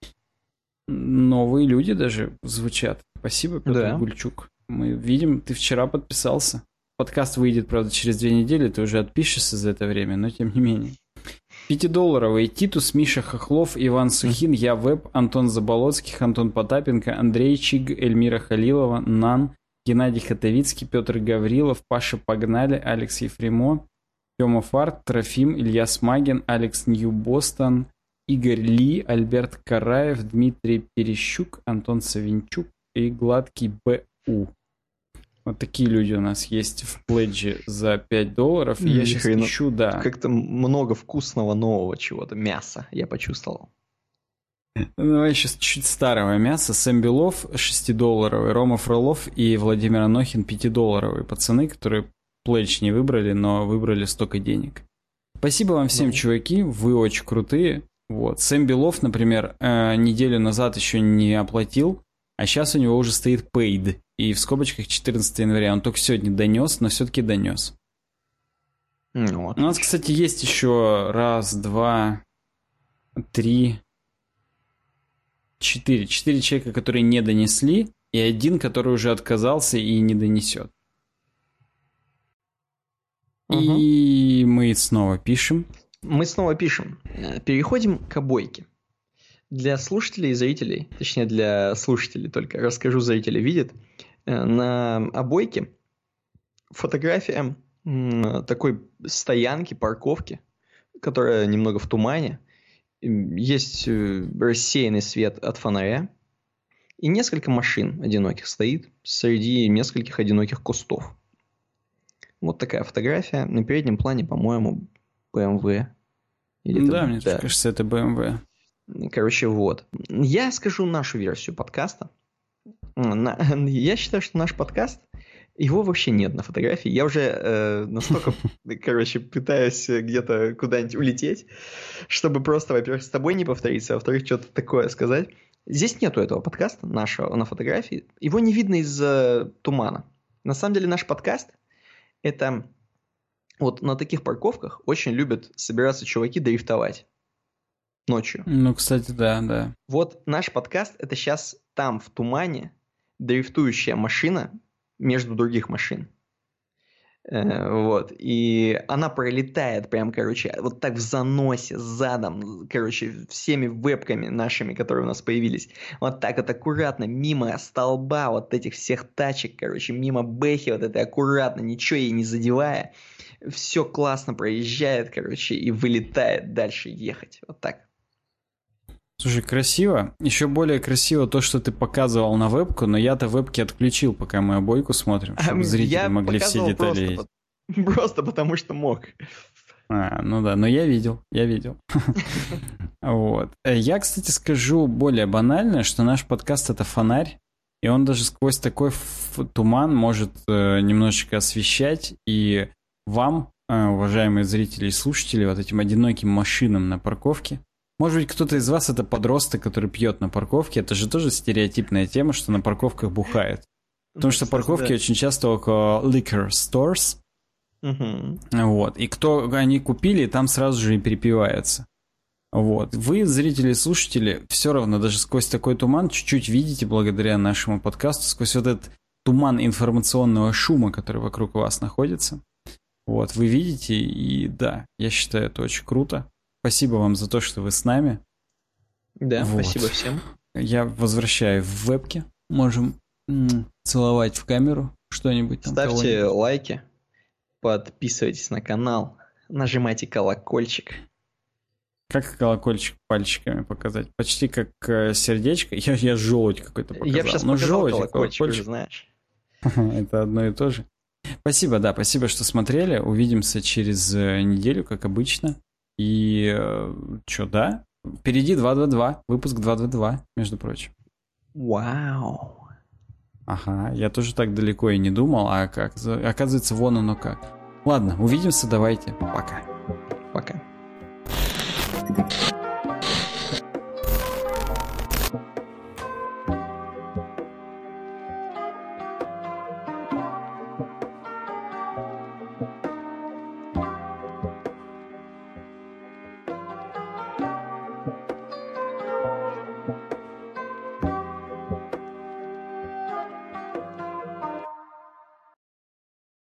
Новые люди даже звучат. Спасибо, Петр Гульчук. Мы видим, ты вчера подписался. Подкаст выйдет, правда, через 2 недели, ты уже отпишешься за это время, но тем не менее. $5 Титус, Миша Хохлов, Иван Сухин, Я Веб, Антон Заболоцких, Антон Потапенко, Андрей Чиг, Эльмира Халилова, Нан, Геннадий Хатовицкий, Петр Гаврилов, Паша Погнали, Алекс Ефремо, Тёма Фарт, Трофим, Илья Смагин, Алекс Нью-Бостон, Игорь Ли, Альберт Караев, Дмитрий Перещук, Антон Савинчук и Гладкий Б.У. Вот такие люди у нас есть в пледжи за $5. И я сейчас ищу, да. Как-то много вкусного нового чего-то. Мяса я почувствовал. Ну, я сейчас чуть старого мяса. Сэм Белов $6, Рома Фролов и Владимир Анохин $5. Пацаны, которые пледж не выбрали, но выбрали столько денег. Спасибо вам всем, чуваки. Вы очень крутые. Вот. Сэм Белов, например, неделю назад еще не оплатил, а сейчас у него уже стоит paid. И в скобочках 14 января. Он только сегодня донес, но все-таки донес. Вот. У нас, кстати, есть еще 1, 2, 3, 4. 4 человека, которые не донесли, и 1, который уже отказался и не донесет. И мы снова пишем. Переходим к обойке. Для слушателей и зрителей, точнее для слушателей только, расскажу, зрители видят, на обойке фотография такой стоянки, парковки, которая немного в тумане. Есть рассеянный свет от фонаря. И несколько машин одиноких стоит среди нескольких одиноких кустов. Вот такая фотография. На переднем плане, по-моему, BMW. Мне кажется, это BMW. Короче, вот. Я скажу нашу версию подкаста. Я считаю, что наш подкаст Его вообще нет на фотографии. Я уже настолько, короче, пытаюсь где-то куда-нибудь улететь, чтобы просто, во-первых, с тобой не повториться, а во-вторых, что-то такое сказать. Здесь нету этого подкаста нашего на фотографии. Его не видно из-за тумана. На самом деле наш подкаст – это вот на таких парковках очень любят собираться чуваки дрифтовать ночью. Ну, кстати, да. Вот наш подкаст – это сейчас там, в тумане, дрифтующая машина между других машин. Вот. И она пролетает прям, короче, вот так в заносе, задом, короче, всеми вебками нашими, которые у нас появились. Вот так вот аккуратно, мимо столба вот этих всех тачек, короче, мимо бэхи вот этой аккуратно, ничего ей не задевая. Все классно проезжает, короче, и вылетает дальше ехать. Вот так. Слушай, красиво. Еще более красиво то, что ты показывал на вебку, но я-то вебки отключил, пока мы обойку смотрим, чтобы зрители могли все детали видеть. Просто потому что мог. Ну да, но я видел. Вот. Я, кстати, скажу более банально, что наш подкаст — это фонарь, и он даже сквозь такой туман может немножечко освещать, и вам, уважаемые зрители и слушатели, вот этим одиноким машинам на парковке. Может быть, кто-то из вас — это подросток, который пьет на парковке. Это же тоже стереотипная тема, что на парковках бухает. Потому что парковки очень часто около liquor stores. Вот. И кто они купили, там сразу же и перепиваются. Вот. Вы, зрители и слушатели, все равно даже сквозь такой туман чуть-чуть видите, благодаря нашему подкасту, сквозь вот этот туман информационного шума, который вокруг вас находится. Вот. Вы видите, и да, я считаю, это очень круто. Спасибо вам за то, что вы с нами. Да, вот. Спасибо всем. Я возвращаю в вебке. Можем целовать в камеру что-нибудь там. Ставьте лайки, подписывайтесь на канал, нажимайте колокольчик. Как колокольчик пальчиками показать? Почти как сердечко. Я желудь какой-то показал. Я сейчас показал колокольчик, уже знаешь. Это одно и то же. Спасибо, спасибо, что смотрели. Увидимся через неделю, как обычно. И впереди 222, выпуск 222, между прочим. Вау. Ага, я тоже так далеко и не думал, а как? Оказывается, вон оно как. Ладно, увидимся, давайте. Пока. Пока.